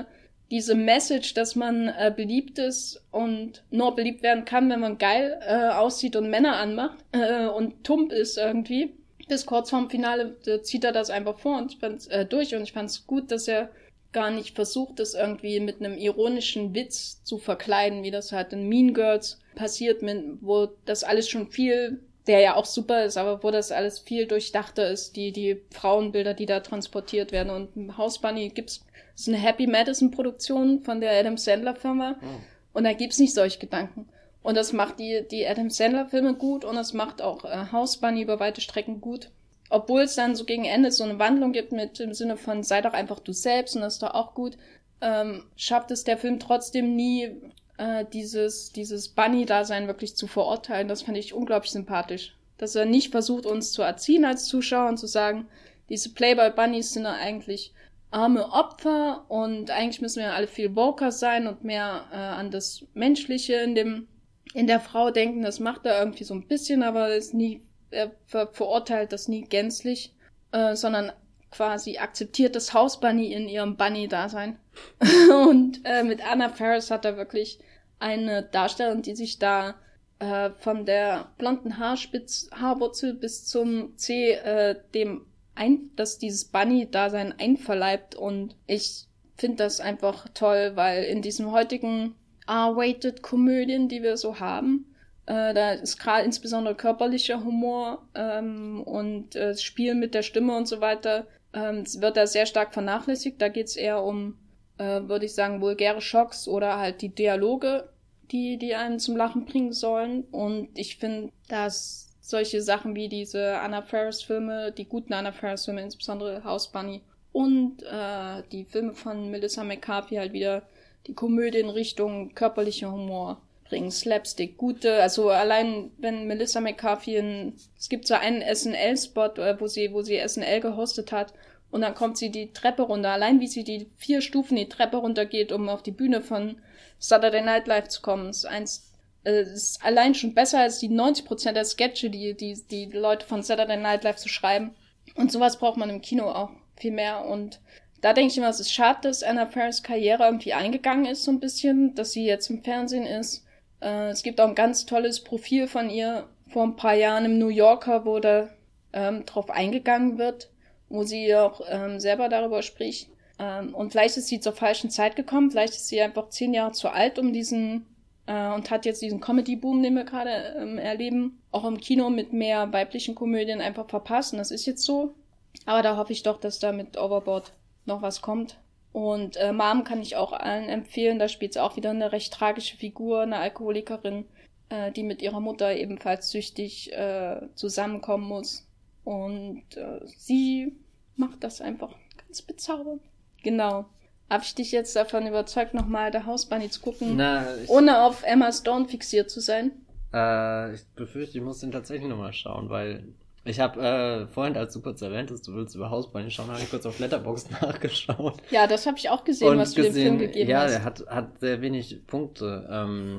diese Message, dass man beliebt ist und nur beliebt werden kann, wenn man geil aussieht und Männer anmacht und tump ist irgendwie. Bis kurz vorm Finale zieht er das einfach vor und ich fand's durch und ich fand's gut, dass er gar nicht versucht, das irgendwie mit einem ironischen Witz zu verkleiden, wie das halt in Mean Girls passiert, wo das alles schon viel, der ja auch super ist, aber wo das alles viel durchdachter ist, die Frauenbilder, die da transportiert werden. Und im House Bunny das ist eine Happy Madison Produktion von der Adam Sandler Firma und da gibt's nicht solche Gedanken. Und das macht die Adam Sandler Filme gut und das macht auch House Bunny über weite Strecken gut. Obwohl es dann so gegen Ende so eine Wandlung gibt mit im Sinne von sei doch einfach du selbst und das ist doch auch gut, schafft es der Film trotzdem nie, dieses Bunny-Dasein wirklich zu verurteilen. Das fand ich unglaublich sympathisch. Dass er nicht versucht, uns zu erziehen als Zuschauer und zu sagen, diese Playboy-Bunnies sind ja eigentlich arme Opfer und eigentlich müssen wir alle viel woker sein und mehr an das Menschliche in der Frau denken. Das macht er irgendwie so ein bisschen, aber er verurteilt das nie gänzlich, sondern quasi akzeptiert das House Bunny in ihrem Bunny-Dasein. Und mit Anna Faris hat er wirklich eine Darstellerin, die sich da von der blonden Haarwurzel bis zum C dass dieses Bunny-Dasein einverleibt. Und ich finde das einfach toll, weil in diesen heutigen R-Rated-Komödien, die wir so haben, da ist gerade insbesondere körperlicher Humor und Spiel mit der Stimme und so weiter, wird da sehr stark vernachlässigt. Da geht's eher um, würde ich sagen, vulgäre Schocks oder halt die Dialoge, die einen zum Lachen bringen sollen. Und ich finde, dass solche Sachen wie diese Anna Faris-Filme, die guten Anna Faris-Filme, insbesondere House Bunny und die Filme von Melissa McCarthy halt wieder die Komödie in Richtung körperlicher Humor bringen, Slapstick, gute, also allein wenn Melissa McCarthy es gibt so einen SNL-Spot, wo sie SNL gehostet hat und dann kommt sie die Treppe runter, allein wie sie die 4 Stufen die Treppe runtergeht, um auf die Bühne von Saturday Night Live zu kommen, ist allein schon besser als die 90% der Sketche, die Leute von Saturday Night Live zu schreiben. Und sowas braucht man im Kino auch viel mehr und da denke ich immer, es ist schade, dass Anna Faris Karriere irgendwie eingegangen ist, so ein bisschen, dass sie jetzt im Fernsehen ist. Es gibt auch ein ganz tolles Profil von ihr vor ein paar Jahren im New Yorker, wo da drauf eingegangen wird, wo sie auch selber darüber spricht. Und vielleicht ist sie zur falschen Zeit gekommen, vielleicht ist sie einfach 10 Jahre zu alt, um und hat jetzt diesen Comedy-Boom, den wir gerade erleben, auch im Kino mit mehr weiblichen Komödien einfach verpasst. Und das ist jetzt so. Aber da hoffe ich doch, dass da mit Overboard noch was kommt. Und Mom kann ich auch allen empfehlen. Da spielt sie auch wieder eine recht tragische Figur, eine Alkoholikerin, die mit ihrer Mutter ebenfalls süchtig zusammenkommen muss. Und sie macht das einfach ganz bezaubernd. Genau. Habe ich dich jetzt davon überzeugt, nochmal The House Bunny zu gucken, ohne auf Emma Stone fixiert zu sein? Ich befürchte, ich muss den tatsächlich nochmal schauen, weil ich habe vorhin, als du kurz erwähnt hast, du willst über House Bunny schauen, habe ich kurz auf Letterboxd nachgeschaut. Ja, das habe ich auch gesehen, was du dem Film gegeben hast. Ja, der hat sehr wenig Punkte,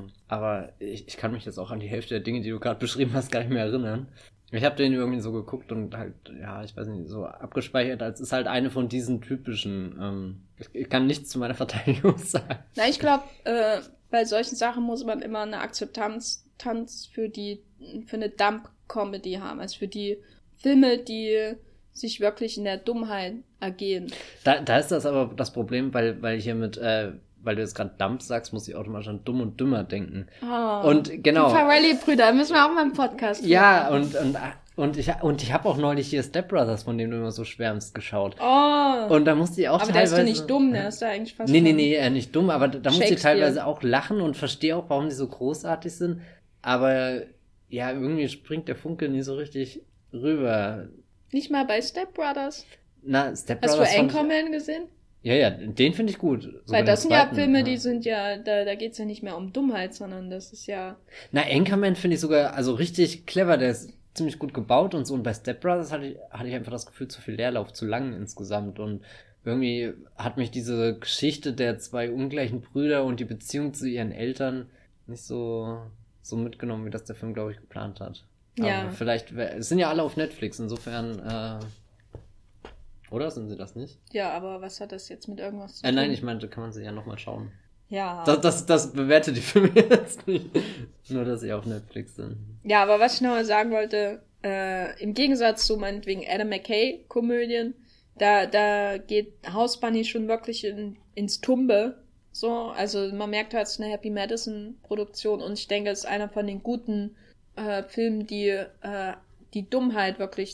aber ich kann mich jetzt auch an die Hälfte der Dinge, die du gerade beschrieben hast, gar nicht mehr erinnern. Ich habe den irgendwie so geguckt und halt, ja, ich weiß nicht, so abgespeichert, als ist halt eine von diesen typischen, ich kann nichts zu meiner Verteidigung sagen. Na, ich glaube, bei solchen Sachen muss man immer eine Akzeptanz für eine Dump-Comedy haben, also für die Filme, die sich wirklich in der Dummheit ergehen. Da ist das aber das Problem, weil hier weil du jetzt gerade Dump sagst, muss ich automatisch an Dumm und Dümmer denken. Oh, und genau. Die Farrelly-Brüder, müssen wir auch mal im Podcast machen. Ja, und ich habe auch neulich hier Step Brothers, von dem du immer so schwärmst, geschaut. Oh. Und da musste ich auch aber teilweise... Aber der ist doch nicht dumm, der ist da eigentlich fast... Nee, nicht dumm, aber da musste ich teilweise auch lachen und verstehe auch, warum die so großartig sind. Aber ja, irgendwie springt der Funke nie so richtig rüber. Nicht mal bei Step Brothers? Na, Step Brothers... Hast du Anchorman gesehen? Ja, den finde ich gut. Weil das sind ja Filme, die sind ja, da geht's ja nicht mehr um Dummheit, sondern das ist ja... Na, Anchorman finde ich sogar, also richtig clever, der ist ziemlich gut gebaut und so. Und bei Step Brothers hatte ich einfach das Gefühl, zu viel Leerlauf, zu lang insgesamt. Und irgendwie hat mich diese Geschichte der 2 ungleichen Brüder und die Beziehung zu ihren Eltern nicht so mitgenommen, wie das der Film, glaube ich, geplant hat. Ja. Aber vielleicht, es sind ja alle auf Netflix, insofern Oder sind sie das nicht? Ja, aber was hat das jetzt mit irgendwas zu tun? Nein, ich meinte, kann man sie ja nochmal schauen. Ja. Das bewertet die Filme jetzt nicht. Nur, dass sie auf Netflix sind. Ja, aber was ich nochmal sagen wollte, im Gegensatz zu meinetwegen Adam McKay-Komödien, da geht House Bunny schon wirklich ins Tumbe. So, also man merkt halt, es ist eine Happy Madison-Produktion und ich denke, es ist einer von den guten Filmen, die die Dummheit wirklich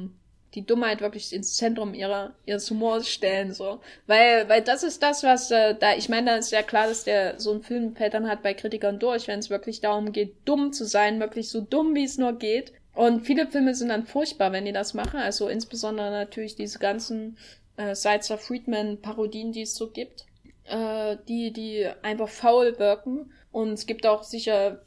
ins Zentrum ihres Humors stellen, so. Weil das ist das, was ich meine, da ist ja klar, dass der so ein Film fällt dann halt bei Kritikern durch, wenn es wirklich darum geht, dumm zu sein, wirklich so dumm, wie es nur geht. Und viele Filme sind dann furchtbar, wenn die das machen, also insbesondere natürlich diese ganzen Sides of Friedman-Parodien, die es so gibt, die einfach faul wirken. Und es gibt auch sicher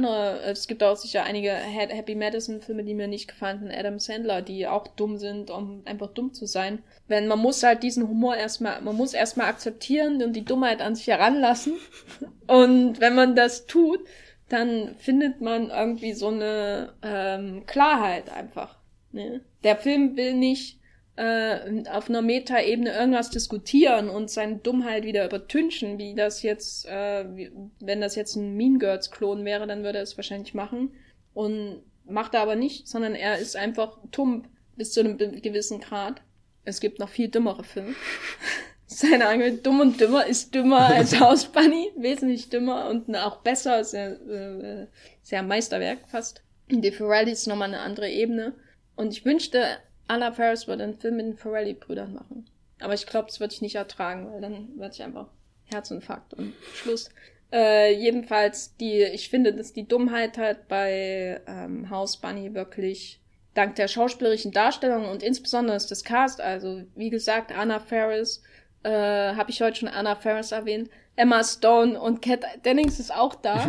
einige Happy Madison-Filme, die mir nicht gefallen von Adam Sandler, die auch dumm sind, um einfach dumm zu sein. Man muss halt diesen Humor erstmal akzeptieren und die Dummheit an sich heranlassen. Und wenn man das tut, dann findet man irgendwie so eine Klarheit einfach. Ne? Der Film will nicht auf einer Meta-Ebene irgendwas diskutieren und seine Dummheit wieder übertünchen, wie das jetzt, wenn das jetzt ein Mean Girls-Klon wäre, dann würde er es wahrscheinlich machen. Und macht er aber nicht, sondern er ist einfach dumm bis zu einem gewissen Grad. Es gibt noch viel dümmere Filme. Seine Argument, Dumm und Dümmer ist dümmer als House Bunny, wesentlich dümmer und auch besser, sehr Meisterwerk fast. Die Ferrelli ist nochmal eine andere Ebene. Und ich wünschte, Anna Faris würde einen Film mit den Ferrelli-Brüdern machen. Aber ich glaube, das würde ich nicht ertragen, weil dann würde ich einfach Herzinfarkt und Schluss. Jedenfalls, ich finde, dass die Dummheit halt bei House Bunny wirklich dank der schauspielerischen Darstellung und insbesondere des Cast, also wie gesagt, Anna Faris, habe ich heute schon Anna Faris erwähnt, Emma Stone und Kat Dennings ist auch da.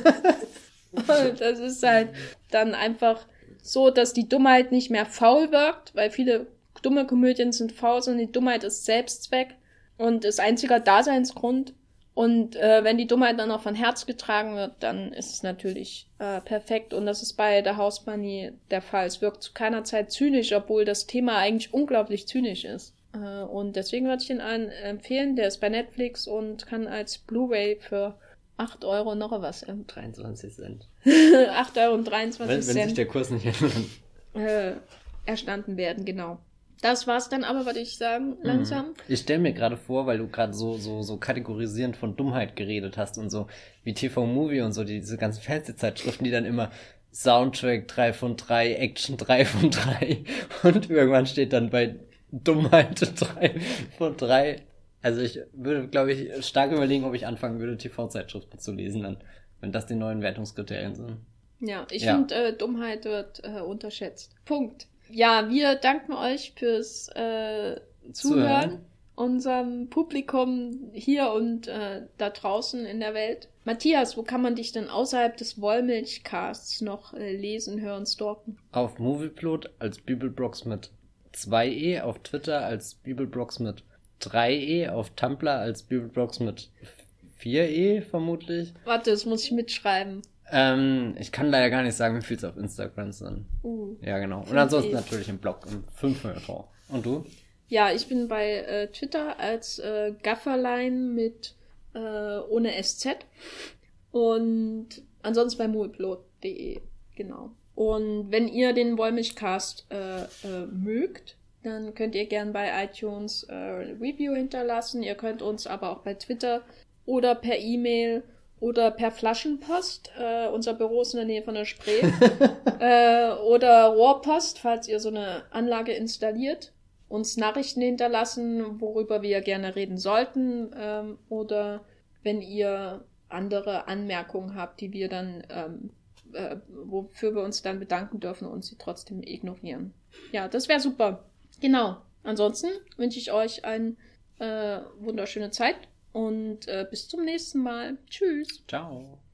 Und das ist halt dann einfach so, dass die Dummheit nicht mehr faul wirkt, weil viele dumme Komödien sind faul, sondern die Dummheit ist Selbstzweck und ist einziger Daseinsgrund. Und wenn die Dummheit dann auch von Herz getragen wird, dann ist es natürlich perfekt. Und das ist bei The House Bunny der Fall. Es wirkt zu keiner Zeit zynisch, obwohl das Thema eigentlich unglaublich zynisch ist. Und deswegen würde ich den allen empfehlen. Der ist bei Netflix und kann als Blu-ray für 8 Euro noch was. 23 Cent. 8 Euro und 23 Cent. Wenn sich der Kurs nicht ändert. Erstanden werden, genau. Das war's dann aber, würde ich sagen, langsam. Ich stelle mir gerade vor, weil du gerade so kategorisierend von Dummheit geredet hast und so wie TV-Movie und so, diese ganzen Fernsehzeitschriften, die dann immer Soundtrack 3 von 3, Action 3 von 3 und irgendwann steht dann bei Dummheit 3 von 3. Also ich würde, glaube ich, stark überlegen, ob ich anfangen würde, TV-Zeitschriften zu lesen, dann, wenn das die neuen Wertungskriterien sind. Ja, ich finde, Dummheit wird unterschätzt. Punkt. Ja, wir danken euch fürs Zuhören, unserem Publikum hier und da draußen in der Welt. Matthias, wo kann man dich denn außerhalb des Wollmilchcasts noch lesen, hören, stalken? Auf Movieplot als Bibelbrox mit 2e, auf Twitter als Bibelbrox mit 3e, auf Tumblr als Bibelbrox mit 4e vermutlich. Warte, das muss ich mitschreiben. Ich kann leider gar nicht sagen, wie viel es auf Instagram sind. Ja, genau. Und ansonsten natürlich im Blog, im 5 Und du? Ja, ich bin bei Twitter als Gafferlein mit ohne SZ und ansonsten bei movieplot.de, genau. Und wenn ihr den Wollmilchcast mögt, dann könnt ihr gern bei iTunes Review hinterlassen. Ihr könnt uns aber auch bei Twitter oder per E-Mail oder per Flaschenpost, unser Büro ist in der Nähe von der Spree, oder Rohrpost, falls ihr so eine Anlage installiert, uns Nachrichten hinterlassen, worüber wir gerne reden sollten, oder wenn ihr andere Anmerkungen habt, die wir dann, wofür wir uns dann bedanken dürfen und sie trotzdem ignorieren. Ja, das wäre super. Genau. Ansonsten wünsche ich euch eine wunderschöne Zeit und bis zum nächsten Mal. Tschüss. Ciao.